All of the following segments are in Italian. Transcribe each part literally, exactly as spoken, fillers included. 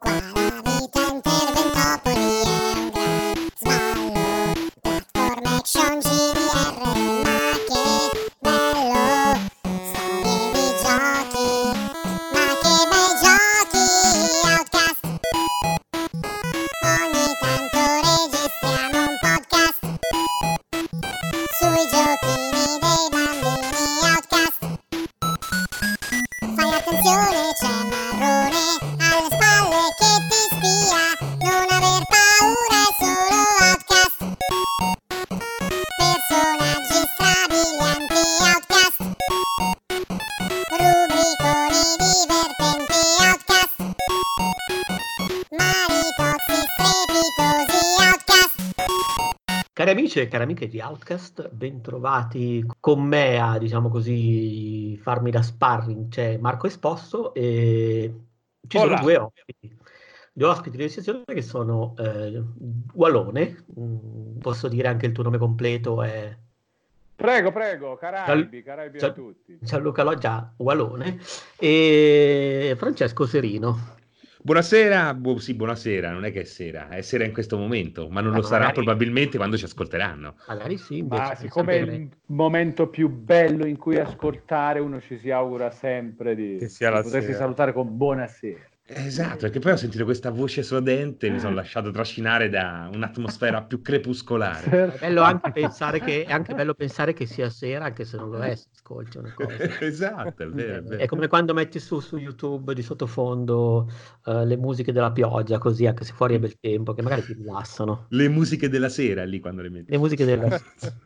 Cari amici e cari amiche di Outcast, bentrovati con me a, diciamo così, farmi da sparring. C'è Marco Esposto e ci sono Hola. due ospiti. Due ospiti di eccezione che sono eh, Walone, mm, posso dire anche il tuo nome completo è... Prego, prego, Caraibi, Gian- Caraibi a Gian- tutti. Gianluca Loggia Walone e Francesco Serino. Buonasera, bu- sì, buonasera, non è che è sera, è sera in questo momento, ma non Eh, lo ma sarà magari- probabilmente quando ci ascolteranno. Magari sì, invece. Ma non siccome è sapere. il momento più bello in cui ascoltare, uno ci si augura sempre di, Che sia di la potersi sera. salutare con buonasera. Esatto, perché poi ho sentito questa voce sudente e mi sono lasciato trascinare da un'atmosfera più crepuscolare. È bello anche pensare che, è anche bello pensare che sia sera, anche se non lo è, se ascolti una cosa. Esatto, è vero, è È vero. come quando metti su, su YouTube di sottofondo eh, le musiche della pioggia, così anche se fuori è bel tempo, che magari ti rilassano. Le musiche della sera lì quando le metti. Le musiche della...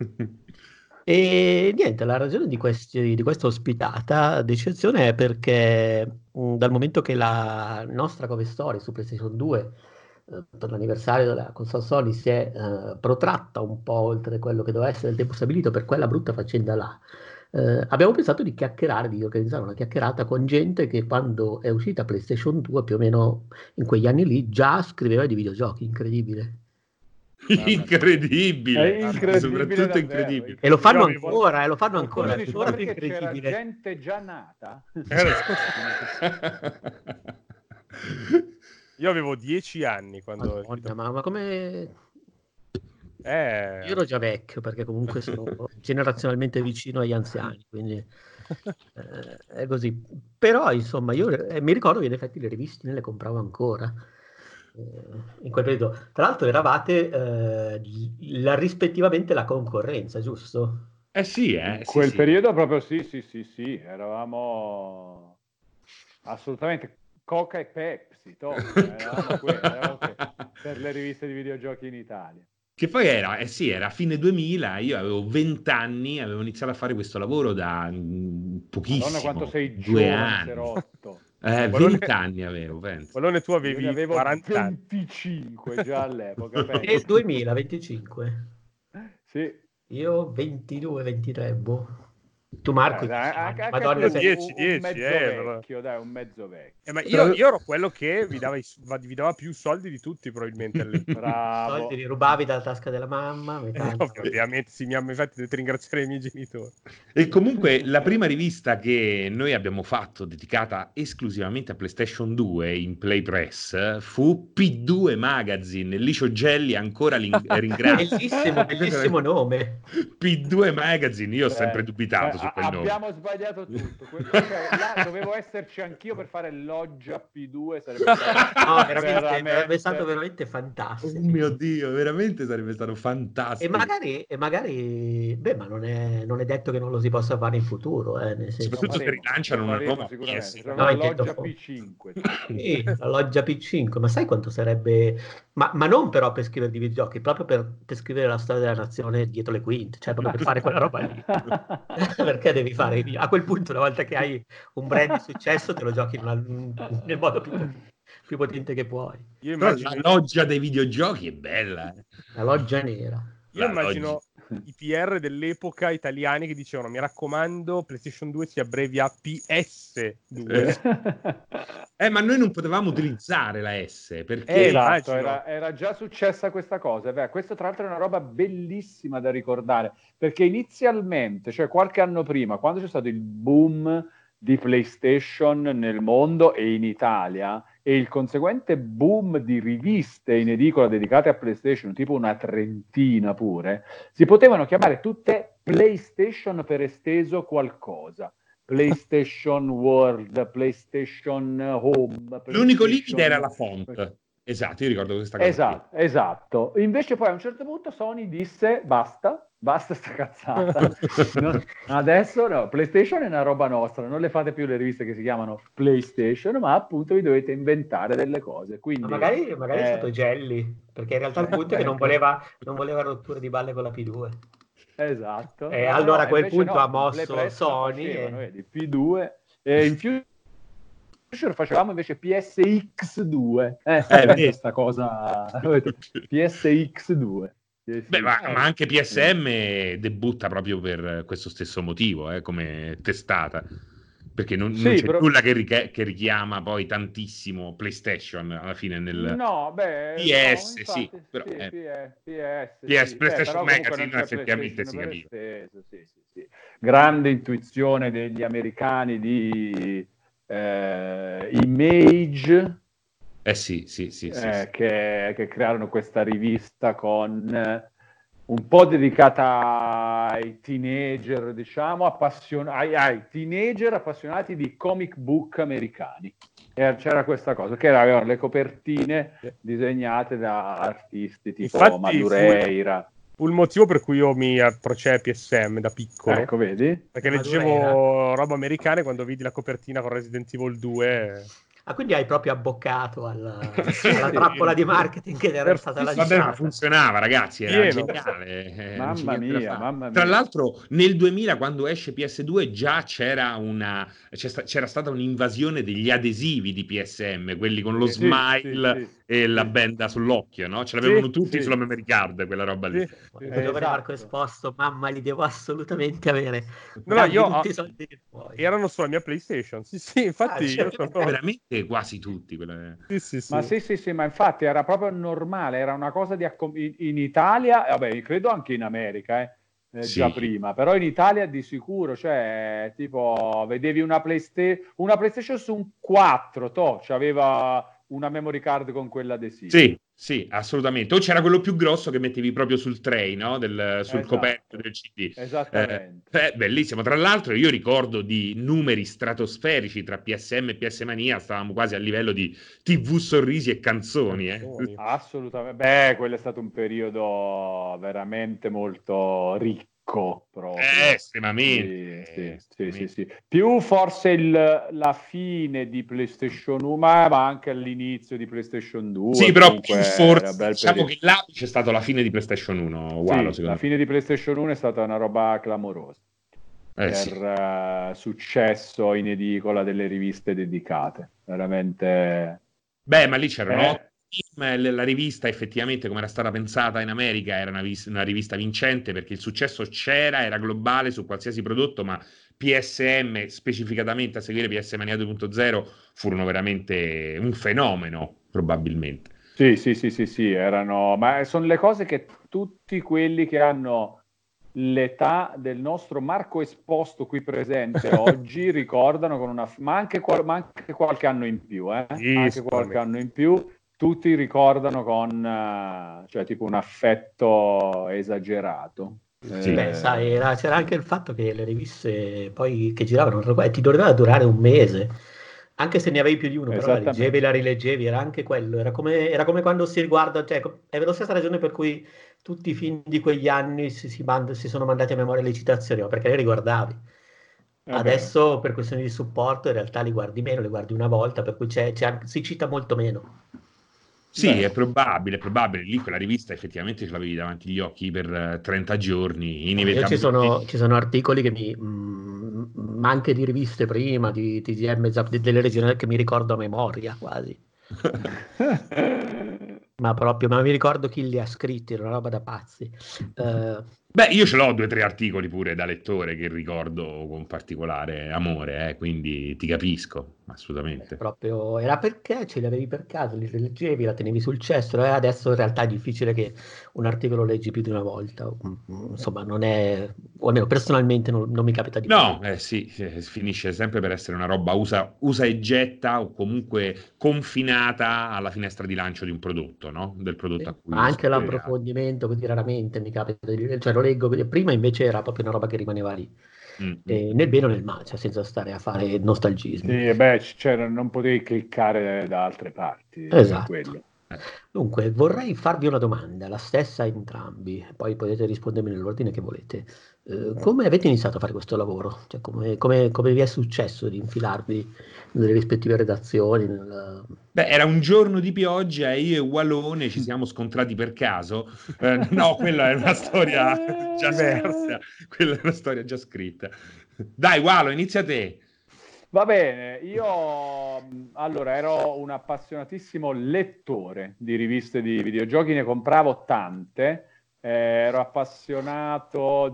E niente, la ragione di, questi, di questa ospitata d'eccezione è perché mh, dal momento che la nostra Cover Story su PlayStation due eh, per l'anniversario della console Sony si è eh, protratta un po' oltre quello che doveva essere il tempo stabilito per quella brutta faccenda là, eh, abbiamo pensato di chiacchierare, di organizzare una chiacchierata con gente che quando è uscita PlayStation due, più o meno in quegli anni lì, già scriveva di videogiochi, incredibile. Incredibile, È incredibile soprattutto davvero, incredibile. E lo fanno Io avevo- ancora, e lo fanno Qualcuno ancora. è dice, molto perché c'era incredibile. gente già nata? Io avevo dieci anni quando... Madonna, ma, ma come... Eh... Io ero già vecchio perché comunque sono generazionalmente vicino agli anziani, quindi eh, è così. Però insomma io eh, mi ricordo che in effetti le riviste le compravo ancora eh, in quel periodo. Tra l'altro eravate eh, la, rispettivamente la concorrenza, giusto? Eh sì, eh, In sì, quel sì. periodo proprio sì, sì, sì, sì, eravamo assolutamente Coca e Pepsi, top, eravamo quelli, eravamo quelli per le riviste di videogiochi in Italia. Che poi era, eh sì, era fine duemila, io avevo venti anni, avevo iniziato a fare questo lavoro da mm, pochissimo, Madonna quanto sei due giovane, anni. Serotto. Eh, Valone- venti anni avevo, penso. Valone, tu Io avevi ne avevo quaranta anni. venticinque già all'epoca, Nel penso. duemilaventicinque. Sì. Io ventidue ventitré, boh. Tu Marco, Eh, dai, dieci anni, anche, anche Madonna, tu, sei- dieci, un, dieci, un mezzo eh, però. vecchio, dai, un mezzo vecchio. Eh, ma io, io ero quello che vi dava, i- vi dava più soldi di tutti probabilmente all'epoca. Bravo. soldi li rubavi dalla tasca della mamma, metà Eh, ovvio, ovviamente sì, mi hanno infatti dovete ringraziare i miei genitori. E comunque la prima rivista che noi abbiamo fatto dedicata esclusivamente a PlayStation due in Play Press fu P due Magazine. Licio Gelli ancora li ringrazio. Bellissimo, bellissimo nome. P due Magazine, io ho Eh, sempre dubitato eh, su quel nome. abbiamo sbagliato tutto. Quello- cioè, là dovevo esserci anch'io per fare Loggia P due, sarebbe stato No, veramente, veramente- sarebbe stato veramente Oh fantastico. mio Dio, veramente sarebbe stato E fantastico. magari, e magari, beh, ma non è, non è detto che non lo si possa fare in futuro, eh, nel senso. Soprattutto se faremo, rilanciano lo una faremo nuova sicuramente. P S. Sarà una No, intendo Loggia fo- P cinque. Sì, la Loggia P cinque, ma sai quanto sarebbe... Ma, ma non però per scrivere di videogiochi, proprio per, per scrivere la storia della nazione dietro le quinte, cioè proprio per fare quella roba lì. Perché devi fare... A quel punto, una volta che hai un brand di successo, te lo giochi in una- nel modo più, più potente che puoi. Io Però immagino, la loggia dei videogiochi è bella. eh. La Loggia Nera. io la immagino i P R dell'epoca italiani che dicevano mi raccomando PlayStation due si abbrevia P S due. Eh, ma noi non potevamo utilizzare la S perché Eh, Esatto, immagino. era, era già successa questa cosa. Beh, questo tra l'altro è una roba bellissima da ricordare, perché inizialmente, cioè qualche anno prima, quando c'è stato il boom di PlayStation nel mondo e in Italia, e il conseguente boom di riviste in edicola dedicate a PlayStation, tipo una trentina pure, si potevano chiamare tutte PlayStation per esteso qualcosa. PlayStation World, PlayStation Home. PlayStation... L'unico limite era la font. Esatto, io ricordo questa cosa. Esatto, qui. esatto. Invece poi a un certo punto Sony disse basta, basta sta cazzata. No, adesso no, PlayStation è una roba nostra, non le fate più le riviste che si chiamano PlayStation, ma appunto vi dovete inventare delle cose. Quindi, ma magari magari eh... è stato Jelly, perché in realtà il punto è che non voleva, non voleva rotture di balle con la P due. Esatto. E no, allora no, a quel punto no, ha mosso Sony. Facevano, e... vedi, P due e in più facevamo invece P S X due. Eh, eh questa cosa P S X due. P S X. Beh, ma, ma anche P S M debutta proprio per questo stesso motivo, eh, come testata. Perché non, sì, non c'è però... nulla che, riche- che richiama poi tantissimo PlayStation alla fine nel no, beh, P S, no, infatti, sì, però, sì, eh. P S, P S sì. PlayStation eh, Magazine effettivamente si capiva. Esteso, sì, sì, sì. Grande intuizione degli americani di eh, Image, Eh sì, sì, sì, sì, eh, sì. Che, che crearono questa rivista con eh, un po' dedicata ai teenager, diciamo, appassion- ai, ai teenager appassionati di comic book americani. E c'era questa cosa, che avevano le copertine disegnate da artisti tipo Infatti, Madureira. Fu il motivo per cui io mi approcciai a P S M da piccolo. Ecco, vedi? Perché Madureira. leggevo roba americana e quando vidi la copertina con Resident Evil due... Ah, quindi hai proprio abboccato alla, Sì, alla sì. trappola di marketing che era Per- stata sì, lanciata. Vabbè, ma funzionava, ragazzi, era Pieno. geniale. eh, non c'è Mamma niente da mia, fare. mamma Tra mia. l'altro, nel duemila, quando esce P S due, già c'era una c'è sta- c'era stata un'invasione degli adesivi di P S M, quelli con lo Sì, smile sì, sì, e la sì. benda sull'occhio, no? Ce l'avevano Sì, tutti sì. sulla memory card, quella roba lì. Sì, Il sì. giovane Marco Esatto. Esposto, mamma, li devo assolutamente avere. No, no, Dammi io tutti ho- i soldi che puoi. erano sulla mia PlayStation. Sì, sì, infatti Ah, io certo. sono... Veramente quasi tutti. quelle- Sì, sì, sì. Ma sì, sì, sì, ma infatti era proprio normale, era una cosa di accom- in, in Italia, vabbè, credo anche in America, eh, eh, Sì. già prima, però in Italia di sicuro, cioè, tipo, vedevi una, Playsta- una PlayStation su un quattro, to, c'aveva una memory card con quell'adesivo. Sì, sì, assolutamente. O c'era quello più grosso che mettevi proprio sul tray, no? Del, sul Esatto. coperto del C D. Esattamente. Eh, eh, bellissimo. Tra l'altro, io ricordo di numeri stratosferici tra P S M e P S Mania, stavamo quasi a livello di T V sorrisi e canzoni. Eh. Canzoni. Assolutamente. Beh, quello è stato un periodo veramente molto ricco. Proprio. Eh, estremamente. Sì, sì, estremamente. sì, sì, sì. Più forse il, la fine di PlayStation uno, ma, ma anche all'inizio di PlayStation due. Sì, però comunque più era forse bel diciamo periodo. che l'apice è stato la fine di PlayStation uno, uguale, Sì, secondo la me. fine di PlayStation uno è stata una roba clamorosa. Eh, per sì. uh, successo in edicola delle riviste dedicate. Veramente... Beh, ma lì c'erano Eh. otto film, la rivista effettivamente come era stata pensata in America era una, vis- una rivista vincente perché il successo c'era, era globale su qualsiasi prodotto, ma P S M specificatamente a seguire P S Mania due punto zero furono veramente un fenomeno probabilmente. Sì, sì, sì, sì, sì, erano... ma sono le cose che tutti quelli che hanno l'età del nostro Marco Esposto qui presente oggi ricordano con una... ma anche, qual... ma anche qualche anno in più, eh? Sì, anche qualche anno in più, tutti ricordano con, uh, cioè tipo un affetto esagerato. Sì. Beh, sai, era- c'era anche il fatto che le riviste poi che giravano eh, ti doveva durare un mese, anche se ne avevi più di uno, però la leggevi Esattamente. e la rileggevi, era anche quello, era come, era come quando si riguarda, cioè, è la stessa ragione per cui tutti i film di quegli anni si, si mand- si sono mandati a memoria le citazioni, ma perché le riguardavi. Eh Adesso per questioni di supporto in realtà li guardi meno, li guardi una volta, per cui c'è- c'è anche- si cita molto meno. Sì, Beh. è probabile, è probabile. Lì quella rivista effettivamente ce l'avevi davanti agli occhi per eh, trenta giorni, Io ci inevitabilmente. sono, ci sono articoli che mi, mh, ma anche di riviste prima, di T G M, Zap, di- delle regionali che mi ricordo a memoria quasi. Ma proprio, ma mi ricordo chi li ha scritti, era una roba da pazzi. Eh, Beh, io ce l'ho due o tre articoli pure da lettore che ricordo con particolare amore, eh, quindi ti capisco, assolutamente. Proprio era perché ce li avevi per caso, li leggevi, la tenevi sul cesto, e adesso in realtà è difficile che un articolo lo leggi più di una volta. Mm, Insomma, non è, o almeno personalmente non, non mi capita di No, farlo. eh sì, eh, finisce sempre per essere una roba usa, usa e getta o comunque confinata alla finestra di lancio di un prodotto, no? Del prodotto a Sì. Ma cui si anche è legato. l'approfondimento, così raramente mi capita di leggere, cioè lo leggo, prima invece era proprio una roba che rimaneva lì, Mm, mm, eh, mm. nel bene o nel male, cioè senza stare a fare nostalgismi. Sì, e beh, c- c'era- non potevi cliccare da altre parti per Esatto. quello. Eh. Dunque, vorrei farvi una domanda, la stessa a entrambi, poi potete rispondermi nell'ordine che volete. Eh, come avete iniziato a fare questo lavoro? Cioè, come, come- come vi è successo di infilarvi nelle rispettive redazioni? nel- Beh, era un giorno di pioggia e io e Walone ci siamo scontrati per caso. Eh, no, quella è una storia già Diversa. scritta. Quella è una storia già scritta. Dai, Walo, inizia te. Va bene, io mh, allora ero un appassionatissimo lettore di riviste di videogiochi, ne compravo tante, eh, ero appassionato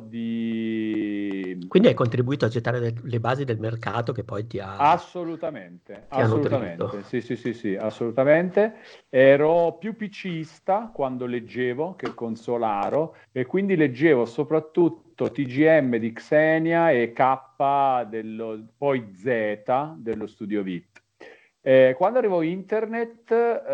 di... Quindi hai contribuito a gettare le, le basi del mercato che poi ti ha, Assolutamente, ti ha nutrito. assolutamente, sì, sì, sì, sì, assolutamente. Ero più PCista quando leggevo che consolaro e quindi leggevo soprattutto T G M di Xenia e K, dello, poi Z dello Studio Vit. Eh, quando arrivò internet,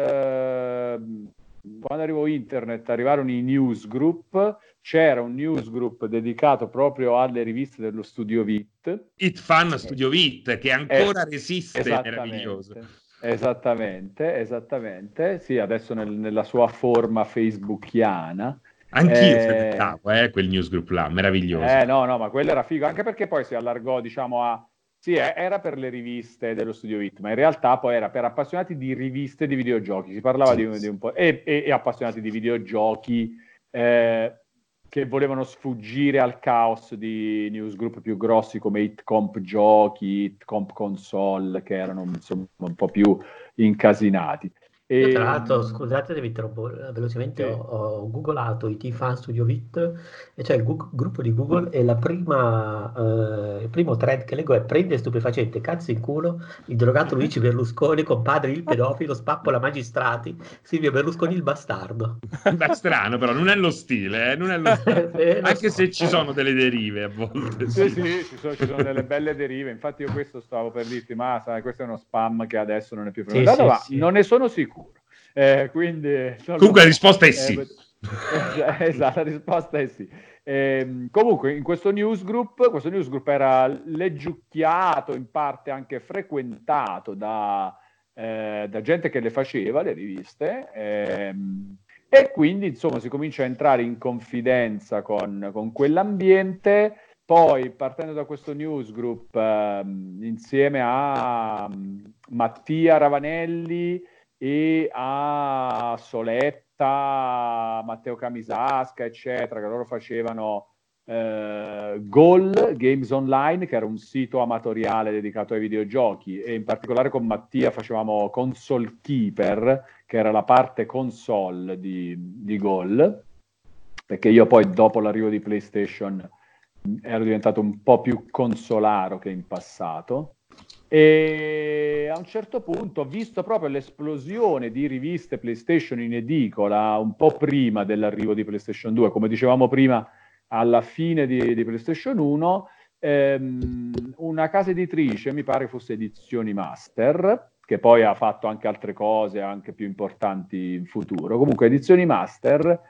eh, quando arrivò internet, arrivarono i newsgroup, c'era un newsgroup dedicato proprio alle riviste dello Studio Vit. It Fan Eh, Studio Vit, che eh, ancora resiste, meraviglioso. esattamente, esattamente, esattamente. Sì, adesso nel- nella sua forma facebookiana. Anch'io Eh, frequentavo eh, quel newsgroup là, meraviglioso. eh, no, no, ma quello era figo, anche perché poi si allargò, diciamo, a... Sì, eh, era per le riviste dello Studio Hit, ma in realtà poi era per appassionati di riviste di videogiochi. Si parlava Sì, di, di sì. un po'... E, e- e appassionati di videogiochi eh, che volevano sfuggire al caos di newsgroup più grossi come Hitcomp Giochi, Hitcomp Console, che erano insomma un po' più incasinati. Io tra E, l'altro, scusate, vi interrompo eh, velocemente, ho, sì. ho googolato i T-Fan Studio Vit e c'è il Gu- gruppo di Google e la prima, eh, il primo thread che leggo è prende stupefacente, cazzo in culo, il drogato Luigi Berlusconi, compadre il pedofilo, spappola magistrati, Silvio Berlusconi il bastardo. Beh, strano, però non è lo stile, eh, non è lo stile. Eh, lo Anche so. se ci sono delle derive a volte, Sì, sì. sì, ci sono, ci sono delle belle derive. Infatti, io questo stavo per dirti, ma sai, questo è uno spam che adesso non è più Sì, frequentato, sì, ma sì. non ne sono sicuro. Eh, quindi non lo Comunque la so. risposta è Eh, sì. es- esatto, la risposta è sì. Ehm, comunque, in questo newsgroup, questo newsgroup era leggiucchiato, in parte anche frequentato da, eh, da gente che le faceva, le riviste. ehm, e quindi, insomma, si comincia a entrare in confidenza con, con quell'ambiente. Poi, partendo da questo newsgroup, ehm, insieme a mm, Mattia Ravanelli e a Soletta, Matteo Camisasca, eccetera, che loro facevano eh, Goal Games Online, che era un sito amatoriale dedicato ai videogiochi, e in particolare con Mattia facevamo Console Keeper, che era la parte console di, di Goal, perché io poi dopo l'arrivo di PlayStation ero diventato un po' più consolaro che in passato. E a un certo punto ho visto proprio l'esplosione di riviste PlayStation in edicola un po' prima dell'arrivo di PlayStation due, come dicevamo prima, alla fine di, di PlayStation uno, ehm, una casa editrice, mi pare fosse Edizioni Master, che poi ha fatto anche altre cose anche più importanti in futuro. Comunque Edizioni Master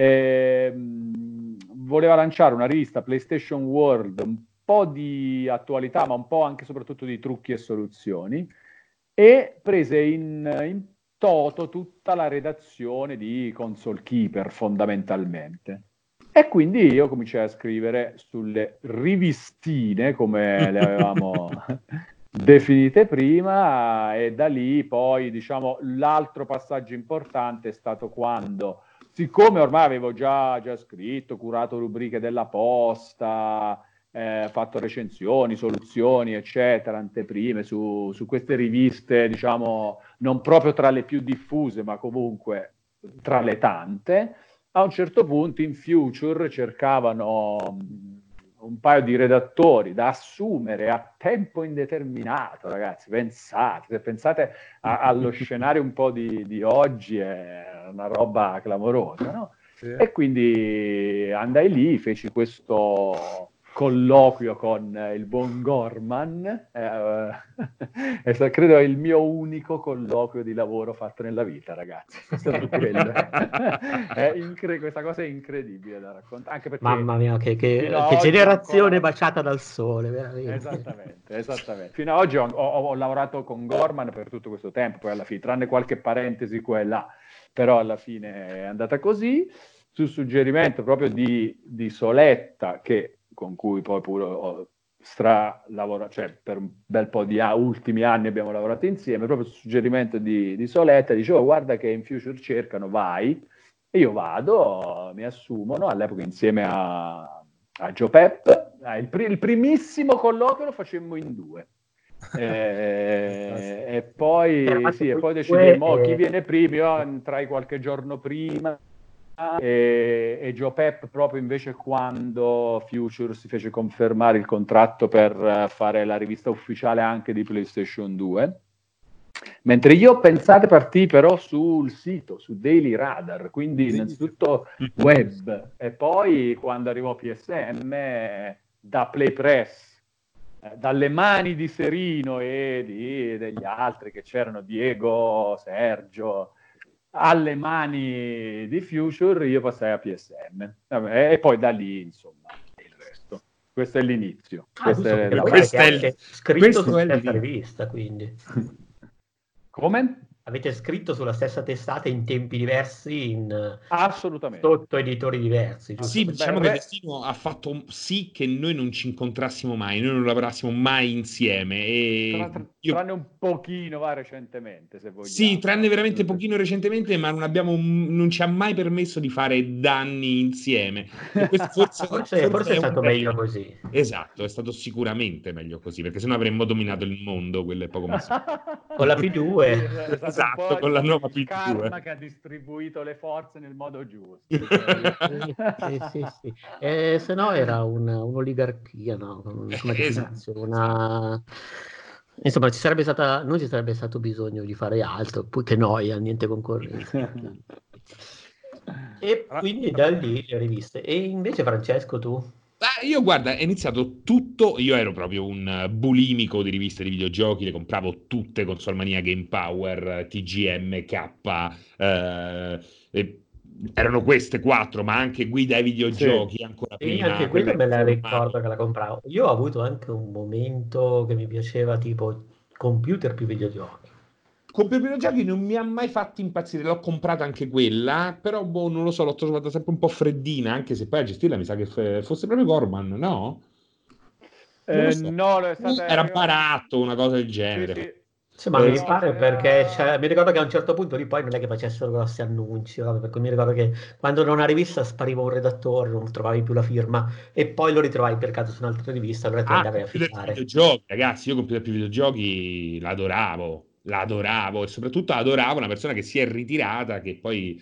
ehm, voleva lanciare una rivista PlayStation World un po' di attualità, ma un po' anche soprattutto di trucchi e soluzioni, e prese in, in toto tutta la redazione di Console Keeper fondamentalmente. E quindi io cominciai a scrivere sulle rivistine, come le avevamo definite prima, e da lì poi, diciamo, l'altro passaggio importante è stato quando, siccome ormai avevo già, già scritto, curato rubriche della posta, eh, fatto recensioni, soluzioni, eccetera, anteprime su, su queste riviste, diciamo, non proprio tra le più diffuse, ma comunque tra le tante, a un certo punto in Future cercavano un paio di redattori da assumere a tempo indeterminato, ragazzi, pensate, se pensate a, allo scenario un po' di, di oggi, è una roba clamorosa, no? Sì. E quindi andai lì, feci questo colloquio con il buon Gorman, eh, eh, credo è il mio unico colloquio di lavoro fatto nella vita, ragazzi, è stato quello. È incre- questa cosa è incredibile da raccontare, anche perché mamma mia, che, che, che oggi generazione ancora... baciata dal sole, veramente. Esattamente, esattamente. Fino ad oggi ho, ho, ho lavorato con Gorman per tutto questo tempo, poi alla fine, tranne qualche parentesi qua e là, però alla fine è andata così, su suggerimento proprio di, di Soletta, che con cui poi pure ho stra lavorato, cioè per un bel po' di a- ultimi anni abbiamo lavorato insieme, proprio su suggerimento di, di Soletta, dicevo, guarda che in Future cercano, vai, e io vado, mi assumono, all'epoca insieme a, a Joe Pep, ah, il, pri- il primissimo colloquio lo facemmo in due. E, e poi sì, e poi decidemmo e... chi viene prima, io entrai qualche giorno prima, e, e Joe Pep proprio invece quando Future si fece confermare il contratto per fare la rivista ufficiale anche di PlayStation due, mentre io pensate partì però sul sito, su Daily Radar, quindi innanzitutto web, e poi quando arrivò P S M da Play Press, eh, dalle mani di Serino e di, degli altri che c'erano, Diego, Sergio, alle mani di Future, io passai a P S M. Vabbè, e poi da lì, insomma, il resto. Questo è l'inizio. Ah, Questo giusto, è perché la voi questo avete è il- anche scritto questo sulla è il stessa lì. rivista, quindi. Come? Avete scritto sulla stessa testata in tempi diversi, in Assolutamente. sotto editori diversi, giusto? Sì, diciamo Beh, che re... Destino ha fatto sì che noi non ci incontrassimo mai, noi non lavorassimo mai insieme. E tra, tra, io... tranne un pochino, va, recentemente, se vogliamo. Sì, tranne veramente pochino recentemente, ma non, abbiamo, non ci ha mai permesso di fare danni insieme. E questo forse, forse, forse è un stato bel- meglio così. Esatto, è stato sicuramente meglio così, perché sennò avremmo dominato il mondo, quello è poco ma sicuro. Con la P due. Sì, è stato Esatto, un po' con la nuova il P due. karma che ha distribuito le forze nel modo giusto. Sì, sì, sì, sì. Eh, se no era un, un'oligarchia, no? Come si Esatto. dice? Una... Insomma, ci sarebbe stata, non ci sarebbe stato bisogno di fare altro, poi che noi, niente concorrenza. E quindi da lì le riviste. E invece Francesco, tu? Ah, io guarda, è iniziato tutto, io ero proprio un eh, bulimico di riviste di videogiochi, le compravo tutte, Console Mania, Game Power, T G M, K, eh, e erano queste quattro, ma anche Guida ai videogiochi, Sì. ancora Sì, prima, anche quella quella in me la formato. ricordo che la compravo. Io ho avuto anche un momento che mi piaceva tipo computer più videogiochi. Con videogiochi non mi ha mai fatto impazzire, l'ho comprata anche quella, però boh, non lo so, l'ho trovata sempre un po' freddina, anche se poi a gestirla mi sa che f- fosse proprio Gorman, no? Non lo Eh, so. no, è stata... Era baratto, una cosa del Sì, genere. sì. Sì, ma Eh, mi No, pare perché c'era... cioè, mi ricordo che a un certo punto lì poi non è che facessero grossi annunci, vabbè, per cui mi ricordo che quando in una rivista spariva un redattore, non trovavi più la firma e poi lo ritrovavi per caso su un'altra rivista, allora te Ah, andavi a Computer più firmare. videogiochi, ragazzi, io Computer più videogiochi l'adoravo, l'adoravo e soprattutto adoravo una persona che si è ritirata, che poi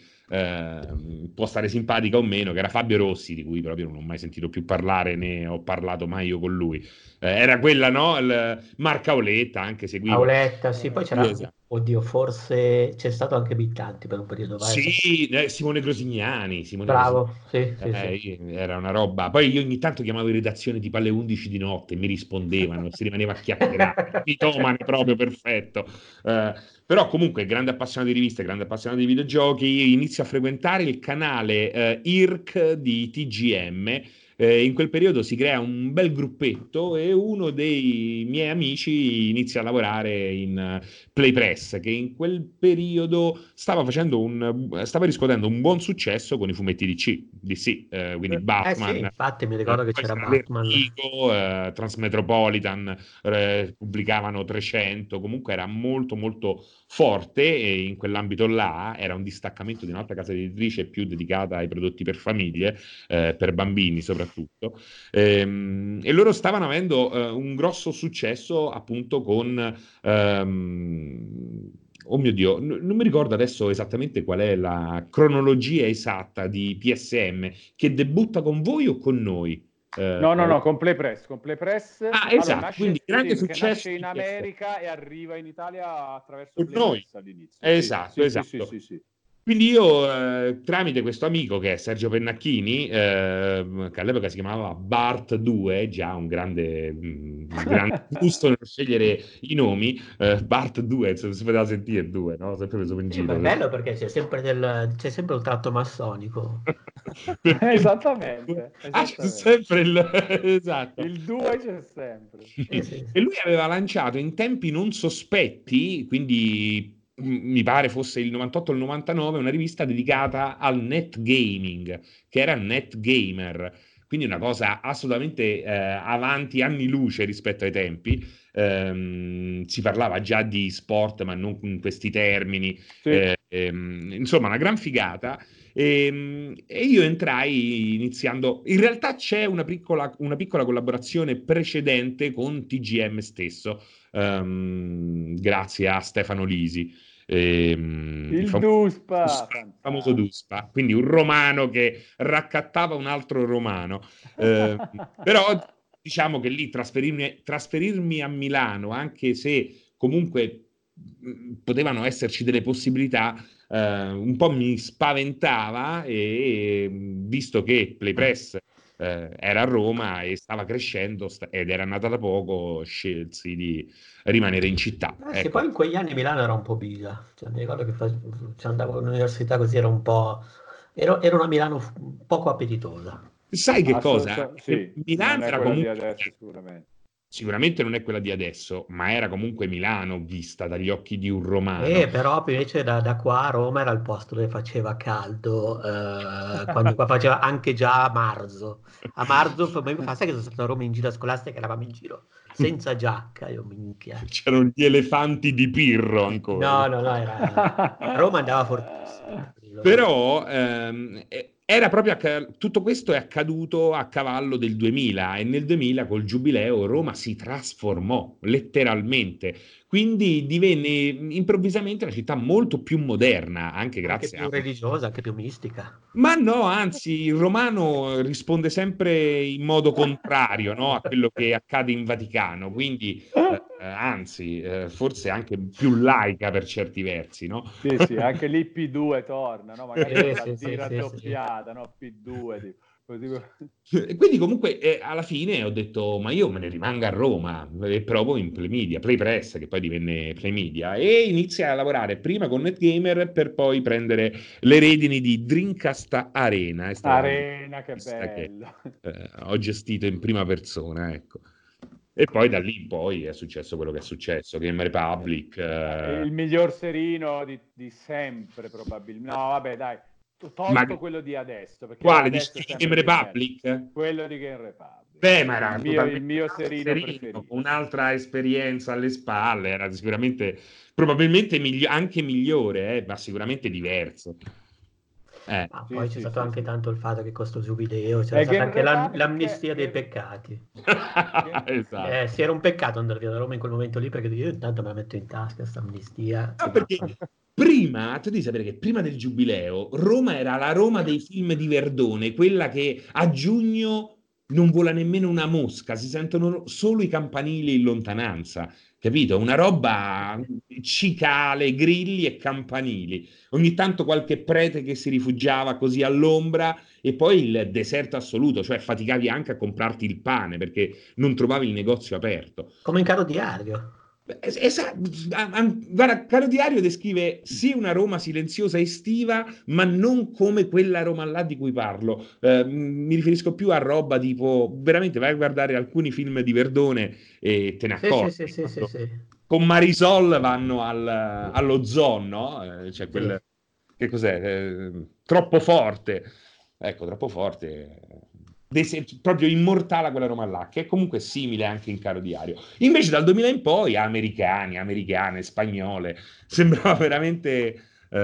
eh, può stare simpatica o meno, che era Fabio Rossi, di cui proprio non ho mai sentito più parlare, né ho parlato mai io con lui. Eh, era quella, no? Il Marca Oletta, anche seguivo. Auletta, sì, poi Sì, c'era, esatto. oddio, forse c'è stato anche Bittanti per un periodo, vai a sapere. Sì, eh, Simone Grosignani, Simone Grosignani. Bravo, sì, sì, sì. Eh, era una roba. Poi io ogni tanto chiamavo in redazione tipo alle undici di notte e mi rispondevano, si rimaneva a chiacchierare. Mitomane proprio perfetto. Eh, però comunque grande appassionato di riviste, grande appassionato di videogiochi, inizio a frequentare il canale eh, I R C di T G M. Eh, in quel periodo si crea un bel gruppetto e uno dei miei amici inizia a lavorare in Playpress, che in quel periodo stava facendo un, stava riscuotendo un buon successo con i fumetti D C, D C eh, quindi Eh sì, Batman. infatti mi Eh, ricordo che poi c'era c'era Batman. Vertigo, eh, Transmetropolitan, eh, pubblicavano trecento, comunque era molto molto forte e in quell'ambito là era un distaccamento di un'altra casa editrice più dedicata ai prodotti per famiglie, eh, per bambini soprattutto, ehm, e loro stavano avendo eh, un grosso successo appunto con ehm, oh mio Dio, n- non mi ricordo adesso esattamente qual è la cronologia esatta di P S M, che debutta con voi o con noi? Eh, No, no, no, con PlayPress, con PlayPress. ah, Allora, esatto, nasce, quindi grande sì, perché successo nasce in di P S M. America e arriva in Italia attraverso Con noi. PlayPress all'inizio. Sì, Esatto, sì, sì, sì, esatto. sì, sì. Quindi io, eh, tramite questo amico che è Sergio Pennacchini, eh, che all'epoca si chiamava Bart due, già un grande, un grande gusto nel scegliere i nomi, eh, Bart due, se si poteva sentire due, no? Sempre preso in Sì, ma giro. è bello perché c'è sempre, del, c'è sempre un tratto massonico. Perché- Esattamente, Ah, c'è esattamente. sempre il... Esatto. Il due c'è sempre. Sì, sì, E sì. lui aveva lanciato in tempi non sospetti, quindi m- mi pare fosse il novantotto o il novantanove, una rivista dedicata al net gaming, che era Net Gamer, quindi una cosa assolutamente eh, avanti anni luce rispetto ai tempi. Ehm, si parlava già di sport, ma non in questi termini. Sì. Eh, ehm, insomma, una gran figata. E, e io entrai iniziando. In realtà c'è una piccola, una piccola collaborazione precedente con T G M stesso, ehm, grazie a Stefano Lisi, ehm, il Il famoso Duspa, Duspa, famoso fantastico. Duspa, quindi un romano che raccattava un altro romano. Eh, però diciamo che lì trasferirmi, trasferirmi a Milano, anche se comunque mh, potevano esserci delle possibilità, eh, un po' mi spaventava e, e, visto che PlayPress eh, era a Roma e stava crescendo sta- ed era nata da poco, scelsi di rimanere in città. Eh sì, Ecco. poi in quegli anni Milano era un po' biga, cioè, mi ricordo che fa- ci andavo all'università così era un po'... Ero, era una Milano f- poco appetitosa. Sai che cosa? Assolut- Che sì, Milano non è era quella di comunque, adesso sicuramente. sicuramente non è quella di adesso, ma era comunque Milano vista dagli occhi di un romano. E però invece da, da qua a Roma era il posto dove faceva caldo, eh, quando qua faceva anche già a marzo. A marzo, fa- ma io fa, sai che sono stato a Roma in gita scolastica, eravamo in giro senza giacca, io minchia. C'erano gli elefanti di Pirro ancora. No, no, no, era... A Roma andava fortissimo. Quello- Però ehm, eh, era proprio acca- tutto questo è accaduto a cavallo del duemila e nel duemila col Giubileo Roma si trasformò letteralmente, quindi divenne improvvisamente una città molto più moderna, anche Anche grazie più a... religiosa, anche più mistica. Ma no, anzi, il romano risponde sempre in modo contrario, no, a quello che accade in Vaticano, quindi eh, anzi, eh, forse anche più laica per certi versi, no? Sì, sì, anche lì P due torna, no? Magari Sì, con la sì, D sì, sì, sì. raddoppiata, no? P due, tipo, così. E quindi comunque eh, alla fine ho detto, ma io me ne rimango a Roma e provo in Playmedia, PlayPress, che poi divenne Playmedia, e inizia a lavorare prima con NetGamer per poi prendere le redini di Dreamcast Arena. È stata una Arena, che vista che bello. eh, ho gestito in prima persona, ecco. E poi da lì in poi è successo quello che è successo, Game Republic. eh, Il miglior serino di, di sempre, probabilmente. No, vabbè, dai, ma tolto quello di adesso, perché quale? Dici adesso è Game sempre più bello. Republic? Quello di Game Republic. Beh, ma Il era mio, il totalmente un mio altro serino serino, con preferito. un'altra esperienza alle spalle, era sicuramente, probabilmente migli- anche migliore, eh, ma sicuramente diverso. Eh. Ma Sì, poi c'è sì, stato sì, anche sì. tanto il fatto che con sto giubileo c'era E stata Game anche l'am- Republic, l'amnistia dei Game, peccati. Game- Eh, Esatto. sì, era un peccato andare via da Roma in quel momento lì perché io intanto me la metto in tasca sta amnistia. No, Che mamma perché mia. prima, tu devi sapere che prima del Giubileo, Roma era la Roma dei film di Verdone, quella che a giugno non vola nemmeno una mosca, si sentono solo i campanili in lontananza, capito? Una roba cicale, grilli e campanili. Ogni tanto qualche prete che si rifugiava così all'ombra e poi il deserto assoluto, cioè faticavi anche a comprarti il pane perché non trovavi il negozio aperto. Come in caro diario. Esatto, guarda, Caro Diario descrive sì una Roma silenziosa estiva, ma non come quella Roma là di cui parlo. Eh, mi riferisco più a roba tipo, veramente vai a guardare alcuni film di Verdone e te ne Sì, sì, accorgi. sì, sì, sì, Quando sì. con Marisol vanno al- allo zoo, no? Eh, C'è Sì. quel, che cos'è? Eh, troppo forte. Ecco, troppo forte. Dese- proprio immortala quella Roma là, che è comunque simile anche in Caro Diario. Invece dal duemila in poi, americani, americane, spagnole, sembrava veramente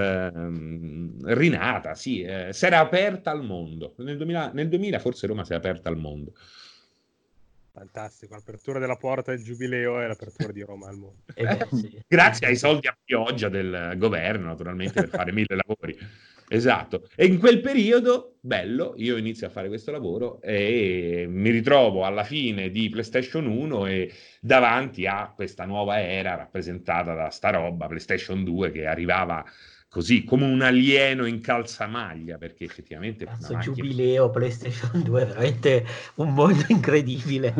ehm, rinata, sì, eh, si era aperta al mondo. Nel duemila, nel duemila forse Roma si è aperta al mondo. Fantastico, l'apertura della porta del Giubileo e l'apertura di Roma al mondo. Eh beh, sì. Grazie ai soldi a pioggia del governo, naturalmente, per fare mille lavori. Esatto. E in quel periodo, bello, io inizio a fare questo lavoro e mi ritrovo alla fine di PlayStation uno e davanti a questa nuova era rappresentata da sta roba, PlayStation due, che arrivava così come un alieno in calzamaglia, perché effettivamente Cazzo, una macchina... Giubileo, PlayStation due, è veramente un mondo incredibile.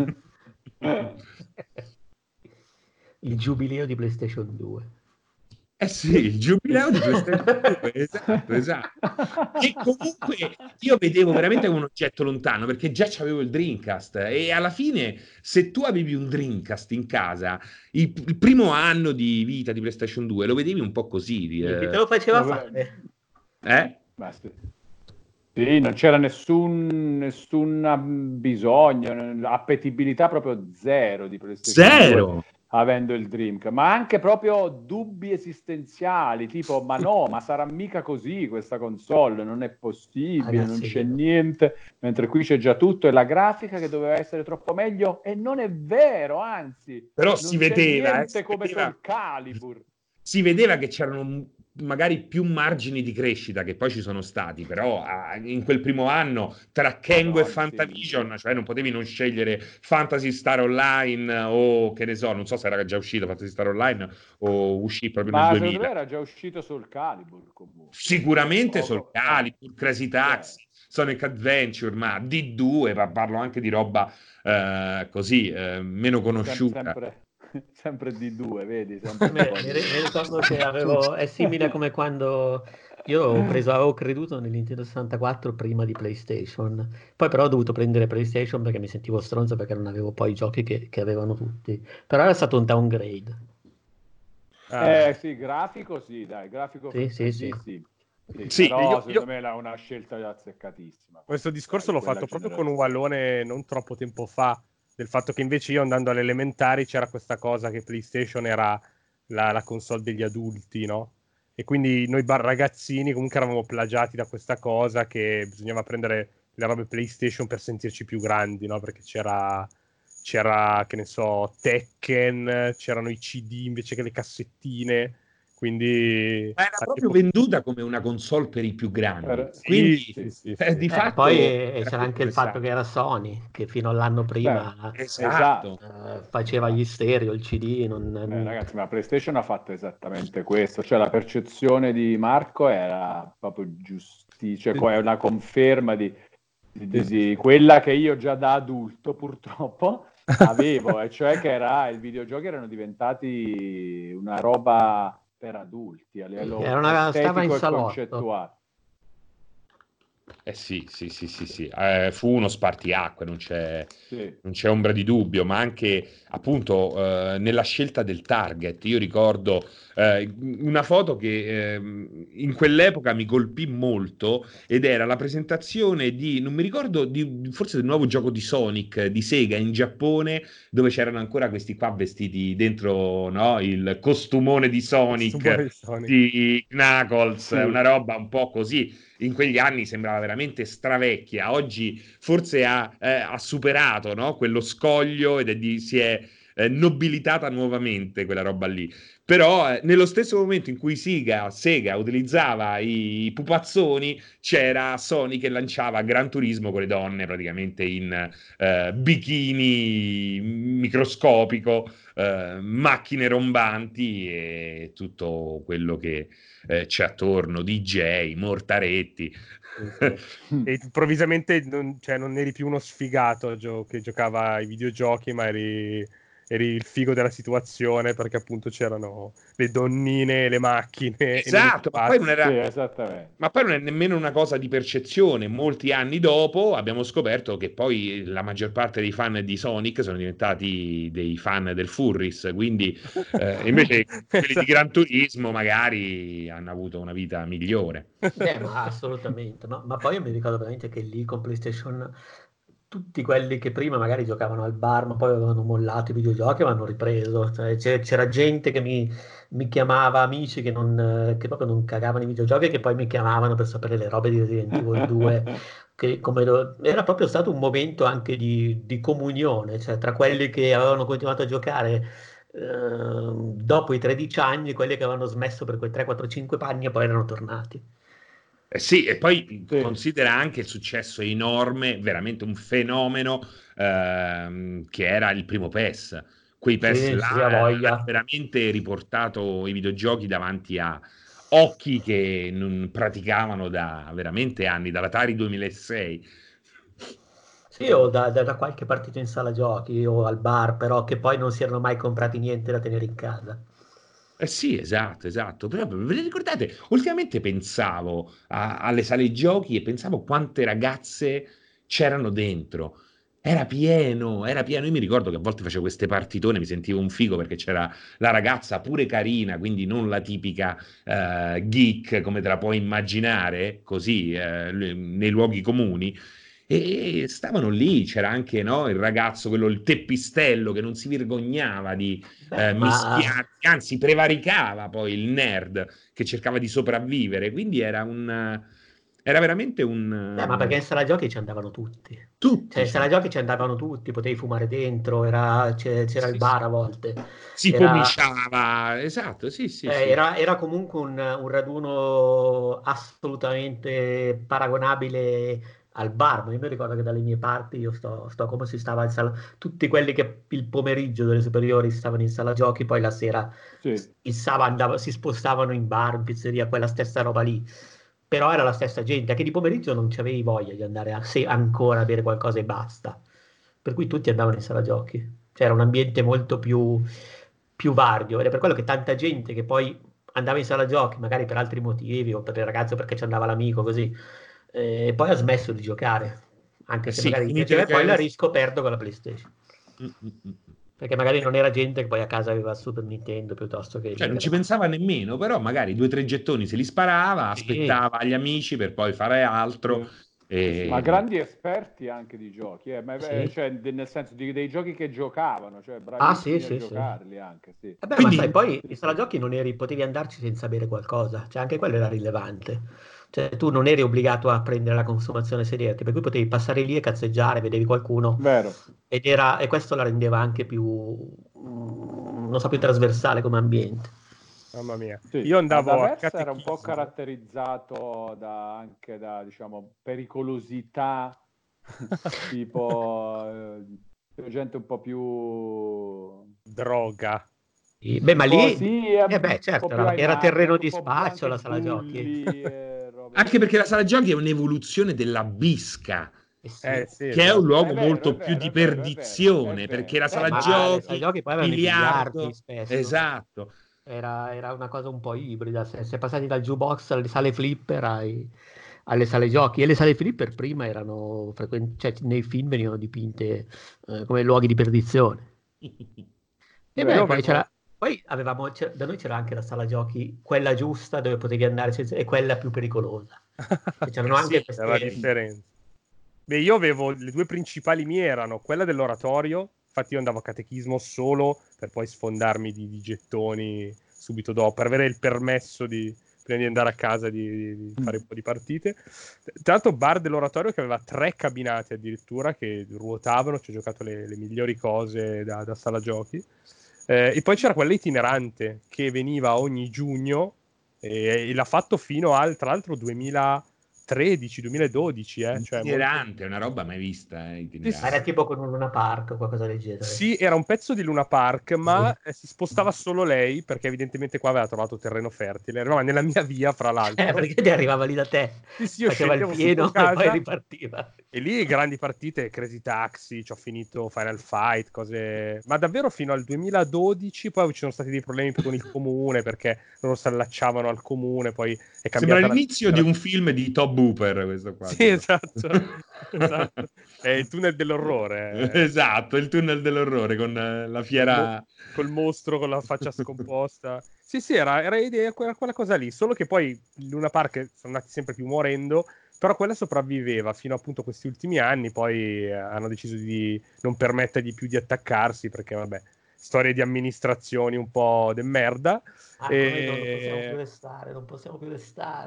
Il giubileo di PlayStation due. Eh sì, il giubileo di PlayStation due, esatto, esatto. Che comunque io vedevo veramente come un oggetto lontano, perché già c'avevo il Dreamcast e alla fine se tu avevi un Dreamcast in casa, il, il primo anno di vita di PlayStation due lo vedevi un po' così. di, Chi te eh, lo faceva Vabbè. fare? eh? Basta. Sì, non c'era nessun, nessun bisogno, appetibilità proprio zero di PlayStation Zero! due, avendo il Dreamcast, ma anche proprio dubbi esistenziali, tipo, ma no, ma sarà mica così questa console, non è possibile, Ragazzi, non c'è io- niente, mentre qui c'è già tutto, e la grafica che doveva essere troppo meglio, e non è vero, anzi, Però non si c'è vedeva, eh, niente si come vedeva- Soul Calibur. si vedeva che c'erano magari più margini di crescita che poi ci sono stati, però ah, in quel primo anno tra Kengo e Madonna, Fantavision, sì. cioè non potevi non scegliere Fantasy Star Online o che ne so, non so se era già uscito Fantasy Star Online o uscì proprio nel Ma secondo me duemila. era già uscito Soul Calibur comunque. Sicuramente Poco- Soul Calibur, Crazy Taxi, Sonic Adventure, ma D due, pa- parlo anche di roba eh, così, eh, meno Sem- conosciuta. sempre, sempre D due, vedi? Sempre un Mi, po' mi di- ri- mi ricordo che avevo, è simile come quando io ho preso, avevo creduto nel Nintendo sessantaquattro prima di PlayStation, poi però ho dovuto prendere PlayStation perché mi sentivo stronzo perché non avevo poi i giochi che, che avevano tutti, però era stato un downgrade. Ah, Eh sì, grafico sì, dai, grafico Sì, sì, eh, sì. sì, sì, Sì, però io- secondo io- me era una scelta azzeccatissima. questo discorso l'ho Quella fatto proprio con un generazione. Wallone non troppo tempo fa, del fatto che invece io andando alle elementari c'era questa cosa che PlayStation era la, la console degli adulti, no? E quindi noi bar ragazzini comunque eravamo plagiati da questa cosa che bisognava prendere le robe PlayStation per sentirci più grandi, no? Perché c'era, c'era che ne so, Tekken, c'erano i C D invece che le cassettine, quindi... Ma era proprio venduta come una console per i più grandi. Era- Quindi, Sì, sì, sì, eh, sì. di Eh, fatto poi eh, era c'era anche quello il che fatto sa. che era Sony, che fino all'anno prima Beh, Esatto. eh, faceva gli stereo, il C D, non, Eh, ragazzi, ma PlayStation ha fatto esattamente questo, cioè la percezione di Marco era proprio giusti, cioè poi è una conferma di, di- di- di quella che io già da adulto purtroppo avevo, e cioè che era, i videogiochi erano diventati una roba per adulti a livello era una, stava in estetico e salotto. concettuale. Eh sì, sì, sì, sì, sì. Eh, fu uno spartiacque, non c'è, Sì. non c'è ombra di dubbio, ma anche appunto eh, nella scelta del target. Io ricordo eh, una foto che ehm, in quell'epoca mi colpì molto ed era la presentazione di, non mi ricordo, di, forse del nuovo gioco di Sonic di Sega in Giappone, dove c'erano ancora questi qua vestiti dentro, no, il costumone di Sonic, Costumone di Sonic. di Knuckles, Sì. una roba un po' così. In quegli anni sembrava veramente stravecchia, oggi forse ha, eh, ha superato, no, quello scoglio ed è di, si è eh, nobilitata nuovamente quella roba lì. Però eh, nello stesso momento in cui Sega, Sega utilizzava i, i pupazzoni, c'era Sony che lanciava Gran Turismo con le donne praticamente in eh, bikini microscopico, eh, macchine rombanti e tutto quello che eh, c'è attorno, D J, Mortaretti. E improvvisamente non, cioè, non eri più uno sfigato gio- che giocava ai videogiochi, ma eri, eri il figo della situazione perché appunto c'erano le donnine, le macchine e non i Esatto, ma poi non pupazzi. Sì, era, esattamente. ma poi non è nemmeno una cosa di percezione. Molti anni dopo abbiamo scoperto che poi la maggior parte dei fan di Sonic sono diventati dei fan del Furris, quindi eh, invece quelli di Gran Turismo magari hanno avuto una vita migliore. Eh, ma assolutamente, ma, ma poi io mi ricordo veramente che lì con PlayStation tutti quelli che prima magari giocavano al bar, ma poi avevano mollato i videogiochi, avevano ripreso. Cioè, c'è- c'era gente che mi, mi chiamava, amici che, non, eh, che proprio non cagavano i videogiochi e che poi mi chiamavano per sapere le robe di Resident Evil due che come lo- era proprio stato un momento anche di, di comunione, cioè tra quelli che avevano continuato a giocare ehm, dopo i tredici anni, quelli che avevano smesso per quei tre, quattro, cinque anni e poi erano tornati. Eh sì, e poi Sì. considera anche il successo enorme, veramente un fenomeno, ehm, che era il primo PES. Quei PES Sì, sì, ha là, eh, hanno voglia. veramente riportato i videogiochi davanti a occhi che non praticavano da veramente anni, dall'Atari duemilasei. Sì, o da, da- da qualche partita in sala giochi o al bar, però che poi non si erano mai comprati niente da tenere in casa. Eh sì, esatto, esatto. Però ve le ricordate? Ultimamente pensavo a- alle sale giochi e pensavo quante ragazze c'erano dentro. Era pieno, era pieno. Io mi ricordo che a volte facevo queste partitone, mi sentivo un figo perché c'era la ragazza pure carina, quindi non la tipica eh, geek come te la puoi immaginare, così, eh, nei luoghi comuni. E stavano lì, c'era anche, no, il ragazzo, quello, il teppistello che non si vergognava di Beh, eh, ma, mischiarsi, anzi prevaricava poi il nerd che cercava di sopravvivere, quindi era un era veramente un beh, ma perché um, in sala giochi ci andavano tutti. Cioè, tutti in sala ci giochi ci andavano tutti, potevi fumare dentro, era- c'è- c'era il sì, sì. bar a volte. Si Era, pomiciava, esatto, sì, sì, eh, sì. era- era comunque un, un raduno assolutamente paragonabile al bar. Ma io mi ricordo che dalle mie parti, io sto, sto come si stava in sala, tutti quelli che il pomeriggio delle superiori stavano in sala giochi, poi la sera, Sì. il sabato andava- si spostavano in bar, in pizzeria, quella stessa roba lì. Però era la stessa gente, anche di pomeriggio non c'avevi voglia di andare a, se ancora a bere qualcosa e basta. Per cui tutti andavano in sala giochi. Cioè era un ambiente molto più, più vario ed è per quello che tanta gente che poi andava in sala giochi, magari per altri motivi o per il ragazzo perché ci andava l'amico così, eh, poi ha smesso di giocare, anche Eh se sì, magari gli finite piaceva le e poi l'ha feste. riscoperto con la PlayStation. Mm, mm, mm. Perché magari non era gente che poi a casa aveva il Super Nintendo piuttosto che il Cioè non Mega ci Drive. pensava nemmeno, però magari due o tre gettoni se li sparava, Sì, aspettava gli amici per poi fare altro. Sì. Ma E... grandi esperti anche di giochi, eh, ma, eh, sì. cioè, de- nel senso di- dei giochi che giocavano, cioè Ah, sì, bravissimi a sì, sì. giocarli anche, sì. Vabbè, ma sai, Quindi poi Sì, in sala sì. giochi non eri, potevi andarci senza bere qualcosa, cioè anche quello era rilevante. Cioè tu non eri obbligato a prendere la consumazione e sederti, per cui potevi passare lì e cazzeggiare, vedevi qualcuno Vero. ed era, e questo la rendeva anche più, mm, non so, più trasversale come ambiente. Mamma mia. Sì, Io ma da andavo a Versa era un po' catechismo. caratterizzato da, anche da, diciamo, pericolosità, tipo eh, gente un po' più, un Droga. Sì, beh, ma po' lì, sì, eh, eh beh, un po' certo, più era, ai era matti, terreno anche un di po' spaccio anche la sala giochi. bulli e robe anche perché la così. sala giochi è un'evoluzione della bisca, Eh Eh sì. sì, che è un esatto. È luogo vero, è molto più vero, di è vero, è vero, è perdizione, perché la vero, Beh, è sala ma vero. le sale giochi, giochi poi avevano i biliardi biliardo, spesso. esatto. Era, era una cosa un po' ibrida, si si è passati dal jukebox alle sale flipper ai- alle sale giochi e le sale flipper prima erano frequenti, cioè nei film venivano dipinte eh, come luoghi di perdizione. E Io beh, Vero. poi avevo... c'era, poi avevamo, c'era- da noi c'era anche la sala giochi, quella giusta dove potevi andare senza- e quella più pericolosa. Cioè, c'erano Eh sì, anche c'era la queste... differenza. Beh, io avevo le due principali mie erano quella dell'oratorio, infatti io andavo a catechismo solo per poi sfondarmi di, di gettoni subito dopo, per avere il permesso di, prima di andare a casa di, di fare un po' di partite. Tra l'altro bar dell'oratorio che aveva tre cabinati addirittura che ruotavano, ci ho giocato le, le migliori cose da, da sala giochi. Eh, e poi c'era quella itinerante che veniva ogni giugno e, e l'ha fatto fino al, tra l'altro, duemilatredici duemiladodici, eh? Cioè molto... Itinerante, è una roba mai vista, eh, Sì, sì, Ma era itinerante. sì. tipo con un Luna Park o qualcosa del genere. Sì, era un pezzo di Luna Park, ma Sì. eh, si spostava solo lei perché evidentemente qua aveva trovato terreno fertile. Arrivava nella mia via, fra Eh, l'altro. perché ti arrivava lì da te, Sì, sì, io faceva il scendevo sotto pieno e poi casa ripartiva. e lì grandi partite, Crazy Taxi, ci ho finito Final Fight, cose... Ma davvero fino al duemiladodici, poi ci sono stati dei problemi con il comune perché loro si allacciavano al comune, poi è Sembra cambiata la... l'inizio di un film di Top Hooper, questo qua, Sì, tipo. esatto, esatto. È il tunnel dell'orrore. eh. Esatto, il tunnel dell'orrore con eh, la Col, mo- fiera. col mostro con la faccia scomposta. Sì, sì, era, era idea, quella, quella cosa lì. Solo che poi in Luna Park sono andati sempre più morendo. Però quella sopravviveva fino appunto a questi ultimi anni. Poi eh, hanno deciso di non permettergli più di attaccarsi perché, vabbè, storie di amministrazioni un po' de merda. Marco, noi non, non possiamo più E... restare, non possiamo più restare.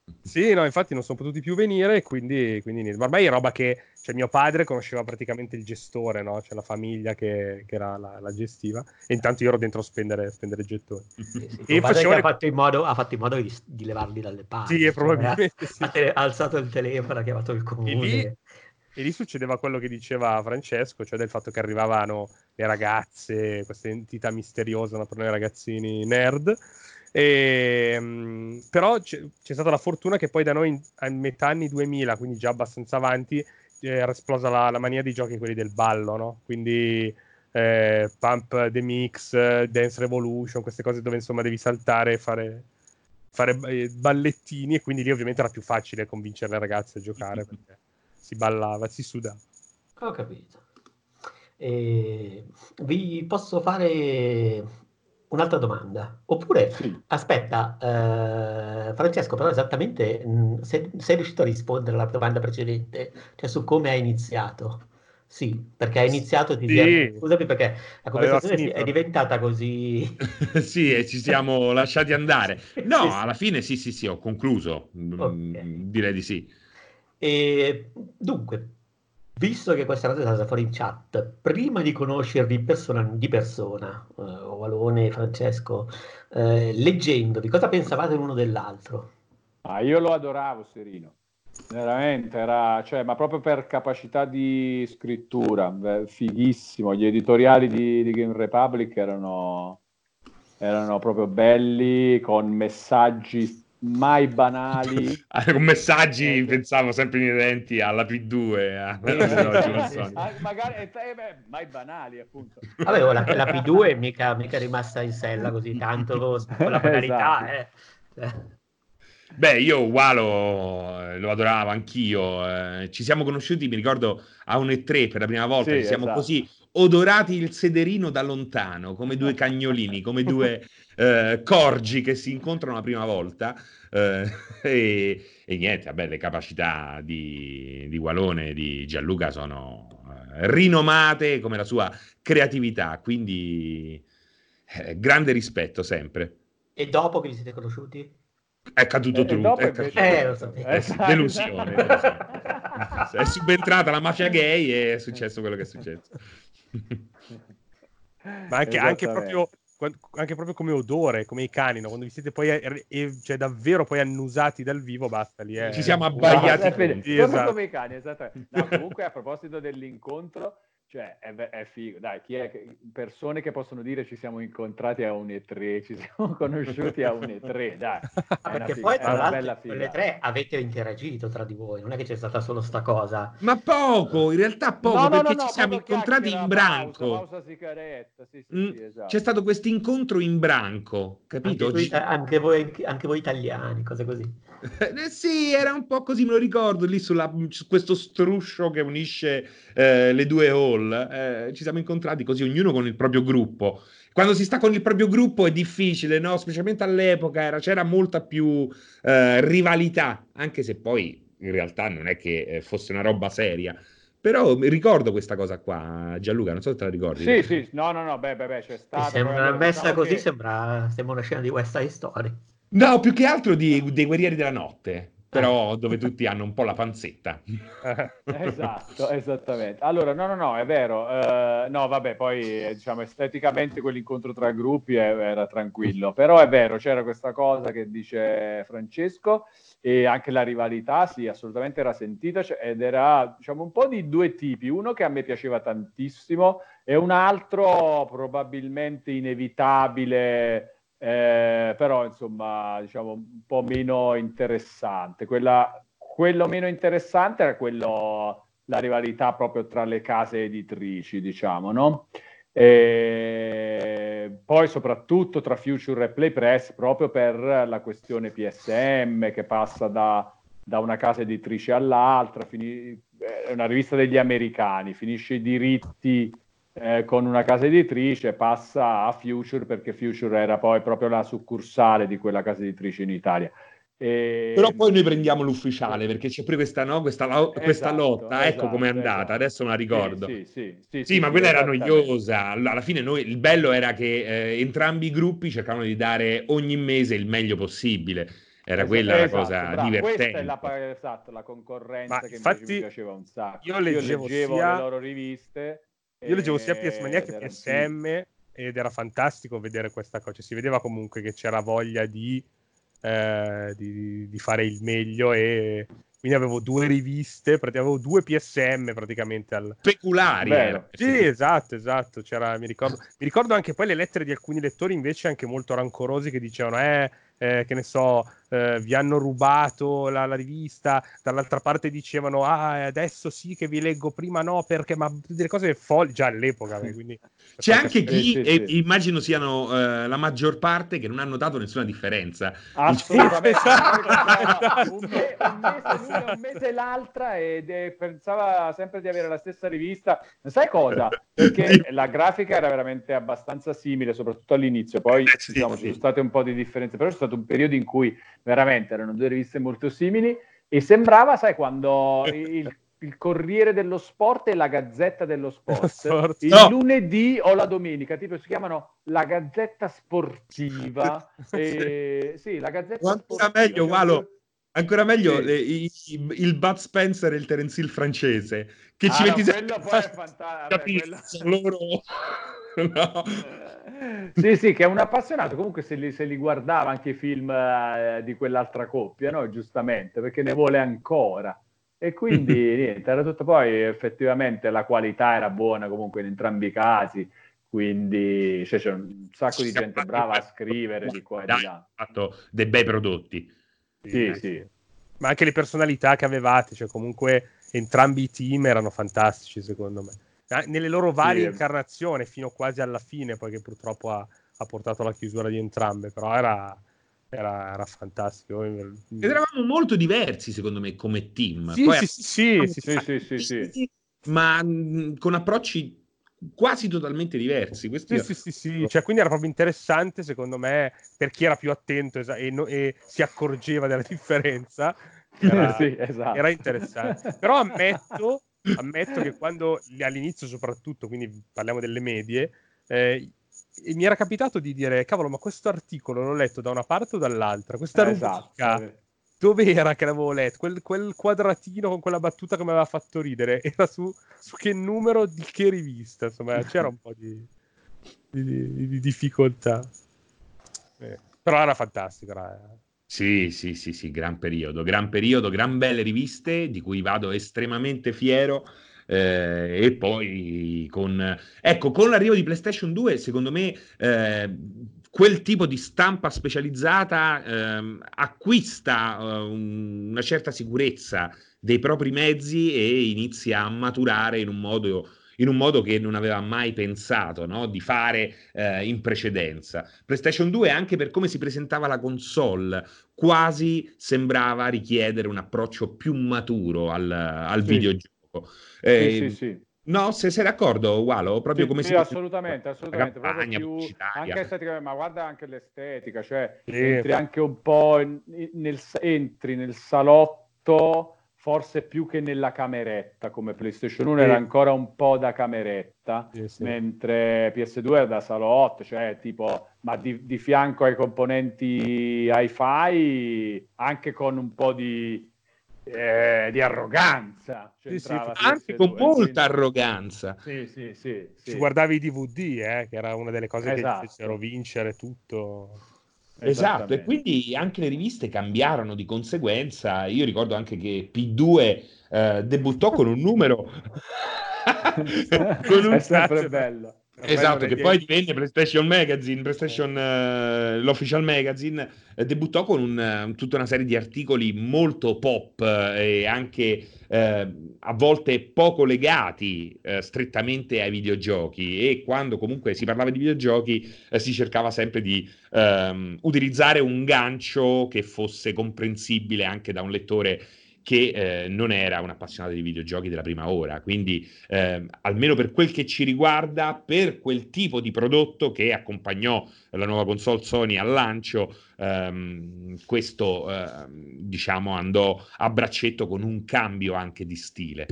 Sì, no, infatti non sono potuti più venire, quindi, quindi niente. Ma ormai è roba che, cioè, mio padre conosceva praticamente il gestore, no? Cioè la famiglia che, che era la, la gestiva, e intanto io ero dentro a spendere, spendere gettoni. Sì, sì, tuo E padre che facevo ha le... fatto in modo, ha fatto in modo di, di levarli dalle Sì, palle, cioè, ha, probabilmente sì. ha tele- ha alzato il telefono, ha chiamato il E lì, comune. e lì succedeva quello che diceva Francesco, cioè del fatto che arrivavano le ragazze, queste entità misteriose, no, per noi ragazzini nerd. E, mh, però c'è, c'è stata la fortuna che poi da noi in, a metà anni duemila, quindi già abbastanza avanti, eh, era esplosa la, la mania di giochi, quelli del ballo, no? Quindi eh, Pump the Mix, eh, Dance Revolution, queste cose dove insomma devi saltare e fare, fare eh, ballettini, e quindi lì ovviamente era più facile convincere le ragazze a giocare perché si ballava, si sudava. Ho capito. E vi posso fare un'altra domanda? Oppure, Sì. aspetta, eh, Francesco, però esattamente, mh, se- sei riuscito a rispondere alla domanda precedente, cioè su come hai iniziato? Sì, perché hai iniziato, ti siamo... Sì, Scusami perché la aveva conversazione si- è finito. diventata così... Sì, e ci siamo lasciati andare. Sì, No, sì. alla fine sì, sì, sì, ho concluso. Ok. Mm, direi di sì. E dunque, visto che questa cosa è stata fuori in chat, prima di conoscervi persona- di persona, eh, Walone e Francesco, eh, leggendovi, cosa pensavate l'uno dell'altro? Ah, io lo adoravo Serino, veramente, era, cioè, ma proprio per capacità di scrittura, beh, fighissimo. Gli editoriali di, di Game Republic erano, erano proprio belli, con messaggi mai banali. Con messaggi, Eh, che- pensavo sempre inerenti alla P due, a Sì, sì, Original sì, sì, Sonic. sì. ah, magari, eh, eh, beh, mai banali, appunto. Vabbè, oh, la, la P due mica, mica è rimasta in sella così tanto con la Esatto. banalità, eh. Cioè, Beh, io Walo eh, lo adoravo anch'io. eh, ci siamo conosciuti, mi ricordo, a un E tre per la prima Sì, volta. Ci siamo così esatto. odorati il sederino da lontano, come due cagnolini, come due eh, corgi che si incontrano la prima volta. eh, e, e niente, vabbè, le capacità di, di Walone e di Gianluca sono eh, rinomate come la sua creatività, quindi eh, grande rispetto sempre. e dopo che vi siete conosciuti? È caduto E, e tutto, dopo è invece caduto Eh, lo tutto. niente. sapevo. Eh sì, Esatto. delusione, delusione. È subentrata la mafia gay e è successo quello che è successo. Ma anche, anche proprio, Esattamente. quan- anche proprio come odore, come i cani, no? Quando vi siete poi eh, eh, cioè davvero poi annusati dal vivo, basta, lì Ci è siamo Basta, abbaiati è finito. contro. Sì, Proprio esatto. come i cani, esattamente. No, comunque a proposito dell'incontro, cioè è, è figo, dai, chi è che, persone che possono dire ci siamo incontrati a un E tre, ci siamo conosciuti a un E tre, dai, Ah, è una, perché figa, poi, è tra una l'altro, bella in quelle figata. tre avete interagito tra di voi, non è che c'è stata solo sta cosa. Ma poco, in realtà No, poco, no, no, perché ci no, siamo proprio incontrati in chiacchiera, pausa, branco. pausa sigaretta, sì, sì, Mm, sì, c'è esatto. stato questo incontro in branco, Anche, capito? tu- eh, Ci- anche voi, anche voi italiani, cose così. Eh, sì, era un po' così, me lo ricordo, lì sulla- su questo struscio che unisce eh, le due hall. Eh, ci siamo incontrati così, ognuno con il proprio gruppo. Quando si sta con il proprio gruppo è difficile, no? Specialmente all'epoca era- c'era molta più eh, rivalità, anche se poi in realtà non è che eh, fosse una roba seria. Però mi ricordo questa cosa qua, Gianluca, non so se te la ricordi. Sì, sì, no, no, no, beh, beh, beh, c'è Mi stata, poi sembra allora messa diciamo così, che... sembra, sembra una scena di West Side Story. No, più che altro di- dei Guerrieri della Notte, Ah, però dove tutti hanno un po' la panzetta. Esatto, esattamente. Allora, no, no, no, è vero. Eh, no, vabbè, poi eh, diciamo esteticamente quell'incontro tra gruppi è- era tranquillo, però è vero, c'era questa cosa che dice Francesco e anche la rivalità, sì, assolutamente era sentita cioè, ed era, diciamo, un po' di due tipi, uno che a me piaceva tantissimo e un altro probabilmente inevitabile, eh, però insomma, diciamo, un po' meno interessante. Quella quello meno interessante era quello, la rivalità proprio tra le case editrici, diciamo, no? E poi soprattutto tra Future e Play Press, proprio per la questione P S M che passa da, da una casa editrice all'altra, fini- è una rivista degli americani, finisce i diritti eh, con una casa editrice, passa a Future perché Future era poi proprio la succursale di quella casa editrice in Italia. Però E, poi noi prendiamo l'ufficiale perché c'è pure questa, no? questa, lo- questa esatto, lotta, ecco com'è esatto, andata, esatto. adesso me la Sì, ricordo. sì, sì, sì, Sì, sì, ma sì, quella era esattamente. noiosa. All- Alla fine noi, il bello era che eh, entrambi i gruppi cercavano di dare ogni mese il meglio possibile. era Esatto, quella la esatto, cosa bravo. Questa è divertente. la, esatto, la concorrenza Ma che invece infatti mi piaceva un sacco. io Io leggevo, leggevo sia le loro riviste io leggevo sia PS Mania ed che era P S M ed era fantastico vedere questa cosa. Si vedeva comunque che c'era voglia di, eh, di, di fare il meglio, e quindi avevo due riviste, praticamente avevo due P S M praticamente al... Speculari era. vero. Sì, esatto, esatto. C'era, mi ricordo, mi ricordo anche poi le lettere di alcuni lettori invece anche molto rancorosi che dicevano, eh, eh, che ne so, eh, vi hanno rubato la, la rivista, dall'altra parte dicevano, ah, adesso sì che vi leggo, prima no, perché, ma delle cose folli, già all'epoca, quindi... per C'è far anche capire- Sì, chi, sì, e sì. immagino siano eh, la maggior parte, che non ha notato nessuna differenza. Assolutamente, Esatto, magari comprava esatto, un, me- un mese l'una e un esatto. mese l'altra e de- pensava sempre di avere la stessa rivista. Sai cosa? Perché la grafica era veramente abbastanza simile, soprattutto all'inizio, poi Eh, sì, diciamo ci sì. sono state un po' di differenze, però c'è stato un periodo in cui veramente erano due riviste molto simili e sembrava, sai, quando il, il Corriere dello Sport e la Gazzetta dello Sport, il No, lunedì o la domenica, tipo si chiamano la Gazzetta Sportiva. E, sì, la o Gazzetta ancora Sportiva. meglio, Cioè un giorno... Valo, ancora meglio Sì. le- i- i- il Bud Spencer e il Terence Hill francese, che ci Ah no, metti sempre quello poi è fantastico. Vabbè, quello... loro. No. Sì, sì, che è un appassionato, comunque se li, se li guardava anche i film eh, di quell'altra coppia, no? Giustamente, perché ne vuole ancora. E quindi niente, era tutto poi effettivamente la qualità era buona comunque in entrambi i casi, quindi cioè, c'è un sacco di gente brava a scrivere di qua e Dai, di là. ha fatto dei bei prodotti. Sì, Sì, sì. sì. Ma anche le personalità che avevate, cioè comunque entrambi i team erano fantastici secondo me. Eh, Nelle loro varie Sì, incarnazioni, fino quasi alla fine, poi che purtroppo ha, ha portato alla chiusura di entrambe, però era, era, era fantastico. Ed eravamo molto diversi, secondo me, come team. Sì, Poi sì, sì, sì, sì, sì, sì. sì, sì, sì. ma mh, con approcci quasi totalmente diversi. Questo Sì, io... sì, sì, sì. Cioè, quindi era proprio interessante, secondo me, per chi era più attento esa- e, no- e si accorgeva della differenza, era, Sì, era esatto. interessante. Però ammetto, ammetto che quando all'inizio, soprattutto, quindi parliamo delle medie, eh, e mi era capitato di dire, cavolo, ma questo articolo l'ho letto da una parte o dall'altra? Questa Esatto. rubrica, dove era che l'avevo letto? Quel, quel quadratino con quella battuta che mi aveva fatto ridere, era su, su che numero di che rivista? Insomma, c'era un po' di... Di, di- di difficoltà. Eh, Però era fantastico. Era... Sì, sì, sì, sì, gran periodo, gran periodo, gran belle riviste di cui vado estremamente fiero. eh, e poi con, ecco, con l'arrivo di PlayStation due, secondo me, eh, quel tipo di stampa specializzata ehm, acquista eh, un- una certa sicurezza dei propri mezzi e inizia a maturare in un modo, in un modo che non aveva mai pensato, no, di fare eh, in precedenza. PlayStation due, anche per come si presentava la console, quasi sembrava richiedere un approccio più maturo al, al Sì, videogioco. sì, sì, Eh, sì. no, se sei d'accordo, Walo, proprio Sì, come sì, si presentava assolutamente, la assolutamente, proprio campagna più pubblicitaria. anche esteticamente, ma guarda anche l'estetica, cioè Sì, entri anche un po' in- nel, entri nel salotto, forse più che nella cameretta, come PlayStation uno era sì, ancora un po' da cameretta, sì, sì. mentre P S due era da salotto, cioè tipo, ma di, di fianco ai componenti hi-fi, anche con un po' di, eh, di arroganza, Sì, sì, c'entrava Anche con P S due, molta quindi... arroganza. Sì, sì, sì, Ci sì, guardavi i D V D, eh, che era una delle cose che gli fecero esatto, vincere tutto. Esatto, e esattamente. quindi anche le riviste cambiarono di conseguenza. Io ricordo anche che P due eh, debuttò con un numero con È un sempre Esatto, bello, è bello esatto, che perché... poi divenne PlayStation Magazine, eh, PlayStation, eh, l'Official Magazine, eh, debuttò con un, eh, tutta una serie di articoli molto pop eh, e anche eh, a volte poco legati eh, strettamente ai videogiochi, e quando comunque si parlava di videogiochi eh, si cercava sempre di ehm, utilizzare un gancio che fosse comprensibile anche da un lettore che eh, non era un appassionato di videogiochi della prima ora. Quindi eh, almeno per quel che ci riguarda, per quel tipo di prodotto che accompagnò la nuova console Sony al lancio, ehm, questo ehm, diciamo andò a braccetto con un cambio anche di stile.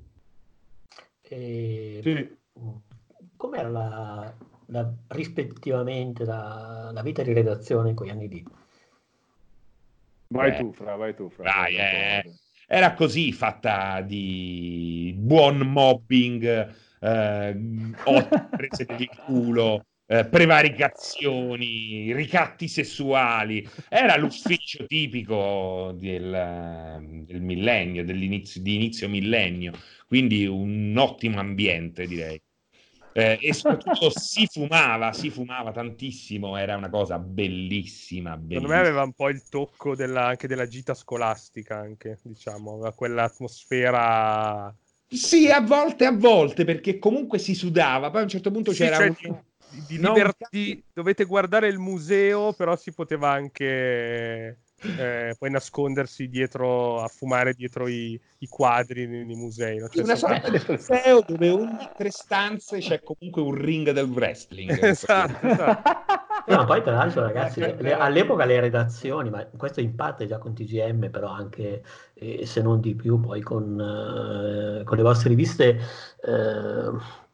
E sì. com'era la, la- rispettivamente la, la vita di redazione in quegli anni lì? Vai eh, tu, Fra, vai tu, Fra. Vai, eh. Era così, fatta di buon mobbing, eh, ottime prese per il culo, eh, prevaricazioni, ricatti sessuali. Era l'ufficio tipico del, del millennio, dell'inizio, di inizio millennio, quindi un ottimo ambiente, direi. Eh, e soprattutto si fumava, si fumava tantissimo, era una cosa bellissima, Secondo bellissima. me aveva un po' il tocco della, anche della gita scolastica, anche, diciamo, aveva quell'atmosfera... Sì, a volte, a volte, perché comunque si sudava, poi a un certo punto Sì, c'era cioè, un... di, di non- liberty, dovete guardare il museo, però si poteva anche eh, poi nascondersi dietro, a fumare dietro i, i quadri nei, nei musei, no? Cioè, una insomma- sorta di museo dove ogni tre stanze c'è comunque un ring del wrestling. Esatto, esatto. No, poi tra l'altro ragazzi, Ma le- che le- all'epoca meraviglia. le redazioni, ma questo in parte già con T G M, però anche eh, se non di più poi con, eh, con le vostre riviste, eh,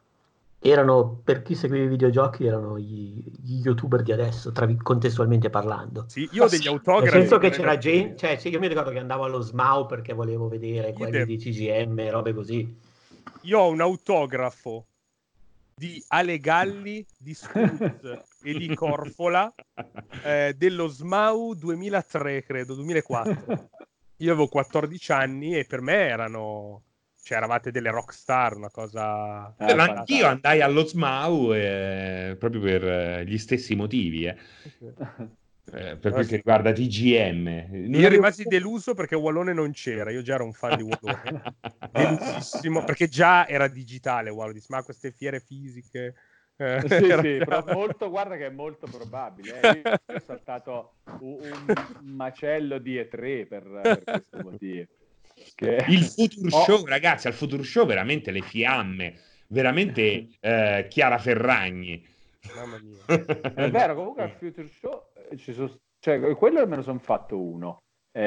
erano, per chi seguiva i videogiochi, erano gli, gli youtuber di adesso, tra, vi- contestualmente parlando. Sì, io ho degli Nel autografi senso di che c'era redazione. gente, cioè sì, io mi ricordo che andavo allo S M A U perché volevo vedere quelli Idem. di T G M, robe così. Io ho un autografo di Ale Galli, di Scruz e di Corfola eh, dello S M A U duemilatré, credo, duemilaquattro. Io avevo quattordici anni e per me erano, cioè eravate delle rockstar, una cosa... Eh, Ma anch'io fantastico. andai allo S M A U eh, proprio per eh, gli stessi motivi, eh. Eh, per quel che riguarda T G M. Non Io avevo- rimasi deluso perché Wallone non c'era, io già ero un fan di Wallone, delusissimo, perché già era digitale Wallone, dice, ma queste fiere fisiche... eh, Sì, era sì, già- però molto, guarda che è molto probabile. eh. Io, io ho saltato un, un macello di E tre per, per questo motivo. Che... Il Future Oh, Show, ragazzi, al Future Show veramente le fiamme, veramente eh, Chiara Ferragni. Mamma mia. è vero, comunque al Future Show eh, ci sono, cioè, quello me ne sono fatto uno.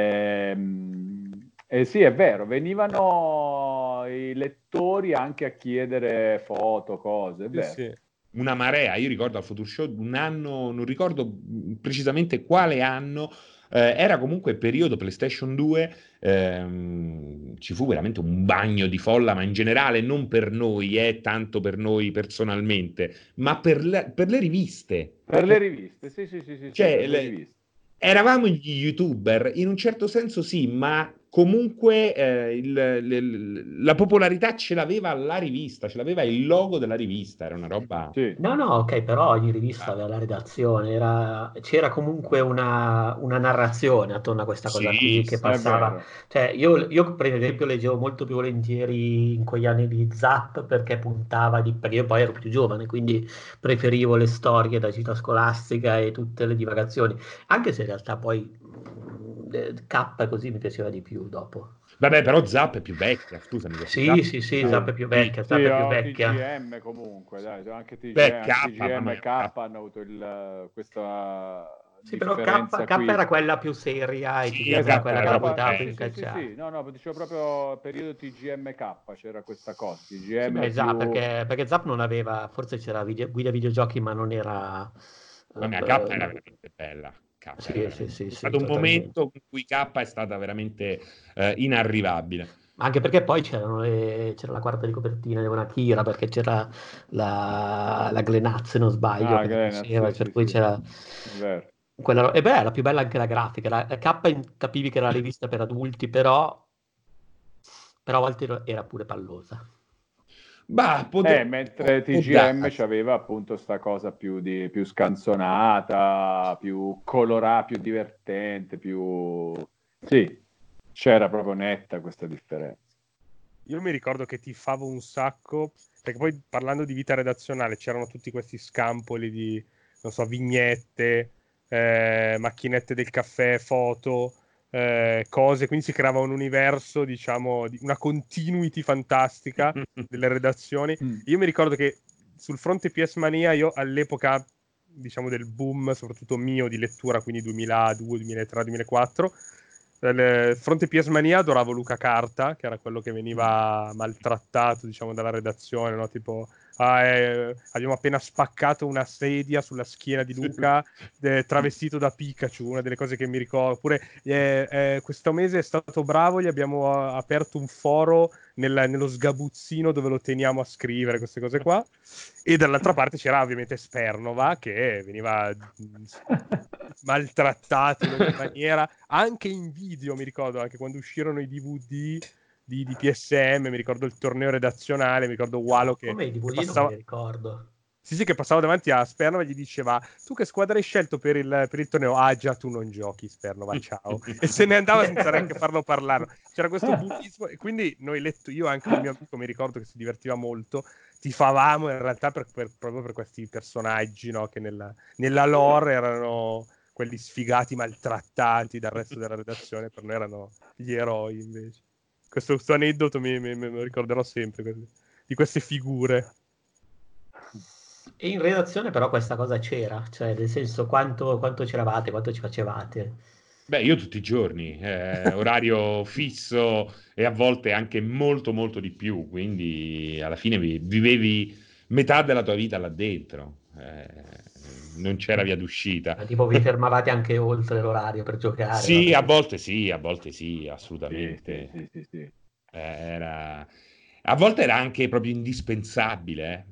Ehm, eh, sì, è vero, venivano i lettori anche a chiedere foto, cose, è Sì, vero. sì. Una marea, io ricordo al Future Show un anno, non ricordo precisamente quale anno, eh, era comunque periodo PlayStation due, ehm, ci fu veramente un bagno di folla, ma in generale non per noi, eh, tanto per noi personalmente, ma per le, per le riviste. Per le riviste, sì, sì, sì, sì, sì, Cioè, per le le- riviste. eravamo gli YouTuber, in un certo senso sì, ma comunque eh, il- le- la popolarità ce l'aveva la rivista, ce l'aveva il logo della rivista, era una roba... Sì. No, no, ok, però ogni rivista aveva la redazione, era- c'era comunque una, una narrazione attorno a questa cosa Sì, qui che sì. È passava. vero. Cioè, io, io, per esempio leggevo molto più volentieri in quegli anni di Zap perché puntava di... perché io poi ero più giovane, quindi preferivo le storie da gita scolastica e tutte le divagazioni, anche se in realtà poi mh, eh, K così mi piaceva di più dopo. Vabbè, però Zap è più vecchia, scusami, perché Sì, Zap... sì, sì, Sì, Zap è più Sì. vecchia, sì, Zap è più ho vecchia. T G M comunque, dai, anche T G M, Beh, anche K, mamma T G M e mia, K K. hanno avuto il, questa Sì, però K, differenza K qui. era quella più seria e Sì, T G M era esatto, quella era che la proprio buttava K, più sì, in bella. sì, sì, cacciara. sì, no, no, dicevo proprio periodo T G M K, c'era questa cosa, Sì, T G M beh, Zap, più... perché, perché Zap non aveva, forse c'era video- guida videogiochi, ma non era... Ma mia, K era eh, veramente bella. K era sì, sì, veramente... sì, È sì, stato un totalmente. momento in cui K è stata veramente eh, inarrivabile. Anche perché poi c'erano le- c'era la quarta di copertina di una Kira, perché c'era la, la Glenaz, se non sbaglio, Ah, che Glenat, faceva, sì, per sì, cui sì, c'era... è vero. Quella, e beh, era più bella anche la grafica. La, la K in- capivi che era la rivista per adulti, però, però a volte era era pure pallosa. Bah, Eh, potrei... mentre può T G M darsi. c'aveva appunto sta cosa più, di, più scanzonata, più colorata, più divertente, più... Sì, c'era proprio netta questa differenza. Io mi ricordo che tifavo un sacco, perché poi parlando di vita redazionale c'erano tutti questi scampoli di, non so, vignette, eh, macchinette del caffè, foto, eh, cose, quindi si creava un universo, diciamo, di una continuity fantastica delle redazioni. Mm. Io mi ricordo che sul fronte P S Mania io all'epoca, diciamo, del boom, soprattutto mio, di lettura, quindi duemiladue, duemilatré, duemilaquattro, Il fronte P S Mania adoravo Luca Carta, che era quello che veniva maltrattato, diciamo, dalla redazione, no? Tipo, ah, eh, abbiamo appena spaccato una sedia sulla schiena di Luca, eh, travestito da Pikachu, una delle cose che mi ricordo. Oppure, eh, eh, questo mese è stato bravo, gli abbiamo uh, aperto un foro nel, nello sgabuzzino dove lo teniamo a scrivere, queste cose qua. E dall'altra parte c'era ovviamente Spernova, che veniva maltrattato in ogni maniera, anche in video, mi ricordo, anche quando uscirono i D V D di, di P S M, mi ricordo il torneo redazionale, mi ricordo Walo che, Come i D V D che non passava... me li ricordo. Sì, sì, che passava davanti a Spernova e gli diceva: tu che squadra hai scelto per il, per il torneo? Ah, già, tu non giochi, Spernova, ciao. E se ne andava senza neanche farlo parlare. C'era questo bullismo e quindi noi letto, io anche un mio amico mi ricordo che si divertiva molto, tifavamo in realtà per, per, proprio per questi personaggi, no? Che nella, nella lore erano quelli sfigati, maltrattati dal resto della redazione, per noi erano gli eroi invece. Questo, questo aneddoto mi, mi, me lo ricorderò sempre, di queste figure. E in redazione però questa cosa c'era, cioè nel senso quanto, quanto c'eravate, quanto ci facevate. Beh, io tutti i giorni, eh, orario fisso e a volte anche molto molto di più, quindi alla fine vi- vivevi metà della tua vita là dentro, eh, non c'era via d'uscita. Ma tipo vi fermavate anche oltre l'orario per giocare, Sì, vabbè. a volte sì, a volte sì, Sì, sì, assolutamente. sì, sì, sì. Eh, Era... A volte era anche proprio indispensabile, eh.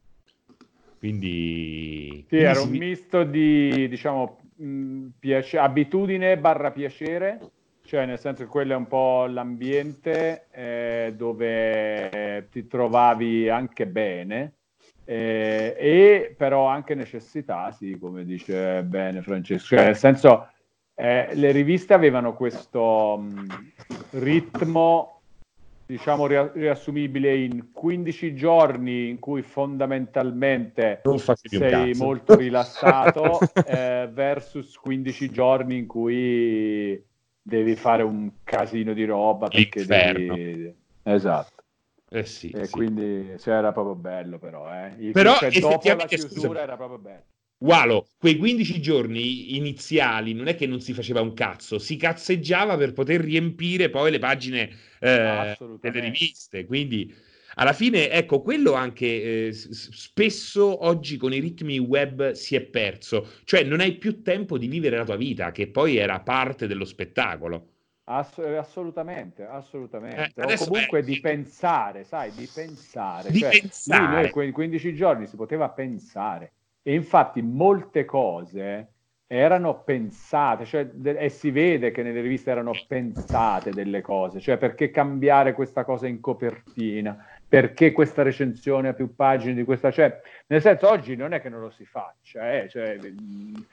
Quindi, Sì, quindi era un si... misto di, diciamo, mh, piace- abitudine barra piacere, cioè nel senso che quello è un po' l'ambiente eh, dove ti trovavi anche bene, eh, e però anche necessità, sì, come dice bene Francesco, cioè nel senso eh, le riviste avevano questo mh, ritmo, diciamo, ria- riassumibile in quindici giorni in cui fondamentalmente non facevi un sei cazzo. molto rilassato eh, versus quindici giorni in cui devi fare un casino di roba perché L'inferno. devi... Esatto. Eh sì, E sì. quindi cioè, era proprio bello però, eh. Il- Però cioè dopo la effettivamente, scusami, chiusura era proprio bello. Walo, quei quindici giorni iniziali non è che non si faceva un cazzo, si cazzeggiava per poter riempire poi le pagine eh, delle Assolutamente. riviste. Quindi alla fine, ecco, quello anche eh, s- spesso oggi con i ritmi web si è perso, cioè non hai più tempo di vivere la tua vita, che poi era parte dello spettacolo. Ass- assolutamente, Eh, assolutamente. O adesso è comunque di pensare, sai, di pensare. di Cioè, lì noi pensare. quei quindici giorni si poteva pensare. E infatti molte cose erano pensate, cioè, de- e si vede che nelle riviste erano pensate delle cose, cioè perché cambiare questa cosa in copertina, perché questa recensione ha più pagine di questa, cioè, nel senso oggi non è che non lo si faccia, eh, cioè, mh,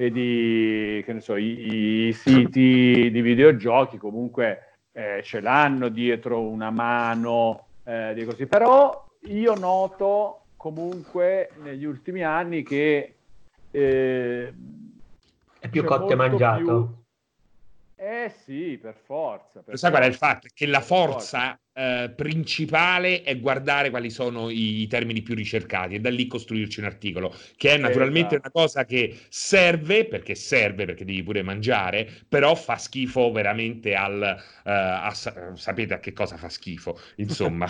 vedi, che ne so, i, i siti di videogiochi comunque eh, ce l'hanno dietro una mano, eh, di così. Però io noto comunque negli ultimi anni che eh, È più c'è cotto e molto più... mangiato. Eh sì, per forza, per Sai qual è il forza, fatto? È che la per forza. forza eh, principale è guardare quali sono i, i termini più ricercati e da lì costruirci un articolo, che è naturalmente una Esatto. cosa che serve, perché serve, perché devi pure mangiare, però fa schifo veramente al... eh, a sa- sapete a che cosa fa schifo, insomma.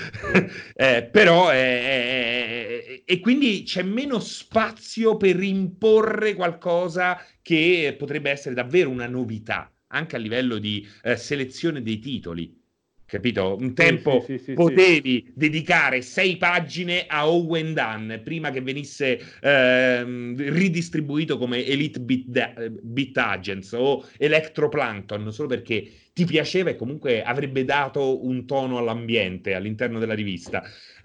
Eh, però eh, eh, eh, e quindi c'è meno spazio per imporre qualcosa che potrebbe essere davvero una novità, anche a livello di eh, selezione dei titoli. Capito? Un Sì, sì, tempo sì, sì, sì. potevi dedicare sei pagine a Owen Dunn prima che venisse ehm, ridistribuito come Elite Beat, Da- Beat Agents o Electroplankton, solo perché ti piaceva e comunque avrebbe dato un tono all'ambiente all'interno della rivista.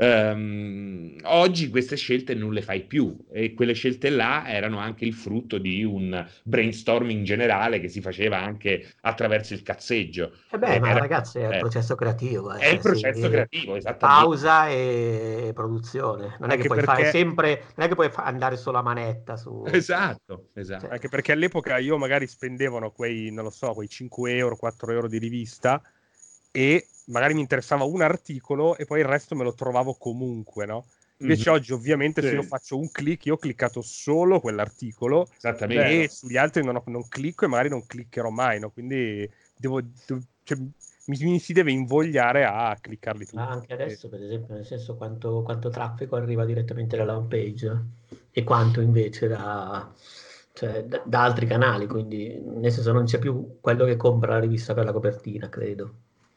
Ehm, oggi queste scelte non le fai più e quelle scelte là erano anche il frutto di un brainstorming generale che si faceva anche attraverso il cazzeggio. E beh, Ed ma era, ragazzi, è il eh, processo creativo, eh, è il cioè, sì, processo creativo, esattamente. pausa e produzione. Non è che Anche puoi fare perché sempre, non è che puoi fa- andare solo a manetta su... Esatto, cioè, esatto. Anche perché all'epoca io magari spendevano quei, non lo so, quei cinque euro, quattro euro di rivista e magari mi interessava un articolo e poi il resto me lo trovavo comunque, no? Invece Mhm. oggi ovviamente Sì. se io faccio un click, io ho cliccato solo quell'articolo Esattamente. e sugli altri non, ho- non clicco e magari non cliccherò mai, no? Quindi devo, devo- cioè, mi, mi si deve invogliare a cliccarli tutti. Ma anche adesso, per esempio, nel senso quanto, quanto traffico arriva direttamente dalla home page e quanto invece da, cioè, da, da altri canali, quindi nel senso non c'è più quello che compra la rivista per la copertina, credo.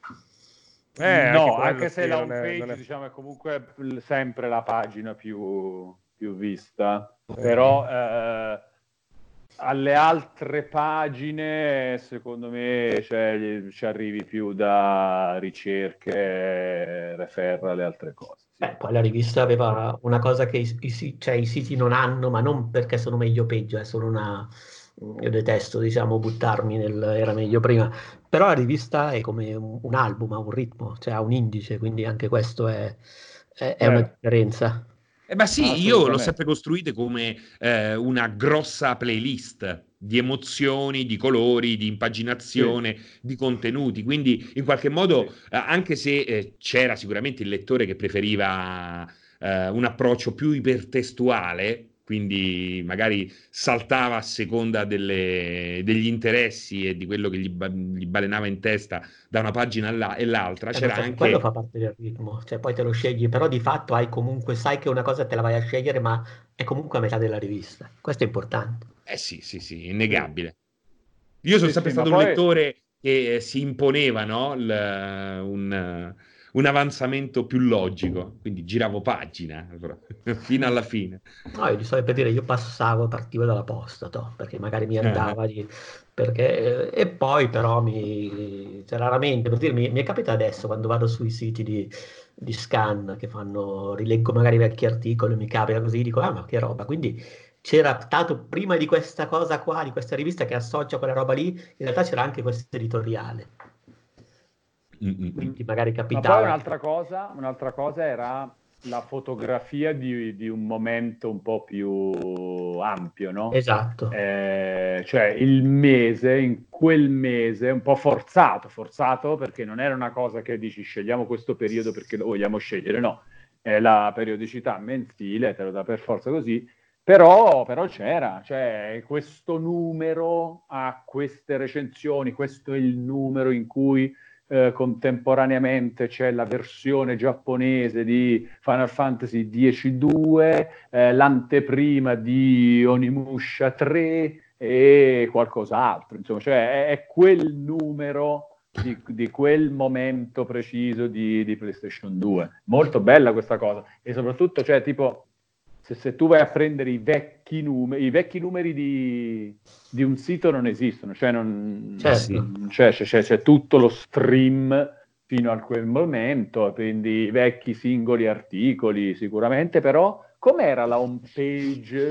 Eh, anche No, quello, anche se sì, la non home è- non page, è- diciamo, è comunque l- sempre la pagina più, più vista, eh. però eh, alle altre pagine, secondo me, cioè, ci arrivi più da ricerche, referral e altre cose. Sì. Beh, poi la rivista aveva una cosa che i, i si- cioè, i siti non hanno, ma non perché sono meglio o peggio, è solo una... Io detesto, diciamo, buttarmi nel era meglio prima, però la rivista è come un, un album, ha un ritmo, cioè ha un indice, quindi anche questo è, è- è una Certo, differenza. Eh, ma sì, io l'ho assolutamente. sempre costruito come eh, una grossa playlist di emozioni, di colori, di Sì, impaginazione, di contenuti. Quindi, in qualche sì. modo, eh, anche se eh, c'era sicuramente il lettore che preferiva eh, un approccio più ipertestuale, quindi magari saltava a seconda delle- degli interessi e di quello che gli, ba- gli balenava in testa da una pagina alla- e l'altra, Eh, lo c'era so che quello fa anche. parte del ritmo, cioè poi te lo scegli, però di fatto hai comunque, sai che una cosa te la vai a scegliere, ma è comunque a metà della rivista. Questo è importante. Eh sì, sì, sì, Sì, innegabile. Io sono sì, sempre sì, ma stato un poi lettore che eh, si imponeva, no? Il- un, eh, un avanzamento più logico, quindi giravo pagina però, fino alla fine. No, io di solito per dire, io passavo, partivo dalla posta, toh, perché magari mi Eh, andava di... Perché, e poi però mi... Cioè, raramente, per dire, mi, mi capita adesso quando vado sui siti di, di scan che fanno, rileggo magari vecchi articoli, mi capita così, dico, ah ma che roba, quindi c'era stato prima di questa cosa qua, di questa rivista che associa quella roba lì, in realtà c'era anche questo editoriale, mm, mm, mm. Mm. quindi magari Ma poi capitava. un'altra cosa, un'altra cosa era la fotografia di, di un momento un po' più ampio, no? Esatto. Eh, cioè il mese, in quel mese, un po' forzato, forzato perché non era una cosa che dici scegliamo questo periodo perché lo vogliamo scegliere, no, è la periodicità mensile, te lo dà per forza così, però, però c'era, cioè questo numero ha queste recensioni, questo è il numero in cui eh, contemporaneamente c'è la versione giapponese di Final Fantasy X due, eh, l'anteprima di Onimusha tre e qualcos'altro, insomma, cioè è, è quel numero di, di quel momento preciso di, di PlayStation due. Molto bella questa cosa e soprattutto, cioè, tipo, se, se tu vai a prendere i vecchi numeri, i vecchi numeri di, di un sito non esistono, cioè non, Eh sì. Certo. cioè, c'è, c'è, c'è tutto lo stream fino a quel momento, quindi i vecchi singoli articoli sicuramente, però com'era la home page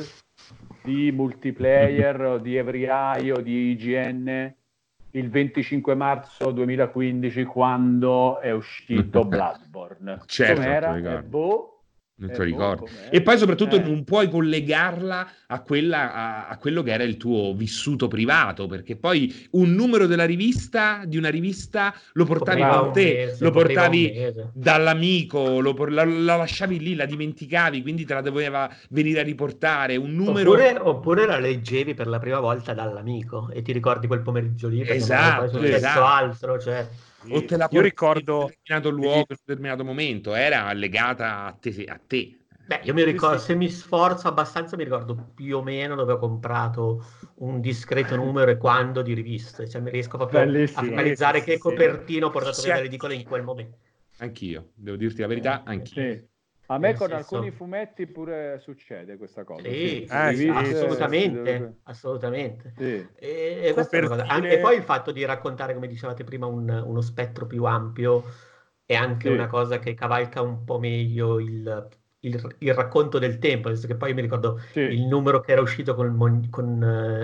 di multiplayer o di EveryEye o di I G N il venticinque marzo duemilaquindici quando è uscito Bloodborne? Certo, non te lo Com'era? E ricordo. boh, Non te e lo boh, ricordo. E com'era? poi soprattutto Eh. non puoi collegarla a, quella, a, a quello che era il tuo vissuto privato, perché poi un numero della rivista, di una rivista, lo portavi Copriva con Bravo. un te, mese, lo copriva un portavi mese. dall'amico, lo por- la, la lasciavi lì, la dimenticavi, quindi te la doveva venire a riportare. Un numero. Oppure, oppure la leggevi per la prima volta dall'amico e ti ricordi quel pomeriggio lì perché magari poi è Esatto, Sì, successo esatto. altro, cioè... O Sì. te la Io portavi in un ricordo determinato degli, luogo, in un determinato momento, era legata a te. A te. Beh, io mi sì, ricordo, sì. se mi sforzo abbastanza, mi ricordo più o meno dove ho comprato un discreto numero e quando di riviste, cioè mi riesco proprio a Bellissimo. sì, sì, focalizzare sì, che sì. copertina ho portato via Sì, dalle edicole in quel momento. anch'io, devo dirti la Eh, verità, eh, anch'io. Sì. A me nel con alcuni senso, fumetti pure succede questa cosa, sì. sì, Su sì, Eh, sì, sì, sì, sì. riviste si assolutamente, dovrebbe... assolutamente. Sì, E, e questa è una cosa. An- e Copertine. poi il fatto di raccontare, come dicevate prima, un- uno spettro più ampio è anche una sì, cosa che cavalca un po' meglio il, il- il racconto del tempo, nel senso che poi io mi ricordo sì, il numero che era uscito con, il mon- con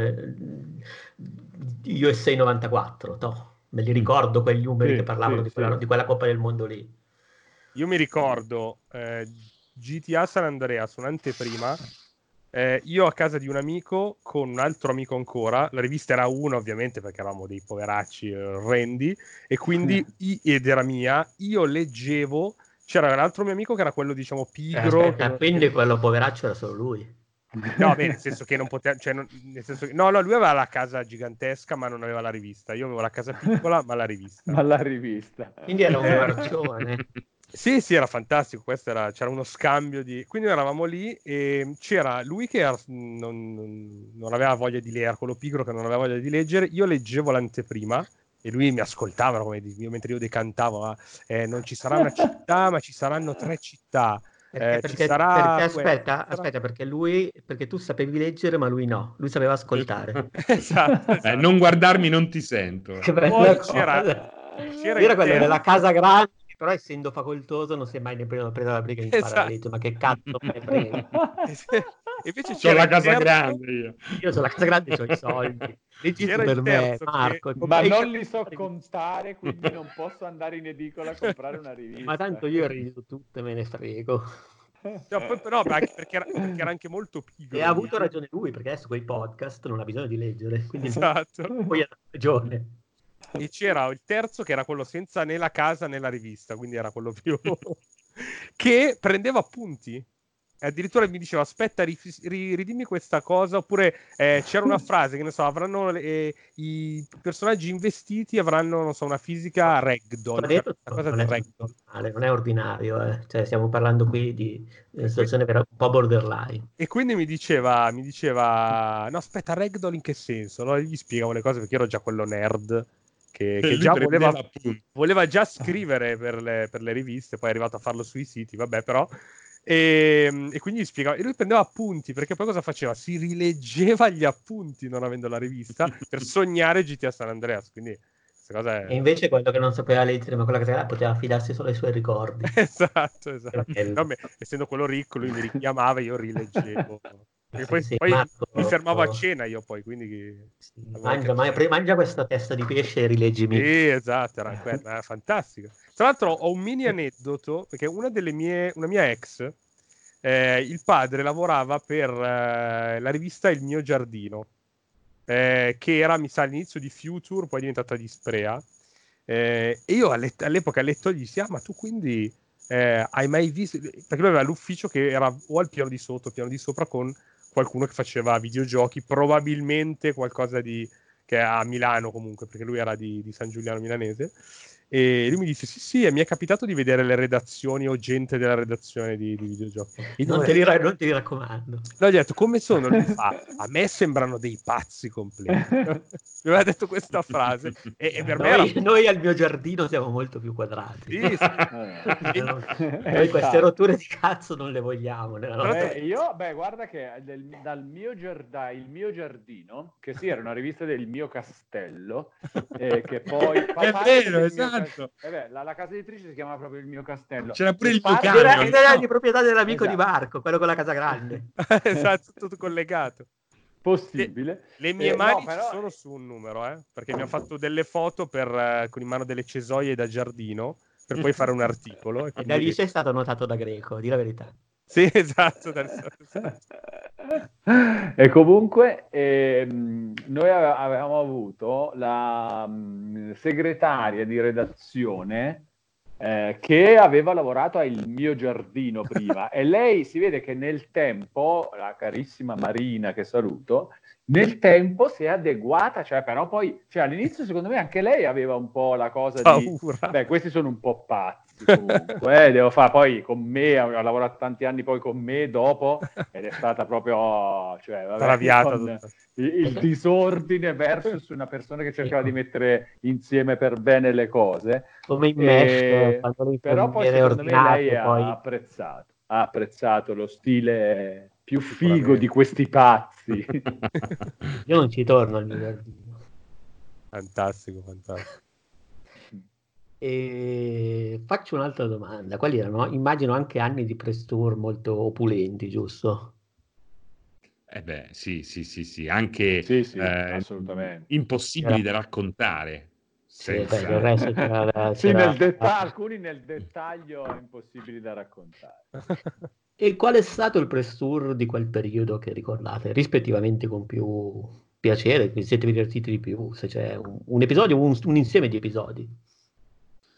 eh, U S A novantaquattro, toh. Me li Mm. ricordo quegli numeri che sì, parlavano sì, di quella, sì. di quella Coppa del Mondo lì. Io mi ricordo eh, G T A San Andreas, un'anteprima. Eh, io a casa di un amico con un altro amico ancora, la rivista era una ovviamente perché eravamo dei poveracci eh, orrendi e quindi i- ed era mia, io leggevo c'era l'altro mio amico che era quello, diciamo, pigro. Eh, aspetta, che... quindi quello poveraccio era solo lui. No, beh, nel senso che non poteva, cioè, non, nel senso che, no, no, lui aveva la casa gigantesca, ma non aveva la rivista. Io avevo la casa piccola, ma la rivista. Ma la rivista. Quindi era un Eh. marcione. Sì, sì, era fantastico. Questo era, c'era uno scambio di. Quindi eravamo lì e c'era lui che era, non, non, non aveva voglia di leggere, quello pigro che non aveva voglia di leggere. Io leggevo l'anteprima e lui mi ascoltava, come io, mentre io decantavo, ah, eh, non ci sarà una città, ma ci saranno tre città. Perché, Eh, perché, ci sarà perché questo, aspetta, ci sarà- aspetta, perché lui, perché tu sapevi leggere, ma lui no, lui sapeva ascoltare. Esatto, Eh, esatto. non guardarmi, non ti sento. Che bella Poi cosa. c'era, c'era Era il quello della terzo. casa grande, però essendo facoltoso non si è mai nemmeno preso la briga di imparare a Esatto. leggere, ma che cazzo me ne frega. E invece C'ho c'era la il casa terzo- grande io. Io ho la casa grande e ho i soldi. Leggi tu C'era il per me, terzo che- Marco. e Ma comprai- non li so contare, quindi non posso andare in edicola a comprare una rivista. Ma tanto io rido tutte, me ne frego. No, poi, però, ma anche perché, era, perché era anche molto pigro. E ha avuto lui. ragione lui, perché adesso con i podcast non ha bisogno di leggere, quindi Esatto. poi ha ragione. E c'era il terzo che era quello senza né la casa né la rivista, quindi era quello più che prendeva appunti. E addirittura mi diceva aspetta, ri- ri- ridimmi questa cosa, oppure eh, c'era una frase che ne so, avranno eh, i personaggi investiti avranno, non so, una fisica ragdoll, Ho detto, una cosa non di è ragdoll. normale, non è ordinario, eh. Cioè, stiamo parlando qui di una situazione vera- un po' borderline. E quindi mi diceva, mi diceva, no aspetta, ragdoll in che senso? No? E gli spiegavo le cose perché ero già quello nerd che, che Lui già prendeva voleva, appunti. voleva già scrivere per le, per le riviste, poi è arrivato a farlo sui siti, vabbè però. E, e quindi gli spiegava, e lui prendeva appunti perché poi cosa faceva? Si rileggeva gli appunti non avendo la rivista per sognare G T A San Andreas, quindi questa cosa è... E invece quello che non sapeva leggere, ma quella che sapeva, poteva affidarsi solo ai suoi ricordi. esatto, esatto. Bello. Vabbè, essendo quello ricco lui mi richiamava e io rileggevo. Perché poi, Sì, poi Marco, mi fermavo a cena io poi, quindi... Sì, avevo mangia, anche- ma- pre- mangia questa testa di pesce e rileggimi. Sì, esatto, era, era fantastico. Tra l'altro ho un mini aneddoto, perché una delle mie, una mia ex, eh, il padre lavorava per eh, la rivista Il mio giardino, eh, che era, mi sa, all'inizio di Future, poi è diventata di Sprea. Eh, e io alle- all'epoca a letto gli dissi, ah, ma tu quindi eh, hai mai visto... Perché lui aveva l'ufficio che era o al piano di sotto o al piano di sopra con qualcuno che faceva videogiochi, probabilmente qualcosa di... che è a Milano comunque, perché lui era di, di San Giuliano Milanese. E lui mi disse, sì, sì, e mi è capitato di vedere le redazioni o gente della redazione di, di videogiochi. E Non io- te, li, ra- non te li raccomando. No, gli ho detto, come sono? Lui fa, a me sembrano dei pazzi completi. Mi aveva detto questa frase. E, e per me era... Noi, noi al mio giardino siamo molto più quadrati. Sì, sì. Eh, Noi esatto. queste rotture di cazzo non le vogliamo. nella nostra- Beh, io, beh, guarda che del- dal mio giarda- il mio giardino, che sì, era una rivista del mio castello, eh, che poi fa È parte vero, del mio esatto. cas- eh beh, la, la casa editrice si chiamava proprio il mio castello. C'era pure E il mio parte- cane. Era, Camion. era di proprietà dell'amico Esatto. di Marco, quello con la casa grande. Esatto, tutto collegato. Possibile. Le mie Eh, mani no, però- ci sono su un numero, eh, perché mi hanno fatto delle foto per, eh, con in mano delle cesoie da giardino, per poi fare un articolo. E E quindi- da lì sei stato notato da Greco, di la verità. Sì, esatto. dal- E comunque ehm, noi ave- avevamo avuto la mh, segretaria di redazione eh, che aveva lavorato a Il mio giardino prima e lei si vede che nel tempo, la carissima Marina che saluto, nel tempo si è adeguata, cioè però poi cioè, all'inizio secondo me anche lei aveva un po' la cosa di Paura. beh, questi sono un po' pazzi comunque, eh, devo fare poi con me, ha lavorato tanti anni poi con me dopo ed è stata proprio, cioè, vabbè, Traviata con tutta. il, il disordine versus una persona che cercava di mettere insieme per bene le cose. Come in E- Mesh, quando le però poi infermiere secondo me lei ordinate, ha poi... apprezzato, ha apprezzato lo stile più figo Sicuramente. di questi pazzi. Io non ci torno al mio giardino. Fantastico, fantastico. E faccio un'altra domanda. Quali erano? Immagino anche anni di press tour molto opulenti, giusto? Eh beh, sì, sì, sì, sì, anche Sì, sì, eh, assolutamente. impossibili Era- da raccontare. Sì, senza- beh, del resto c'era... Sì, c'era- nel detta- alcuni nel dettaglio impossibili da raccontare. E qual è stato il press tour di quel periodo che ricordate, rispettivamente con più piacere, vi siete divertiti di più, se c'è un, un episodio o un, un insieme di episodi?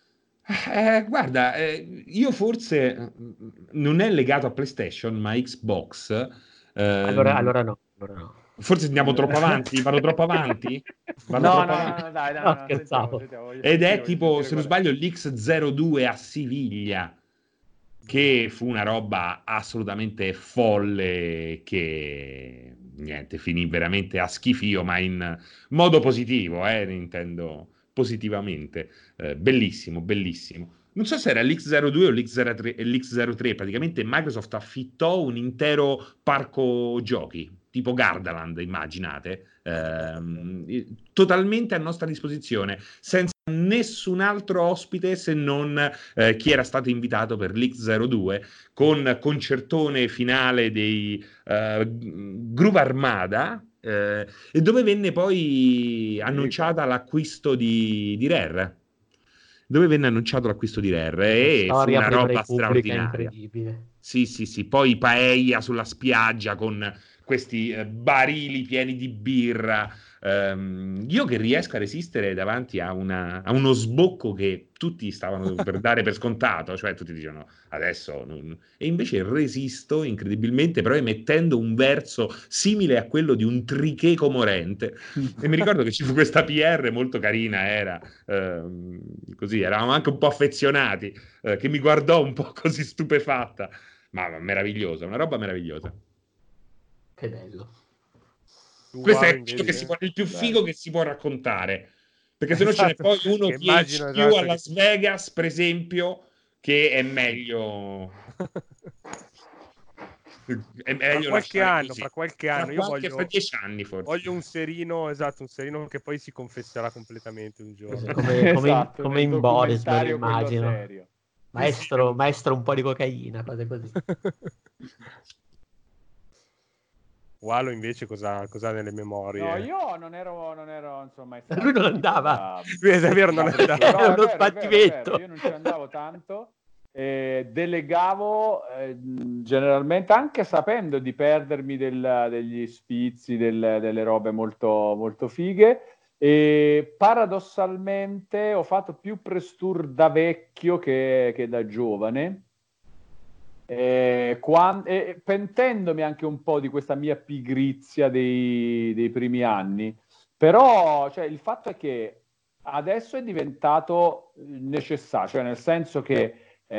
Eh, guarda, eh, io forse non è legato a PlayStation, ma a Xbox. Allora, Ehm, allora no, allora no. forse andiamo troppo avanti, vado troppo avanti? Vado No, troppo no, no, avanti. no, dai, dai, No, no, sentiamo, scherzavo. sentiamo, voglio Ed è sentire, voglio tipo, sentire se non qual è. sbaglio, l'X zero due a Siviglia, che fu una roba assolutamente folle, che niente, finì veramente a schifio, ma in modo positivo, eh, intendo positivamente. Eh, bellissimo, bellissimo. Non so se era l'X zero due o l'X zero tre, l'X zero tre, praticamente Microsoft affittò un intero parco giochi, tipo Gardaland, immaginate, ehm, totalmente a nostra disposizione, senza nessun altro ospite se non eh, chi era stato invitato per l'X zero due, con concertone finale dei eh, Groove Armada, eh, e dove venne poi annunciata l'acquisto di, di Rare. Dove venne annunciato l'acquisto di Una Rare e fu storia una prima roba Repubblica straordinaria. incredibile. Sì, sì, sì. Poi paella sulla spiaggia con questi eh, barili pieni di birra. Ehm, io che riesco a resistere davanti a, una- a uno sbocco che tutti stavano per dare per scontato, cioè tutti dicevano adesso, non- e invece resisto incredibilmente, però emettendo un verso simile a quello di un tricheco morente. E mi ricordo che ci fu questa P R molto carina, era ehm, così, eravamo anche un po' affezionati, eh, che mi guardò un po' così stupefatta. Ma ma meravigliosa, una roba meravigliosa. Che bello. Tu, Questo Varo, è quello che si può- invece? il più Bello. figo che si può raccontare. Perché se no ce n'è Esatto, poi uno che immagino, T H Q a esatto, che... Las Vegas, per esempio, che è meglio. È Fra meglio qualche lasciare anno, così. fra qualche Fra anno, io qualche, fra voglio, dieci anni forse. voglio un serino, esatto, un serino che poi si confesserà completamente un Così, giorno. come, come in, Esatto, come nel in Boris me lo documentario quello immagino. serio. Sì, sì, Maestro, maestro un po' di cocaina, cose così. Walo invece cosa, cosa ha nelle No, memorie? io non ero, non ero insomma, mai Lui stato non un tipo andava. da, Lui è davvero non da è andato. prestare. No, È è uno vero, è vero, è vero. sbattimento. Io non ci andavo tanto. Eh, delegavo eh, generalmente anche sapendo di perdermi del- degli sfizi, del- delle robe molto, molto fighe. E paradossalmente ho fatto più press tour da vecchio che, che da giovane. Eh, quan- e pentendomi anche un po' di questa mia pigrizia dei, dei primi anni, però cioè, il fatto è che adesso è diventato necessario, cioè nel senso che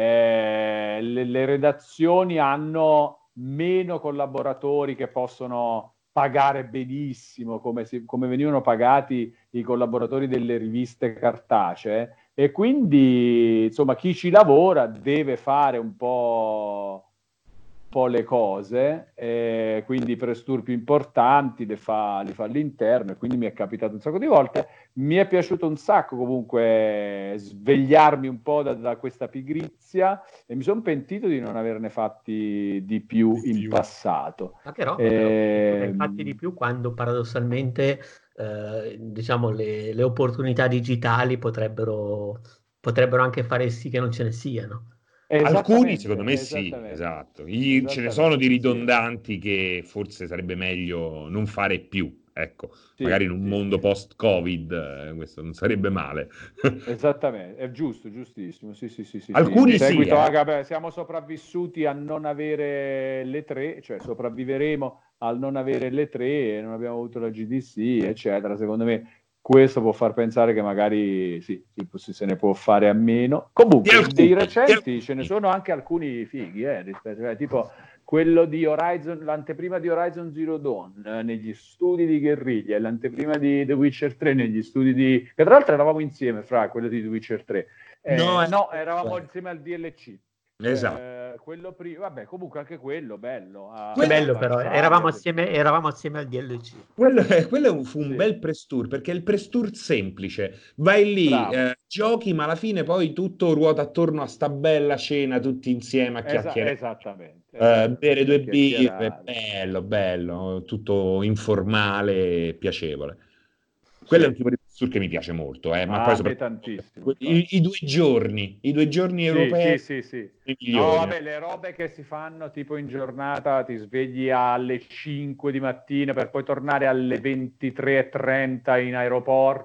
eh, le, le redazioni hanno meno collaboratori che possono pagare benissimo come, si- come venivano pagati i collaboratori delle riviste cartacee, e quindi, insomma, chi ci lavora deve fare un po', un po' le cose, e quindi i press tour più importanti li fa, li fa all'interno, e quindi mi è capitato un sacco di volte. Mi è piaciuto un sacco comunque svegliarmi un po' da, da questa pigrizia, e mi sono pentito di non averne fatti di più Di in più. passato. Ma che roba, però. Tu ne hai fatti di Ehm, più quando paradossalmente, eh, diciamo, le, le opportunità digitali potrebbero, potrebbero anche fare sì che non ce ne siano. Alcuni, secondo Esattamente, me, sì, esattamente, esatto. I- ce ne sono di esattamente, sì. ridondanti che forse sarebbe meglio non fare più. Ecco, magari Sì, in un sì, mondo sì, post-Covid, eh, questo non sarebbe male. esattamente, è giusto, giustissimo, sì, sì, sì, sì, sì. In Alcuni sì, seguito, ah, eh. vabbè, siamo sopravvissuti a non avere le tre, cioè sopravviveremo al non avere le tre e non abbiamo avuto la G D C, eccetera. Secondo me questo può far pensare che magari sì, sì, se ne può fare a meno. Di Comunque, dei alcuni, di recenti ce ne alcuni. sono anche alcuni fighi, eh, rispetto, cioè, tipo quello di Horizon, l'anteprima di Horizon Zero Dawn eh, negli studi di Guerriglia e l'anteprima di The Witcher tre negli studi di... che tra l'altro eravamo insieme fra quello di The Witcher tre. No, Eh, eh, no, eravamo insieme al D L C. esatto. Eh, quello prima, vabbè, comunque anche quello bello a, Che Quello, a bello però, eravamo Varsavia. assieme, eravamo assieme al D L C. quello, è- quello fu un Sì, bel press tour, perché è il press tour semplice. Vai lì, bravo. eh, giochi, ma alla fine poi tutto ruota attorno a sta bella cena tutti insieme a Esa- chiacchierare. esattamente, Eh, bere esattamente, a due birre, chiacchierare. bello, bello, tutto informale e piacevole. Quello è un Sì, tipo di tour che mi piace molto, eh, ma ah, poi a me soprattutto tantissimo, i, infatti. i due giorni, i due giorni Sì, europei, sì, sì, sì. i No, migliori. vabbè, le robe che si fanno tipo in giornata, ti svegli alle cinque di mattina per poi tornare alle ventitré e trenta in aeroporto.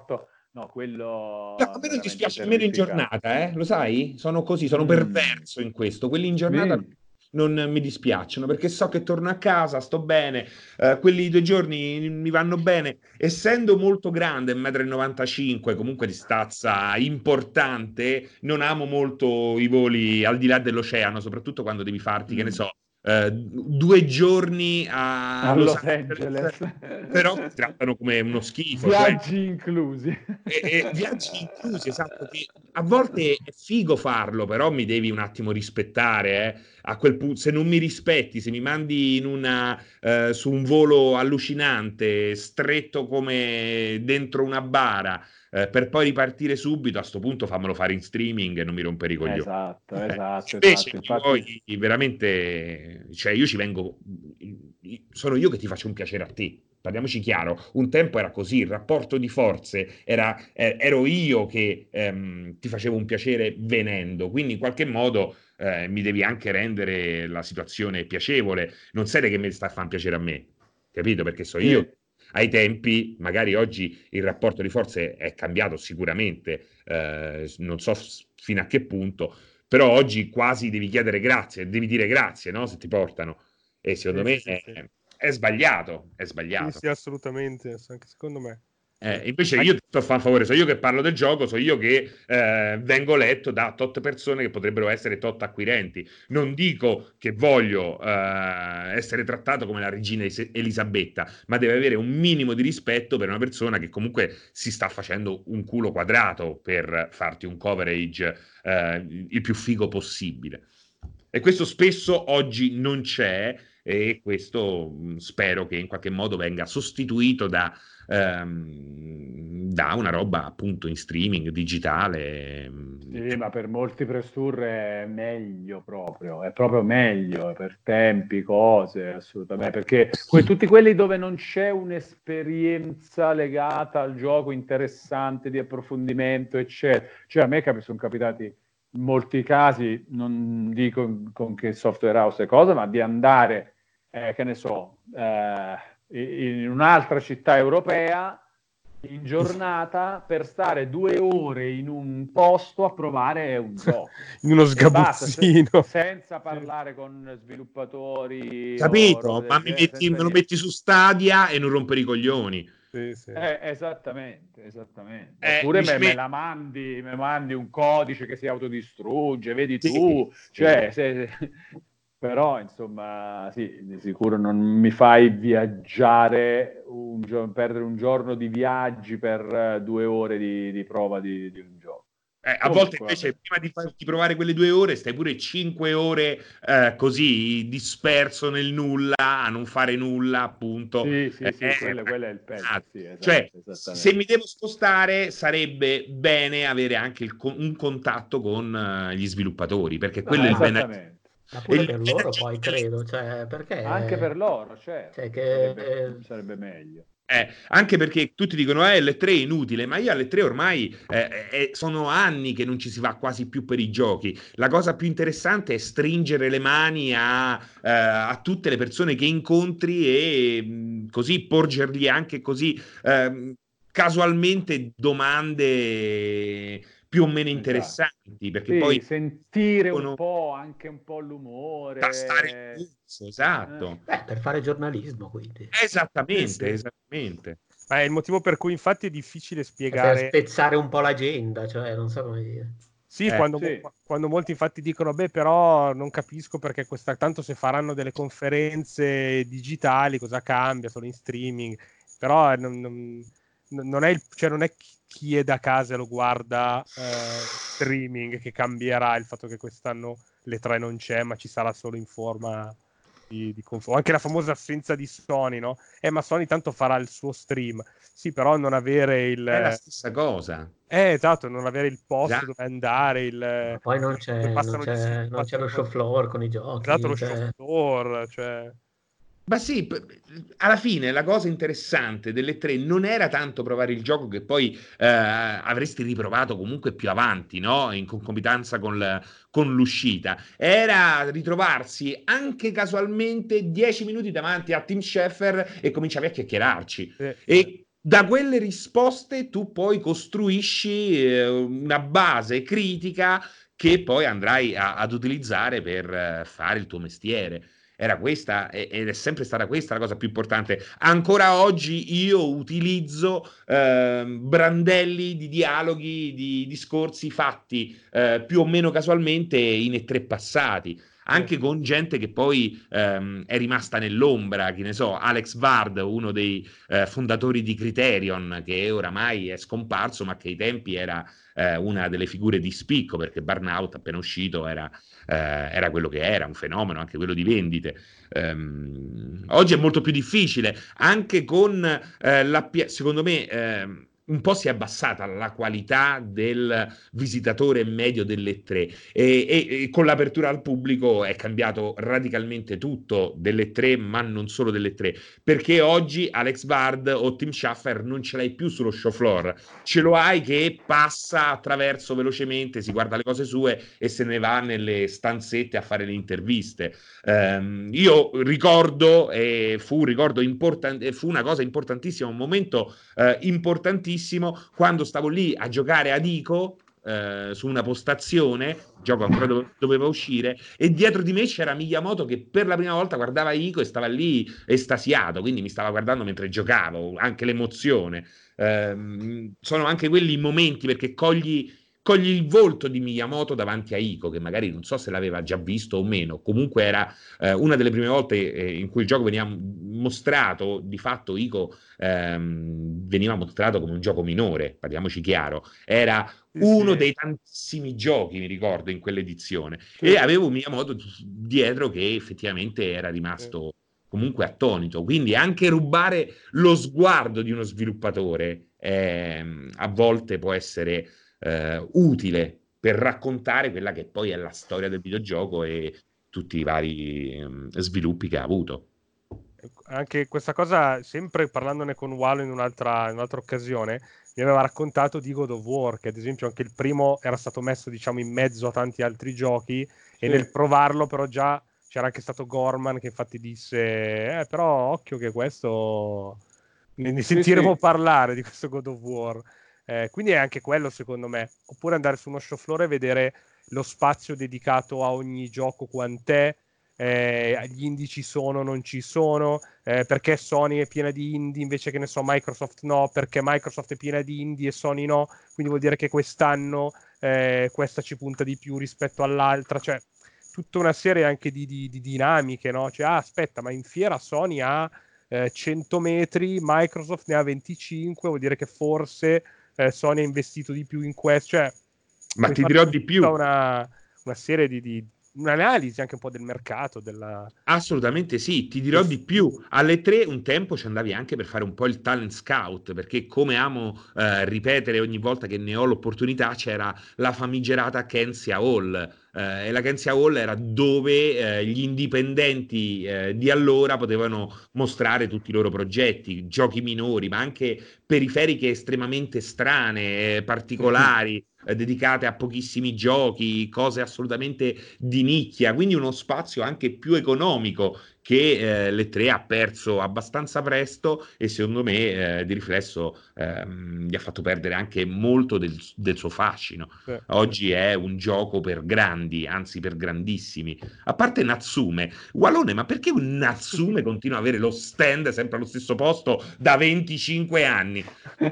no, quello No, a me non veramente dispiace nemmeno in terrificante. giornata, eh? Lo sai? Sono così, sono Mm. perverso in questo. Quelli in giornata Sì. non mi dispiacciono perché so che torno a casa, sto bene, eh, quelli due giorni mi vanno bene. Essendo molto grande, uno e novantacinque m, comunque di stazza importante, non amo molto i voli al di là dell'oceano, soprattutto quando devi farti, che ne Mm. so, eh, due giorni a A Los Los Angeles, Angeles. però ti trattano come uno schifo, cioè Viaggi inclusi. e, e viaggi inclusi, esatto, che a volte è figo farlo, però mi devi un attimo rispettare, eh. A quel punto, se non mi rispetti, se mi mandi in una, eh, su un volo allucinante, stretto come dentro una bara, eh, per poi ripartire subito, a sto punto fammelo fare in streaming e non mi rompere i coglioni. Esatto, esatto, Invece esatto. Infatti, io veramente, cioè io ci vengo, sono io che ti faccio un piacere a te. Parliamoci chiaro, un tempo era così, il rapporto di forze era, eh, ero io che ehm, ti facevo un piacere venendo, quindi in qualche modo eh, mi devi anche rendere la situazione piacevole, non sei che mi sta a fare un piacere a me, capito? Perché so io, sì. ai tempi, magari oggi il rapporto di forze è cambiato sicuramente, eh, non so f- fino a che punto, però oggi quasi devi chiedere grazie, devi dire grazie, no? Se ti portano. E secondo Sì, me sì, sì, è, sì. è sbagliato, è Sì, sbagliato. sì, assolutamente, anche secondo me. Eh, Sì. invece An- io ti sto a fare un favore, so io che parlo del gioco, so io che eh, vengo letto da tot persone che potrebbero essere tot acquirenti. Non dico che voglio eh, essere trattato come la regina Elis- Elisabetta, ma deve avere un minimo di rispetto per una persona che comunque si sta facendo un culo quadrato per farti un coverage eh, il più figo possibile. E questo spesso oggi non c'è e questo mh, spero che in qualche modo venga sostituito da ehm, da una roba appunto in streaming digitale. Sì, ma per molti press tour è meglio proprio, è proprio meglio per tempi, cose, assolutamente, perché que- tutti quelli dove non c'è un'esperienza legata al gioco interessante di approfondimento, eccetera. Cioè a me cap- sono capitati in molti casi, non dico con che software house e cosa, ma di andare, eh, che ne so, eh, in un'altra città europea in giornata per stare due ore in un posto a provare un gioco in uno e basta, se- sgabuzzino. senza parlare con sviluppatori o robe Capito? Ma del mi genere, metti, senza me lo niente. metti su Stadia e non rompere i coglioni. Sì, sì. Eh, esattamente, esattamente. Eh, Oppure mi ci me, me metti. la mandi, me mandi un codice che si autodistrugge, vedi Sì, tu, sì. cioè, se- però insomma, sì, di sicuro non mi fai viaggiare, un gio- perdere un giorno di viaggi per eh, due ore di, di prova di, di un gioco. Eh, a volte Comunque, invece vabbè. prima di farti provare quelle due ore stai pure cinque ore eh, così disperso nel nulla a non fare nulla appunto. Sì, Eh, sì, sì, eh, quello, quello è il peggio, sì, cioè esatto, se mi esattamente. devo spostare sarebbe bene avere anche il con- un contatto con eh, gli sviluppatori perché No, quello è il Ma, venerdì. esattamente. ma E pure il per loro venerdì poi credo, cioè, Anche per perché loro, cioè, certo, che, sarebbe, eh, sarebbe meglio. Eh, anche perché tutti dicono eh, L tre è inutile, ma io alle tre ormai eh, eh, sono anni che non ci si va quasi più per i giochi. La cosa più interessante è stringere le mani a, eh, a tutte le persone che incontri e mh, così porgergli anche così ehm, casualmente domande più o meno Esatto. interessanti, perché Sì, poi sentire un devono po' anche un po' tastare il l'umore. pulso, Eh, esatto. beh, per fare giornalismo, quindi. Sì, Esattamente, sì. esattamente. Ma è il motivo per cui infatti è difficile E per spiegare. spezzare un po' l'agenda, cioè, non so come dire. Sì, Eh, quando, mo- sì, quando molti infatti dicono, beh, però non capisco perché questa, tanto se faranno delle conferenze digitali, cosa cambia? Sono in streaming, però non, non- non è, il- cioè, non è chi chi è da casa e lo guarda eh, streaming che cambierà il fatto che quest'anno le tre non c'è, ma ci sarà solo in forma di, di confronto. Anche la famosa assenza di Sony, no? Eh, ma Sony tanto farà il suo stream. Sì, però non avere è la il... stessa cosa. Eh, esatto, non avere il posto dove Esatto. andare, il, Ma poi non dove c'è, non passano gli c'è, non c'è lo show sviluppatori. floor con i Esatto, giochi, lo show cioè, floor, cioè... Ma sì, p- alla fine la cosa interessante delle tre non era tanto provare il gioco che poi eh, avresti riprovato comunque più avanti, no? In concomitanza con, l- con l'uscita. Era ritrovarsi anche casualmente dieci minuti davanti a Tim Schafer e cominciavi a chiacchierarci. Sì, sì. E da quelle risposte tu poi costruisci eh, una base critica che poi andrai a, ad utilizzare per eh, fare il tuo mestiere. Era questa, ed è sempre stata questa la cosa più importante. Ancora oggi io utilizzo eh, brandelli di dialoghi, di discorsi fatti eh, più o meno casualmente in E tre passati, anche con gente che poi ehm, è rimasta nell'ombra, che ne so, Alex Vard, uno dei eh, fondatori di Criterion, che oramai è scomparso, ma che ai tempi era eh, una delle figure di spicco, perché Burnout, appena uscito, era, eh, era quello che era, un fenomeno, anche quello di vendite. Um, oggi è molto più difficile, anche con eh, la, secondo me, eh, un po' si è abbassata la qualità del visitatore medio delle tre e, e, e con l'apertura al pubblico è cambiato radicalmente tutto delle tre, ma non solo delle tre, perché oggi Alex Vard o Tim Schafer non ce l'hai più sullo show floor, ce lo hai che passa attraverso velocemente, si guarda le cose sue e se ne va nelle stanzette a fare le interviste. Um, io ricordo, e fu, ricordo important- fu una cosa importantissima, un momento uh, importantissimo quando stavo lì a giocare ad Ico eh, su una postazione, il gioco ancora dove, doveva uscire, e dietro di me c'era Miyamoto che per la prima volta guardava Ico e stava lì estasiato, quindi mi stava guardando mentre giocavo, anche l'emozione. Eh, sono anche quelli i momenti perché cogli cogli il volto di Miyamoto davanti a Ico, che magari non so se l'aveva già visto o meno, comunque era eh, una delle prime volte eh, in cui il gioco veniva mostrato, di fatto Ico ehm, veniva mostrato come un gioco minore, parliamoci chiaro, era uno sì. dei tantissimi giochi, mi ricordo, in quell'edizione, sì. E avevo Miyamoto dietro che effettivamente era rimasto sì. comunque attonito, quindi anche rubare lo sguardo di uno sviluppatore eh, a volte può essere Uh, utile per raccontare quella che poi è la storia del videogioco e tutti i vari um, sviluppi che ha avuto. Anche questa cosa, sempre parlandone con Walo in un'altra, in un'altra occasione, mi aveva raccontato di God of War, che ad esempio anche il primo era stato messo, diciamo, in mezzo a tanti altri giochi, sì. E nel provarlo però già c'era anche stato Gorman che infatti disse eh, però occhio che questo ne sentiremo sì, sì. parlare di questo God of War. Eh, quindi è anche quello secondo me, oppure andare su uno show floor e vedere lo spazio dedicato a ogni gioco quant'è, eh, gli indie ci sono, non ci sono, eh, perché Sony è piena di indie invece che ne so Microsoft no, perché Microsoft è piena di indie e Sony no, quindi vuol dire che quest'anno eh, questa ci punta di più rispetto all'altra, cioè tutta una serie anche di, di, di dinamiche, no? Cioè ah, aspetta, ma in fiera Sony ha eh, cento metri, Microsoft ne ha venticinque, vuol dire che forse Eh, Sony ha investito di più in questo, cioè ma ti dirò di più, una, una serie di, di un'analisi anche un po' del mercato della... assolutamente sì, ti dirò di più, alle tre un tempo ci andavi anche per fare un po' il talent scout, perché come amo eh, ripetere ogni volta che ne ho l'opportunità, c'era la famigerata Kensia Hall. Uh, e la Kensia Hall era dove uh, gli indipendenti uh, di allora potevano mostrare tutti i loro progetti, giochi minori, ma anche periferiche estremamente strane, eh, particolari, eh, dedicate a pochissimi giochi, cose assolutamente di nicchia, quindi uno spazio anche più economico che eh, l'E tre ha perso abbastanza presto e secondo me eh, di riflesso ehm, gli ha fatto perdere anche molto del, del suo fascino. Sì. Oggi è un gioco per grandi, anzi per grandissimi. A parte Natsume, Wallone, ma perché un Natsume continua a avere lo stand sempre allo stesso posto da venticinque anni?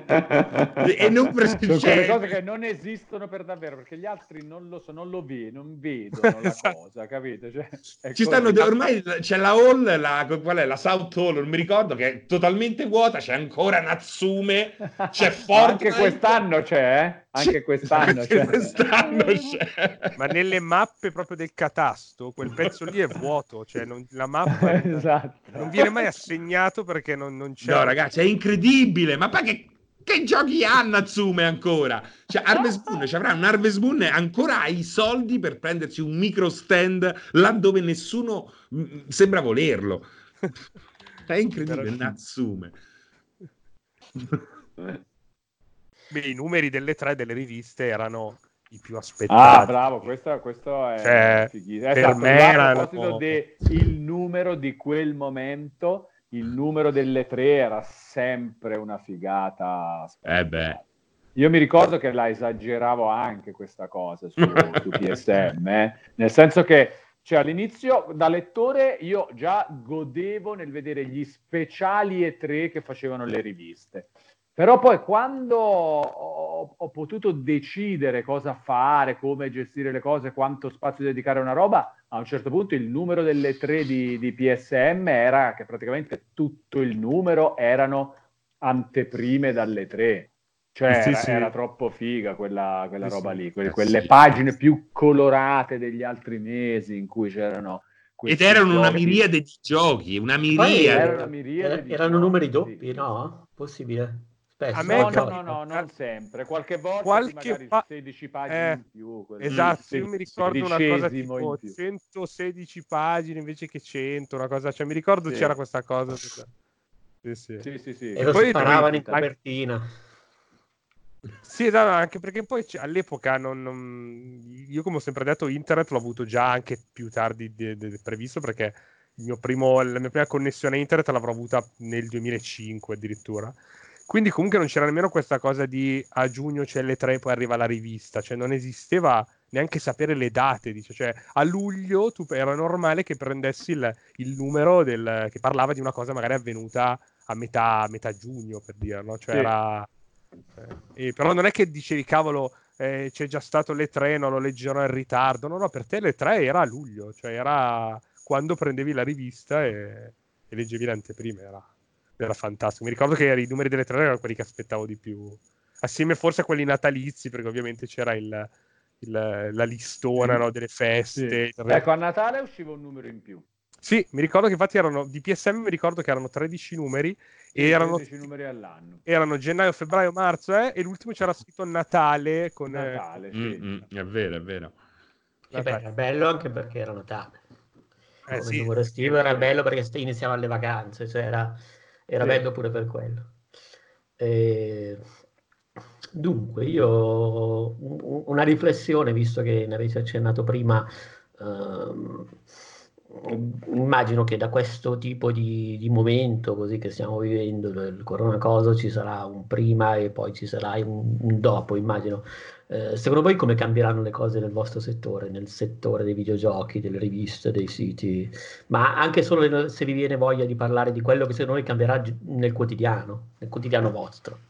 E non pre- sono quelle cose che non esistono per davvero, perché gli altri non lo so, non lo vedono, non vedono la cosa, capito? Cioè, ci stanno ormai c'è la hall, la, qual è la South Hall, non mi ricordo, che è totalmente vuota, c'è ancora Natsume, c'è Fortnite. Anche quest'anno c'è, eh? Anche quest'anno, anche c'è. quest'anno c'è. Ma nelle mappe proprio del catasto, quel pezzo lì è vuoto, cioè non, la mappa esatto. non viene mai assegnato perché non, non c'è. No ragazzi, è incredibile, ma poi che... Che giochi ha Natsume ancora? Cioè, Harvest Moon, ci avrà un Harvest Moon ancora ha i soldi per prendersi un micro stand là dove nessuno mh, sembra volerlo. È incredibile, Natsume. Beh, i numeri delle tre delle riviste erano i più aspettati. Ah, bravo, questo, questo è cioè, fighissimo. per esatto, me a erano... proposito del numero di quel momento, il numero delle tre era sempre una figata. Eh beh. Io mi ricordo che la esageravo anche questa cosa su, su P S M, eh? Nel senso che cioè, all'inizio da lettore io già godevo nel vedere gli speciali E tre che facevano le riviste. Però poi quando ho, ho potuto decidere cosa fare, come gestire le cose, quanto spazio dedicare a una roba, a un certo punto il numero delle tre di, di P S M era che praticamente tutto il numero erano anteprime dalle tre. Cioè Sì, era, sì. era troppo figa quella, quella Sì, roba sì. lì, que- Eh, quelle sì. pagine più colorate degli altri mesi in cui c'erano Ed questi erano una giochi. miriade di giochi, una Poi miriade. Era una miriade er- di erano giochi, numeri sì, doppi, sì, no? Possibile. A Spesso, me No, non no, cap- no, no, capita. non sempre. Qualche volta sì, qualche magari pa- sedici pagine eh, in più. Quello, esatto, io sedi- mi ricordo una cosa sedicesimo in tipo più. centosedici pagine invece che cento, una cosa, cioè mi ricordo Sì. c'era questa cosa. Sì, sì. Sì, sì, sì. E lo Poi- sparavano in poi- copertina. Sì, esatto, anche perché poi c- all'epoca non, non- io come ho sempre detto internet l'ho avuto già anche più tardi di- di- previsto perché il mio primo, la mia prima connessione a internet l'avrò avuta nel duemilacinque addirittura. Quindi comunque non c'era nemmeno questa cosa di a giugno c'è le tre poi arriva la rivista, cioè non esisteva neanche sapere le date, dice. Cioè a luglio tu, era normale che prendessi il, il numero del, che parlava di una cosa magari avvenuta a metà, a metà giugno per dire, no? Cioè Sì. era... eh, e però non è che dicevi cavolo eh, c'è già stato le tre, non lo leggerò in ritardo, no no, per te le tre era a luglio, cioè era quando prendevi la rivista e, e leggevi le anteprime, era, era fantastico. Mi ricordo che i numeri delle tre erano quelli che aspettavo di più, assieme forse a quelli natalizi, perché ovviamente c'era il, il- la listona, no, delle Sì. feste. il- Ecco, a Natale usciva un numero in più. Sì, mi ricordo che infatti erano di P S M, mi ricordo che erano tredici numeri Sì, e erano, tredici numeri all'anno. erano gennaio, febbraio, marzo eh, e l'ultimo c'era scritto Natale con eh, Natale, sì. Mm, mm, è vero, è vero. Che beh, era bello anche perché era Natale. Eh, Come sì. numero estivo era bello perché st- iniziavano le vacanze, cioè era, era Sì. bello pure per quello. E... Dunque, io un- una riflessione, visto che ne avete accennato prima, ehm, immagino che da questo tipo di, di momento così che stiamo vivendo, il corona cosa, ci sarà un prima e poi ci sarà un, un dopo, immagino. Eh, secondo voi come cambieranno le cose nel vostro settore, nel settore dei videogiochi, delle riviste, dei siti, ma anche solo nel- se vi viene voglia di parlare di quello che secondo voi cambierà gi- nel quotidiano, nel quotidiano vostro?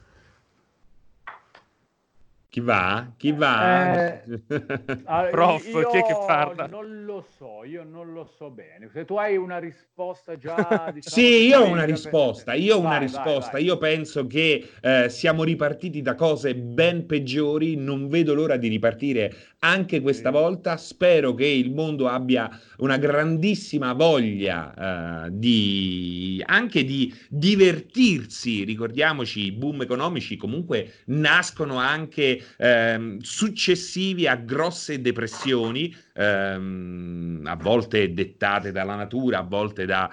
Chi va? Chi va? Eh, ah, Prof, io chi è che parla? non lo so, io non lo so bene. Se tu hai una risposta già, diciamo, che Sì, io ho avevi una già risposta, pe- io ho una Vai, vai, risposta. vai. Io penso che eh, siamo ripartiti da cose ben peggiori, non vedo l'ora di ripartire anche questa Sì. volta. Spero che il mondo abbia una grandissima voglia eh, di anche di divertirsi. Ricordiamoci, i boom economici comunque nascono anche ehm, successivi a grosse depressioni, ehm, a volte dettate dalla natura, a volte da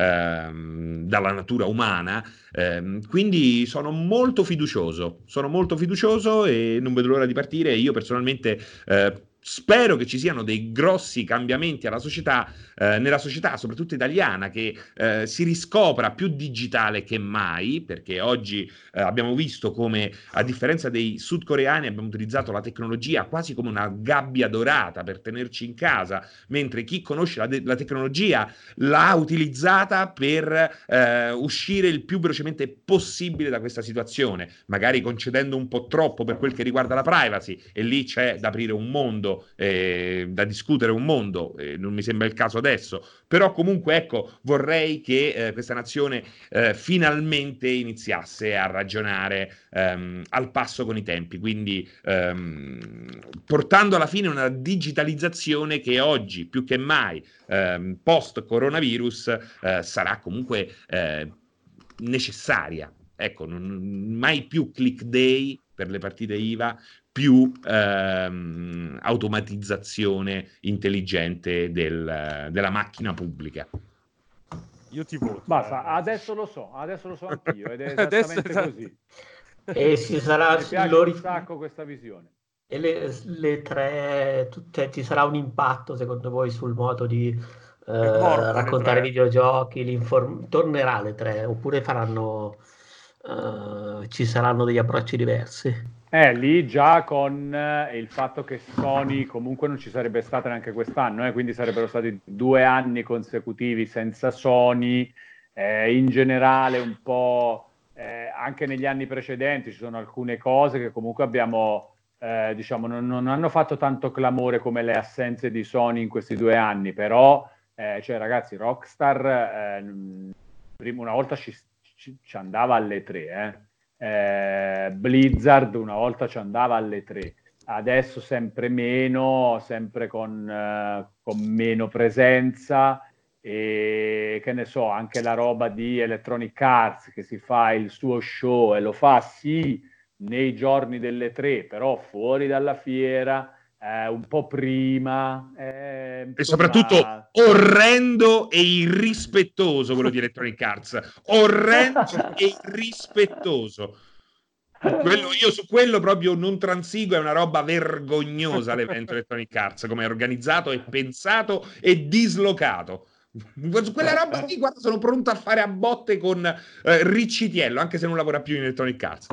ehm, dalla natura umana. Ehm, quindi sono molto fiducioso, sono molto fiducioso e non vedo l'ora di partire. Io personalmente eh, spero che ci siano dei grossi cambiamenti alla società, eh, nella società, soprattutto italiana, che eh, si riscopra più digitale che mai, perché oggi eh, abbiamo visto come, a differenza dei sudcoreani, abbiamo utilizzato la tecnologia quasi come una gabbia dorata per tenerci in casa, mentre chi conosce la, de- la tecnologia l'ha utilizzata per eh, uscire il più velocemente possibile da questa situazione, magari concedendo un po' troppo per quel che riguarda la privacy, e lì c'è da aprire un mondo, eh, da discutere un mondo, eh, non mi sembra il caso adesso, però comunque ecco, vorrei che eh, questa nazione eh, finalmente iniziasse a ragionare ehm, al passo con i tempi, quindi ehm, portando alla fine una digitalizzazione che oggi più che mai ehm, post coronavirus eh, sarà comunque eh, necessaria. Ecco, non, mai più click day per le partite I V A, più ehm, automatizzazione intelligente del, della macchina pubblica. Io ti voto. Basta, eh. adesso lo so, adesso lo so anch'io ed è Adesso esattamente esatto. così. E ci sarà, Mi piace lo un rif- sacco questa visione. e le, le tre, tutte, ci sarà un impatto secondo voi sul modo di eh, morto raccontare alle tre. videogiochi, l'inform- tornerà alle tre, oppure faranno, eh, ci saranno degli approcci diversi. Eh, lì già con eh, il fatto che Sony comunque non ci sarebbe stata neanche quest'anno, eh, quindi sarebbero stati due anni consecutivi senza Sony, eh, in generale un po' eh, anche negli anni precedenti ci sono alcune cose che comunque abbiamo, eh, diciamo, non, non hanno fatto tanto clamore come le assenze di Sony in questi due anni, però, eh, cioè ragazzi, Rockstar eh, prima, una volta ci, ci, ci andava alle tre, eh. Eh, Blizzard una volta ci andava alle tre, adesso sempre meno, sempre con, eh, con meno presenza, e che ne so, anche la roba di Electronic Arts che si fa il suo show e lo fa sì nei giorni delle tre, però fuori dalla fiera, eh, un po' prima, eh, E soprattutto insomma... orrendo e irrispettoso quello di Electronic Arts, orrendo e irrispettoso. Quello, io su quello proprio non transigo, è una roba vergognosa l'evento Electronic Arts, come è organizzato e pensato e dislocato. Su quella roba lì, guarda, sono pronto a fare a botte con eh, Riccitiello, anche se non lavora più in Electronic Arts.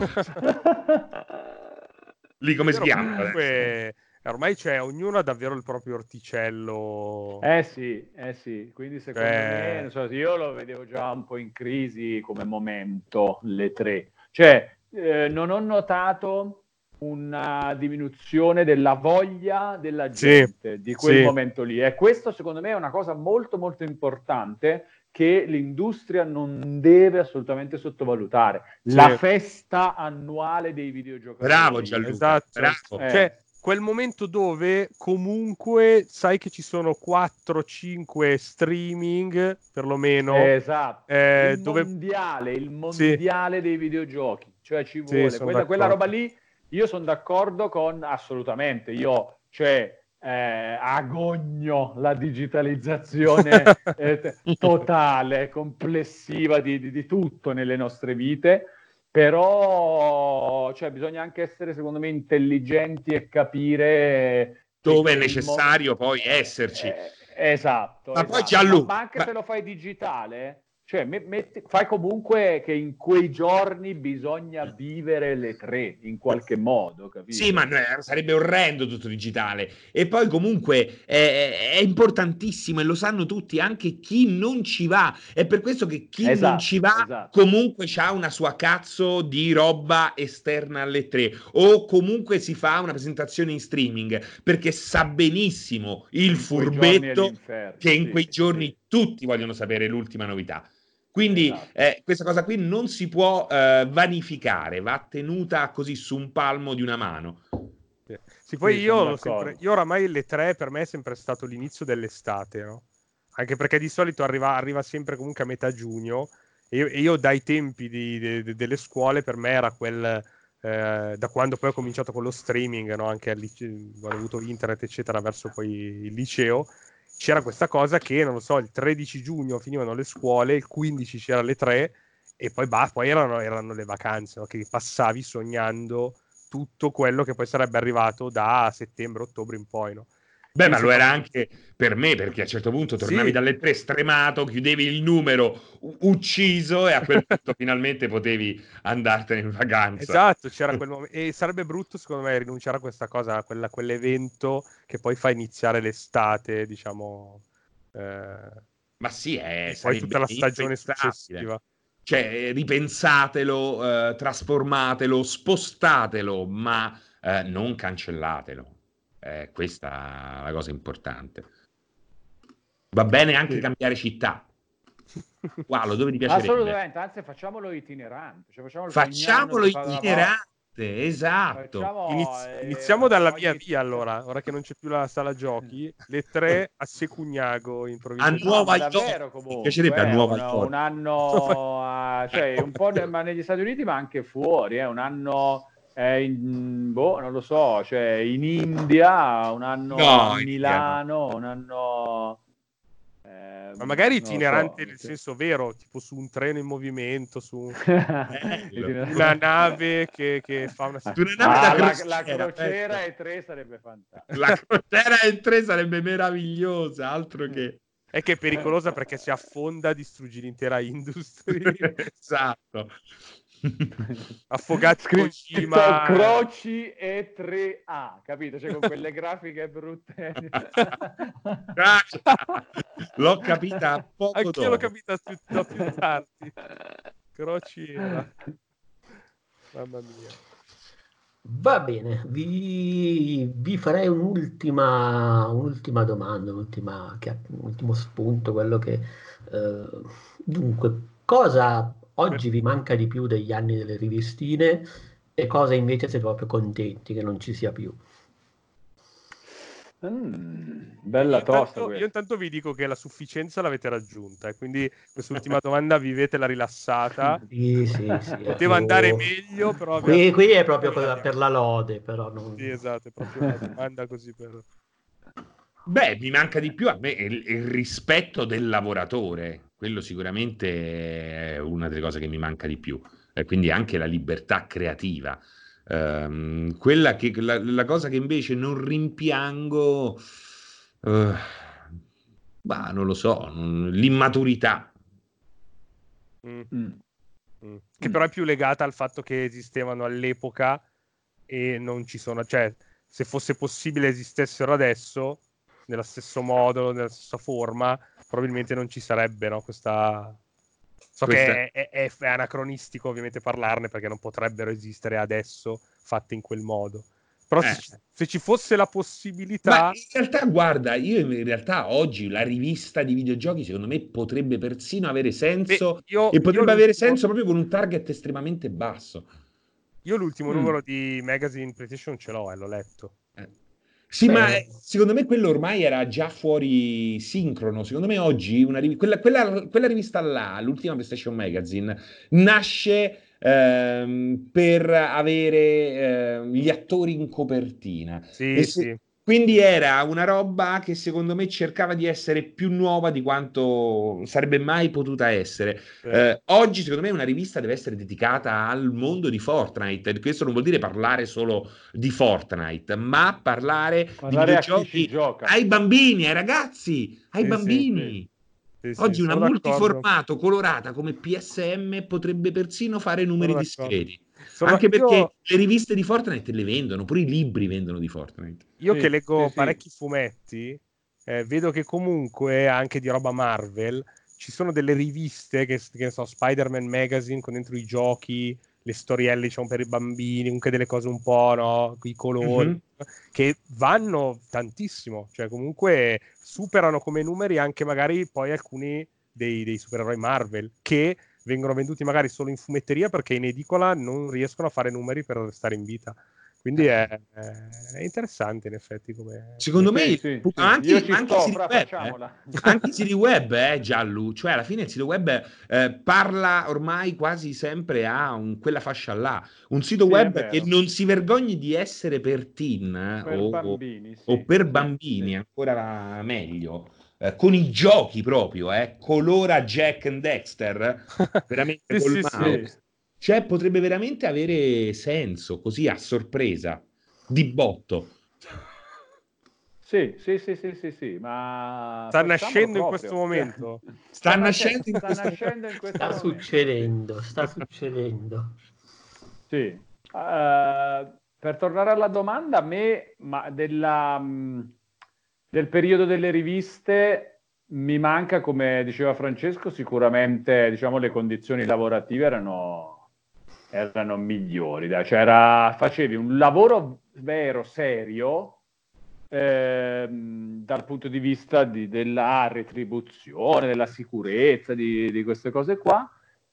Lì come si Però chiama? comunque ormai c'è, ognuno ha davvero il proprio orticello. Eh sì, eh sì, quindi secondo Cioè- me, non so, io lo vedevo già un po' in crisi come momento, le tre. Cioè, eh, non ho notato una diminuzione della voglia della Sì, gente di quel sì. momento lì. E questo secondo me è una cosa molto molto importante che l'industria non deve assolutamente sottovalutare. Sì. La festa annuale dei videogiocatori. Bravo Gianluca, Esatto. bravo. Eh. Cioè, quel momento dove comunque sai che ci sono quattro cinque streaming, perlomeno. Esatto, eh, il dove... mondiale, il Sì, mondiale dei videogiochi, cioè ci sì, vuole sono quella, quella d'accordo. roba lì. Io sono d'accordo con assolutamente. Io, cioè, eh, agogno la digitalizzazione eh, t- totale, complessiva di, di- di tutto nelle nostre vite, però, cioè, bisogna anche essere, secondo me, intelligenti e capire che, Dove che è il mo- necessario poi eh, esserci. eh, esatto, Ma poi esatto. Ma, Gianluca, ma anche ma- se lo fai digitale, cioè me- metti- fai comunque che in quei giorni bisogna vivere le tre in qualche modo, capito? sì, ma eh, sarebbe orrendo tutto digitale. E poi comunque è, è importantissimo e lo sanno tutti, anche chi non ci va. È per questo che chi non Esatto, ci va esatto. comunque c'ha una sua cazzo di roba esterna alle tre o comunque si fa una presentazione in streaming perché sa benissimo il In quei giorni è furbetto l'inferno, che in sì, quei giorni sì. tutti vogliono sapere l'ultima novità. Quindi Esatto. eh, questa cosa qui non si può eh, vanificare, va tenuta così su un palmo di una mano. Sì. Sì, poi Sì, io sono l'ho sempre, d'accordo. io oramai le tre per me è sempre stato l'inizio dell'estate, no? Anche perché di solito arriva, arriva sempre comunque a metà giugno e io, e io dai tempi di- de- de- delle scuole per me era quel, eh, da quando poi ho cominciato con lo streaming, no? Anche al liceo, quando ho avuto internet eccetera verso poi il liceo, c'era questa cosa che, non lo so, il tredici giugno finivano le scuole, il quindici c'era le tre e poi, bah, poi erano, erano le vacanze, no? Che passavi sognando tutto quello che poi sarebbe arrivato da settembre-ottobre in poi, no? Beh, ma Quindi lo era secondo... anche per me, perché a un certo punto tornavi Sì, dalle tre stremato, chiudevi il numero u- ucciso e a quel punto finalmente potevi andartene in vacanza. esatto, c'era quel momento e sarebbe brutto secondo me rinunciare a questa cosa, a quella- quell'evento che poi fa iniziare l'estate, diciamo, eh, Ma sì, eh, e poi tutta sarebbe la stagione impensabile. successiva. Cioè, eh, ripensatelo, eh, trasformatelo, spostatelo, ma eh, non cancellatelo. Eh, questa è la cosa importante. Va bene anche Sì. cambiare città. Guarda, dove ti piacerebbe? Assolutamente, anzi facciamolo itinerante, cioè facciamo il Fagnano Facciamolo che fa della vo- itinerante, esatto. facciamo Iniz- eh, iniziamo dalla mia ogni... via allora, ora che non c'è più la sala giochi, le tre a Secugnago in A provincia di No, ma Nuova Treviso. York, davvero mi piacerebbe a comunque, eh, Nuova un, York. un anno, a- cioè un po' ne- ma negli Stati Uniti ma anche fuori, eh, un anno eh, in, boh, non lo so, cioè in India, un anno a No, in India no. Milano, un anno... eh, Ma magari non lo so. itinerante nel senso vero, tipo su un treno in movimento, su Bello. una nave che, che fa una Su una nave da Ah, la, crociera, la crociera bello. e tre sarebbe fantastico. La crociera in tre sarebbe meravigliosa, altro che... È che è pericolosa perché si affonda, distruggi l'intera industria. Esatto. Affogati Scritto Kojima. Croci e tre A, capito? Cioè con quelle grafiche brutte. L'ho capita poco Anch'io dopo. l'ho capita più, da più tardi. Croci era. Mamma mia. Va bene, vi, vi farei un'ultima, un'ultima domanda, un'ultima, che- un ultimo spunto, quello che... eh, dunque, cosa oggi vi manca di più degli anni delle rivistine e cosa invece siete proprio contenti che non ci sia più? Mm, Io bella tosta intanto, io questa. intanto vi dico che la sufficienza l'avete raggiunta, e quindi quest'ultima domanda vivetela rilassata. Sì, sì, sì, è Poteva più... andare meglio, però Qui, abbiamo... qui è proprio per per la lode, però Sì, non... esatto, è proprio una domanda così per... Beh, mi manca di più a me il, il rispetto del lavoratore. Quello sicuramente è una delle cose che mi manca di più. E quindi anche la libertà creativa. Ehm, quella che, la, la cosa che invece non rimpiango, eh, bah, non lo so, non- l'immaturità. Mm. Mm. Mm. Che però è più legata al fatto che esistevano all'epoca e non ci sono, cioè se fosse possibile esistessero adesso nello stesso modo, nella stessa forma, probabilmente non ci sarebbe, no? Questa... So Questa, che è, è- è anacronistico ovviamente parlarne perché non potrebbero esistere adesso fatte in quel modo. Però se, eh. ci- se ci fosse la Ma possibilità... in realtà, guarda, io in realtà oggi la rivista di videogiochi secondo me potrebbe persino avere Beh, senso io, e io potrebbe avere l'ultimo senso proprio con un target estremamente basso. io l'ultimo Mm. numero di Magazine PlayStation ce l'ho e l'ho letto. Eh. Sì, ma Beh, eh, secondo me quello ormai era già fuori sincrono. Secondo me oggi una riv- quella, quella- quella rivista là, l'ultima PlayStation Magazine, nasce ehm, per avere ehm, gli attori in copertina. E Sì, se- sì. quindi era una roba che secondo me cercava di essere più nuova di quanto sarebbe mai potuta essere. Sì. Eh, oggi, secondo me, una rivista deve essere dedicata al mondo di Fortnite. Questo non vuol dire parlare solo di Fortnite, ma parlare di Parlare a chi ci videogiochi gioca. ai bambini, ai ragazzi, ai Sì, sì. Sì. bambini. Sì, sì, Oggi una sono d'accordo. multiformato colorata come P S M potrebbe persino fare Sono numeri d'accordo. discreti. Sono... Anche Io, perché le riviste di Fortnite le vendono, pure i libri vendono di Fortnite. io che Sì, sì, leggo sì. parecchi fumetti, eh, vedo che comunque anche di roba Marvel ci sono delle riviste che, che ne so, Spider-Man Magazine con dentro i giochi, le storielle, diciamo, per i bambini, comunque delle cose un po', no? I colori, Mhm. che vanno tantissimo, cioè comunque superano come numeri anche magari poi alcuni dei, dei supereroi Marvel, che vengono venduti magari solo in fumetteria perché in edicola non riescono a fare numeri per restare in vita. Quindi è, è interessante in effetti come... Secondo Sì, me, sì, sì. anche, Io ci anche i sto, siti fra, web, eh, facciamola. anche i siti web, eh, Giallo, cioè alla fine il sito web eh, parla ormai quasi sempre a un- quella fascia là, un sito Sì, è web che vero. non si vergogni di essere per teen eh, Per o, bambini, o sì, per sì, bambini, sì. ancora meglio, eh, con i giochi proprio, eh, colora Jack and Dexter, veramente Sì, col sì, sì. Sì, mouse, cioè potrebbe veramente avere senso, così a sorpresa, di botto. sì, sì, sì, sì, sì, sì, ma Sta facciamolo nascendo in questo proprio. Cioè, momento. Sta sta, cioè, nascendo in sta questo nascendo in questo sta momento, sì. succedendo, sta succedendo. Sì. Eh, per tornare alla domanda, a me ma della, mh, del periodo delle riviste mi manca, come diceva Francesco, sicuramente diciamo, le condizioni lavorative erano, erano migliori. Dai. Cioè, era- facevi un lavoro vero, serio, ehm, dal punto di vista di- della retribuzione, della sicurezza, di, di queste cose qua.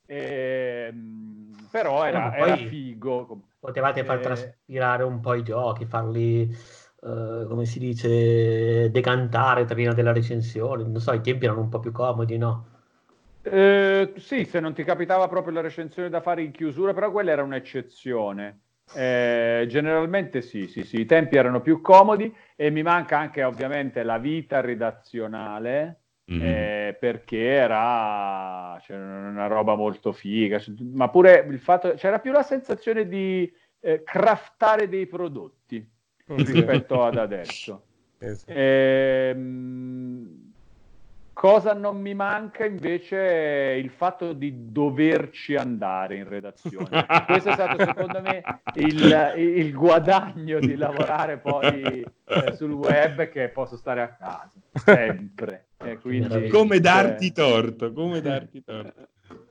Ehm, però Eh, ma era, era poi figo. potevate far Eh, traspirare un po' i giochi, farli, eh, come si dice, decantare prima della recensione. Non so, i tempi erano un po' più comodi, no? eh, sì, se non ti capitava proprio la recensione da fare in chiusura, però quella era un'eccezione. Eh, generalmente sì, sì, sì, i tempi erano più comodi e mi manca anche ovviamente la vita redazionale, Mhm. eh, perché era cioè, una roba molto figa, ma pure il fatto, c'era più la sensazione di eh, craftare dei prodotti Mm, sì. rispetto ad adesso. Sì, sì. Ehm, Cosa non mi manca invece il fatto di doverci andare in redazione. Questo è stato secondo me il, il guadagno di lavorare poi eh, sul web, che posso stare a casa sempre. E quindi, come darti cioè... torto, come darti torto.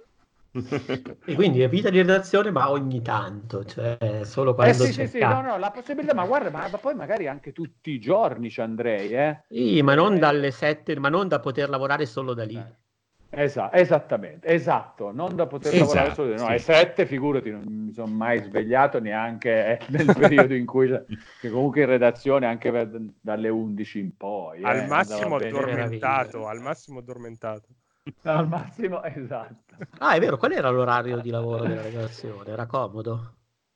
E quindi è vita di redazione, ma ogni tanto, cioè solo Eh quando sì, c'è sì, sì, ca- no, no, la possibilità, ma guarda, ma, ma poi magari anche tutti i giorni ci andrei, eh. Sì, ma non Eh, dalle sette, ma non da poter lavorare solo da lì. Esa- esattamente, esatto, non da poter Esatto, lavorare solo, no, sì. alle sette, figurati, non mi sono mai svegliato neanche nel periodo in cui, che comunque in redazione anche per- dalle undici in poi, Al eh, massimo andava bene. addormentato, al massimo addormentato. Al massimo, esatto. Ah, è vero, qual era l'orario di lavoro della redazione? Era comodo?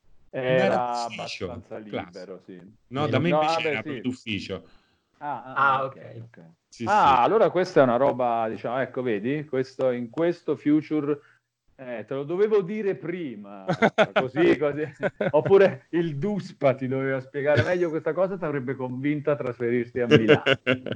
Era D'ufficio, abbastanza libero, sì. No, Meno- da me No, invece vabbè, era sì. proprio d'ufficio. Ah, ah, Ah, ok, ok. ok. Sì, Ah, sì. allora questa è una roba, diciamo, ecco, vedi, questo, in questo future, eh, te lo dovevo dire prima, così, così. Oppure il DUSPA ti doveva spiegare meglio questa cosa, ti avrebbe convinto a trasferirti a Milano.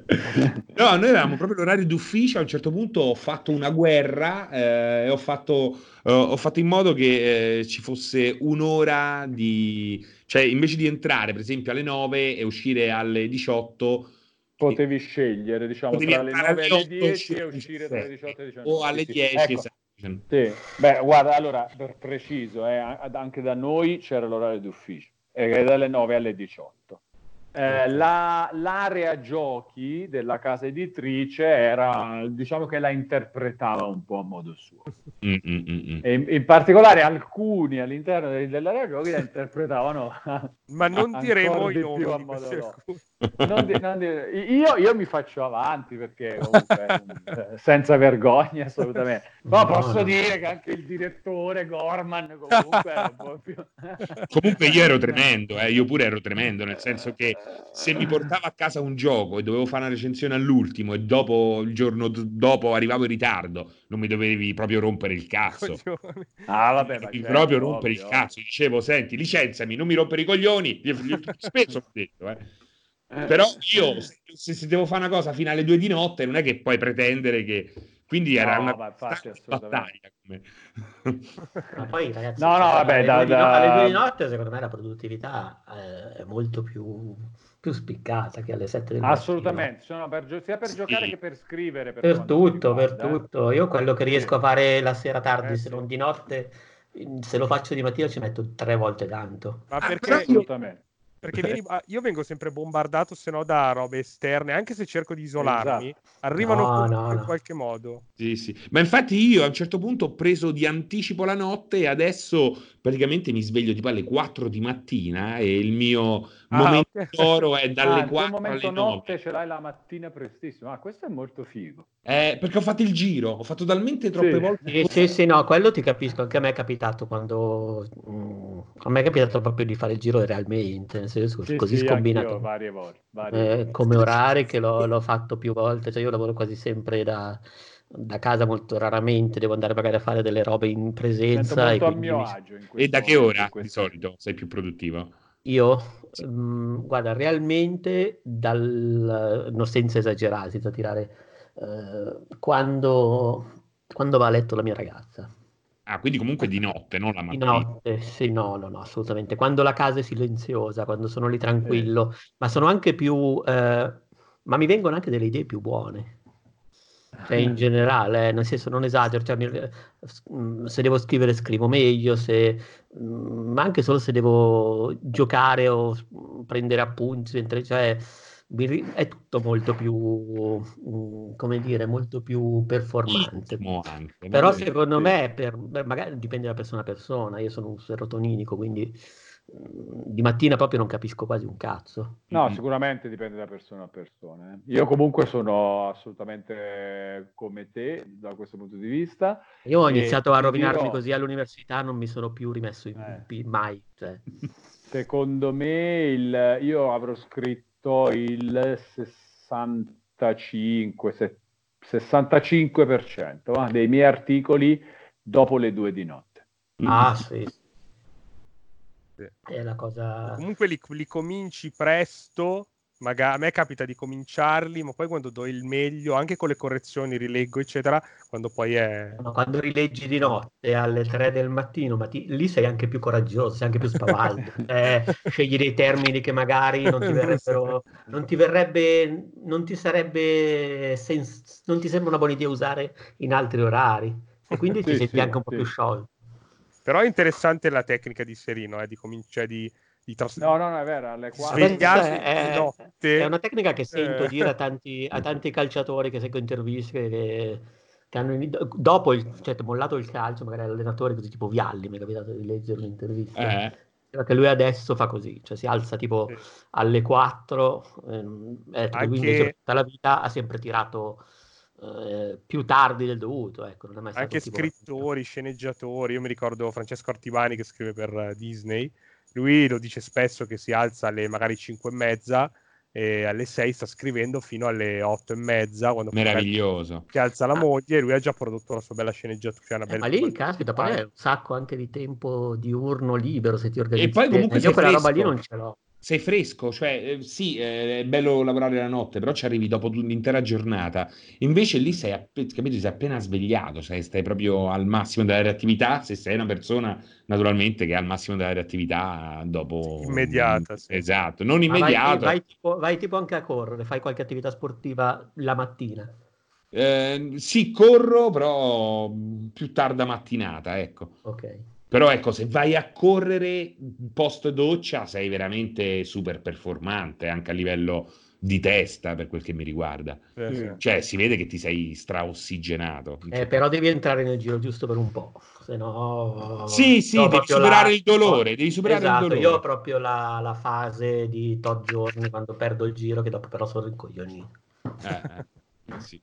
No, noi avevamo proprio l'orario d'ufficio. A un certo punto ho fatto una guerra eh, e ho fatto, eh, ho fatto in modo che eh, ci fosse un'ora di... Cioè, invece di entrare, per esempio, alle nove e uscire alle diciotto, eh, Potevi scegliere, diciamo, potevi tra le entrare nove alle e le otto e dieci uscire e alle uscire tra le diciassette diciotto e le o diciannove. Sì, alle sì. dieci, Ecco, esatto. sì. Beh, guarda, allora, per preciso, eh, anche da noi c'era l'orario d'ufficio, eh, dalle nove alle diciotto. Eh, Ok. la, l'area giochi della casa editrice era, diciamo che la interpretava un po' a modo suo. Mm, mm, mm, mm. E in, in particolare alcuni all'interno de- dell'area giochi la interpretavano Ma non diremo ancora i di nomi più a di modo questi loro. alcuni. Non di- non di- io, io mi faccio avanti perché comunque eh, senza vergogna assolutamente, ma No, posso no. dire che anche il direttore Gorman comunque era un po' più Comunque io ero tremendo, eh, io pure ero tremendo, nel senso che se mi portavo a casa un gioco e dovevo fare una recensione all'ultimo e dopo il giorno d- dopo arrivavo in ritardo, non mi dovevi proprio rompere il cazzo. Coglioni. Ah, Mi vabbè, ma dovevi certo, proprio rompere ovvio, il cazzo. Dicevo, senti, licenziami, non mi rompere i coglioni. Gli, gli, spesso ho detto, eh. Però io, se, se- se devo fare una cosa fino alle due di notte, non è che puoi pretendere che... Quindi era una no, ma infatti costante assolutamente. battaglia. Come... Ma poi ragazzi, No, no, cioè, vabbè, alle da, due di, no- alle due di da... notte secondo me la produttività eh, è molto più, più spiccata che alle sette del mattino. assolutamente, sono per gio- sia per giocare che Sì. per scrivere per Per quanto mi tutto, per riguarda. eh. tutto. Io quello che Sì. riesco a fare la sera tardi, Eh se sì. non di notte, se lo faccio di mattina ci metto tre volte tanto. Ma Ah, però perché, io... Assolutamente. perché vieni, ah, io vengo sempre bombardato, se no, da robe esterne, anche se cerco di isolarmi, Esatto. arrivano No, no, comunque in no. qualche modo. Sì, sì. Ma infatti io a un certo punto ho preso di anticipo la notte e adesso praticamente mi sveglio tipo alle quattro di mattina e il mio Ah, momento ok. d'oro è Ah, dalle il tuo quattro momento alle notte nove. ce l'hai la mattina prestissimo. Ah, questo è molto figo. Eh, perché ho fatto il giro, ho fatto talmente troppe Sì. volte Sì, sì, sì, no, quello ti capisco, anche a me è capitato quando... mm, a me è capitato proprio di fare il giro realmente, nel senso, Sì, così sì, anch'io scombinato varie volte, varie eh, volte. come orari che l'ho l'ho fatto più volte, cioè io lavoro quasi sempre da, da casa, molto raramente, devo andare magari a fare delle robe in Mi sento presenza e molto a quindi mio mi- agio in E da questo che momento, in ora di questa... solito sei più produttivo? io, mm, guarda, realmente, dal, no, senza esagerare, senza tirare, eh, quando, quando va a letto la mia ragazza. Ah, quindi comunque di notte, non la Di mattina. notte, sì, no, no, no, assolutamente. Quando la casa è silenziosa, quando sono lì Sì. tranquillo, ma sono anche più, eh, ma mi vengono anche delle idee più buone. Cioè, in generale, eh, nel senso, non esagero, cioè, mi- eh, s- mm, se devo scrivere scrivo meglio, se, mm, ma anche solo se devo giocare o s- prendere appunti, mentre, cioè, mi ri- è tutto molto più, mm, come dire, molto più performante. Intimo anche, Però no? secondo Sì. me, per, beh, magari dipende da persona a persona, io sono un serotoninico, quindi mm, di mattina proprio non capisco quasi un cazzo. No, Mm-mm. sicuramente dipende da persona a persona. eh. Io comunque sono assolutamente come te da questo punto di vista Io ho e iniziato a ti rovinarmi dirò, così all'università, non mi sono più rimesso in eh, pi- mai. Cioè. secondo me il- io avrò scritto il sessantacinque, se- sessantacinque per cento va, dei miei articoli dopo le due di notte. Ah, sì, Sì. è la O cosa... comunque li, li cominci presto magari a me capita di cominciarli, ma poi quando do il meglio, anche con le correzioni, rileggo, eccetera, quando poi è... Ma quando rileggi di notte alle tre del mattino, ma ti- lì sei anche più coraggioso, sei anche più spavaldo. Eh, scegli dei termini che magari non ti Non so. verrebbero, non ti verrebbe, non ti sarebbe, sens- non ti sembra una buona idea usare in altri orari e quindi ti Sì, senti sì, anche un po' sì. più sciolto. Però è interessante la tecnica di Serino, eh, di cominciare di, di tras- No, no, no, è vero, alle quattro Vabbè, questa svegliarsi di di è, notte. è una tecnica che sento eh, dire a tanti, a tanti calciatori che seguo interviste che, che hanno ini- dopo il, cioè, mollato il calcio, magari allenatori così tipo Vialli, mi è capitato di leggere un'intervista, Eh, che lui adesso fa così, cioè si alza tipo sì. alle quattro, ehm, ha detto che lui invece per Anche, tutta la vita ha sempre tirato eh, più tardi del dovuto, ecco, non è mai stato anche un tipo da... scrittori, sceneggiatori. Io mi ricordo Francesco Artivani che scrive per eh, Disney. Lui lo dice spesso che si alza alle magari cinque e mezza e alle sei sta scrivendo fino alle otto e mezza, quando poi magari meraviglioso. si alza la Ah, moglie e lui ha già prodotto la sua bella sceneggiatura, cioè una eh, bella ma lì, caspita, poi time. è un sacco anche di tempo diurno libero se ti E organizzi poi bene. comunque Io sei quella roba lì non fresco, ce l'ho. sei fresco, cioè eh, sì, eh, è bello lavorare la notte, però ci arrivi dopo l'intera giornata. Invece lì sei, app- capito, sei appena svegliato, sai, stai proprio al massimo della reattività, se sei una persona naturalmente che ha il massimo della reattività dopo... mm, Immediata, sì. esatto, non Ma vai, immediato. vai tipo, vai tipo anche a correre, fai qualche attività sportiva la mattina. Eh, sì, corro, però mm, più tarda mattinata, ecco. Ok. Però ecco, se vai a correre post doccia sei veramente super performante anche a livello di testa per quel che mi riguarda. Sì, Sì. sì. Cioè, si vede che ti sei straossigenato. Eh, però devi entrare nel giro giusto per un po', se no Sì, io sì, ho devi proprio superare la... il ho- dolore, devi superare il Esatto, io ho dolore. proprio la, la fase di tot giorni quando perdo il giro, che dopo però sono rincoglionito. Eh, eh, sì.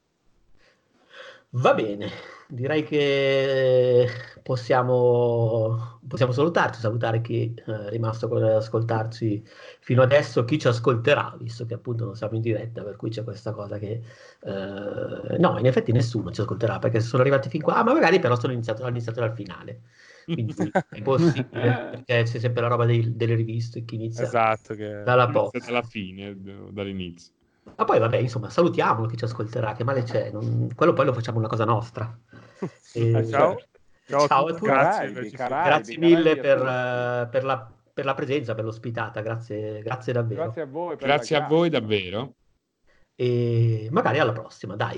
Va bene, direi che possiamo, possiamo salutarci, salutare chi è rimasto con- ad ascoltarci fino adesso, chi ci ascolterà, visto che appunto non siamo in diretta, per cui c'è questa cosa che... eh, no, in effetti nessuno ci ascolterà, perché sono arrivati fin qua, ah, ma magari però sono iniziato, hanno iniziato dal finale, quindi è possibile, perché c'è sempre la roba dei- delle riviste, chi inizia Esatto, che... dalla Inizia post. dalla fine, d- dall'inizio. Ma poi vabbè, insomma, salutiamolo chi ci ascolterà, che male c'è, non- quello poi lo facciamo una cosa nostra. Eh, E- Ciao, certo. ciao a Ciao a tutti, tutti, grazie per Caraibi, averci Caraibi, grazie seguito. mille Caraibi a per, tutti. eh, per la, per la presenza, per l'ospitata, grazie, grazie davvero. Grazie a voi per la Grazie a voi chiacchiera. davvero. E magari alla prossima, dai.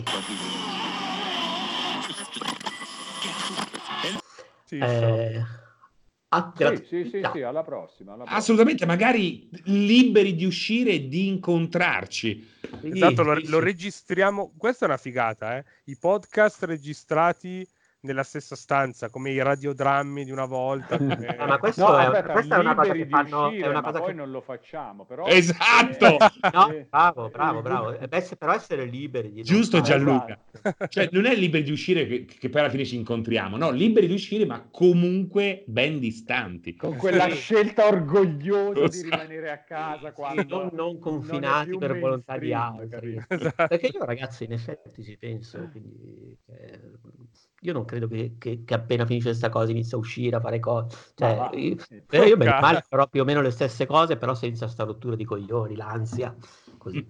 Sì, so. Eh, ah, Sì, grazie. sì, sì, Ciao. sì, alla prossima, alla prossima. Assolutamente, magari liberi di uscire e di incontrarci. Sì, Esatto, lo, sì, lo sì. registriamo. Questa è una figata, eh? I podcast registrati nella stessa stanza, come i radiodrammi di una volta. Eh, ma Come... No, questo è, aspetta, questa è una cosa che liberi di fanno, è uscire, una ma cosa poi che... non lo facciamo, però... Esatto, eh, No, eh, bravo, eh, bravo, il bravo. gu- Eh, beh, se- però essere liberi di non giusto fare... Gianluca. Esatto. Cioè, non è liberi di uscire che, che poi alla fine ci incontriamo, no, liberi di uscire, ma comunque ben distanti. Con quella Sì, scelta orgogliosa di Esatto. rimanere a casa sì, non, quando non non è confinati più per volontà di mainstream, altri. capito? Perché Esatto. io, ragazzi, in effetti ci penso, quindi, eh, io non credo che, che- che appena finisce questa cosa inizia a uscire, a fare cose. Ma Cioè, va. io, Sì. eh, io bene o male Tocca. farò più o meno le stesse cose, però senza sta rottura di coglioni, l'ansia, così.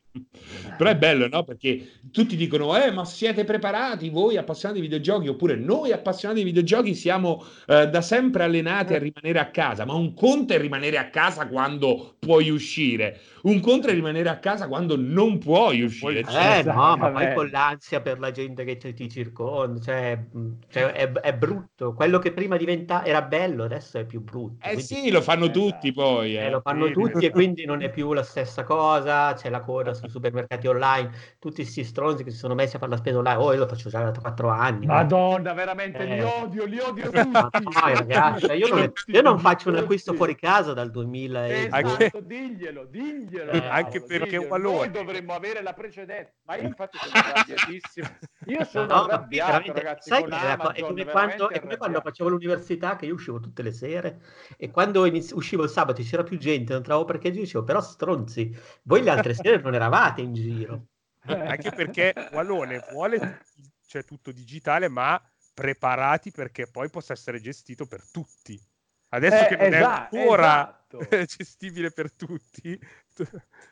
Però è bello, no? Perché tutti dicono, eh, ma siete preparati voi appassionati di videogiochi? Oppure noi appassionati di videogiochi siamo eh, da sempre allenati a rimanere a casa. Ma un conto è rimanere a casa quando puoi uscire, un conto è rimanere a casa quando non puoi Non puoi uscire. Eh uscire. no, ma poi con Esattamente. l'ansia per la gente che ti, ti circonda, cioè, mh, cioè, è, è brutto. Quello che prima diventa, era bello, adesso è più brutto. Eh Quindi sì, lo fanno tutti Esatto. poi, eh, lo eh. fanno Sì, tutti e quindi non è più la stessa cosa. C'è la coda sui supermercati online, tutti questi stronzi che si sono messi a fare la spesa online. Oh, io lo faccio già da quattro anni. Ma, Madonna, veramente li eh, odio, li odio ma tutti, no, ragazzi, cioè, io non, tutti, io non faccio un acquisto tutti. fuori casa dal duemila e boh. anche, Esatto, diglielo, diglielo, Eh, anche cavolo, perché diglielo. Noi Walone. dovremmo avere la precedenza. Ma io infatti sono arrabbiatissimo. Io Ma sono no, ma qui arrabbiato, veramente, ragazzi, sai con che è, la co- è Amazon, come quando, veramente è come quando arrabbiato. facevo l'università che io uscivo tutte le sere e quando iniz- uscivo il sabato e c'era più gente, non trovavo parcheggio, dicevo, però stronzi, voi le altre sere non eravate in giro. Anche perché Walone vuole t- cioè, tutto digitale, ma preparati perché poi possa essere gestito per tutti. Adesso Eh, che non è esa- ancora esatto. gestibile per tutti,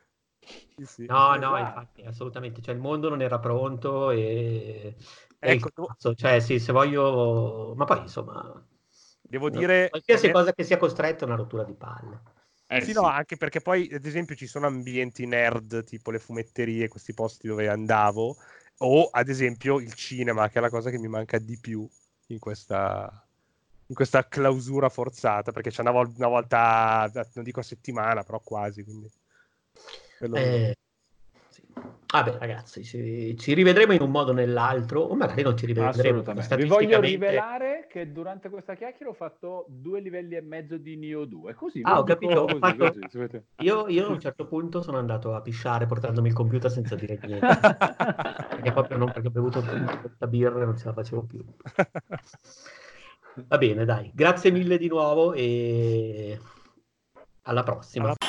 Sì, sì. No, no, Esatto. infatti, assolutamente. Cioè, il mondo non era pronto e... e il Ecco, devo, cazzo, cioè, sì, se voglio... Ma poi, insomma, devo no, dire, qualsiasi ne- cosa che sia costretta è una rottura di palle. Eh sì, sì. no, anche perché poi, ad esempio, ci sono ambienti nerd, tipo le fumetterie, questi posti dove andavo, o ad esempio il cinema, che è la cosa che mi manca di più in questa, in questa clausura forzata, perché c'è una, vol- una volta, non dico a settimana, però quasi, quindi perlomeno. Eh, sì. Vabbè, ragazzi, ci, ci rivedremo in un modo o nell'altro, o magari non ci rivedremo, perché Assolutamente. Vi voglio statisticamente... rivelare che durante questa chiacchiera ho fatto due livelli e mezzo di Nioh due. Così, ve Ah, lo ho capito. dico Ho così, fatto... così. sapete. Io, io a un certo punto sono andato a pisciare portandomi il computer senza dire niente. Perché proprio non perché ho bevuto questa birra e non ce la facevo più. Va bene, dai. Grazie mille di nuovo e alla prossima.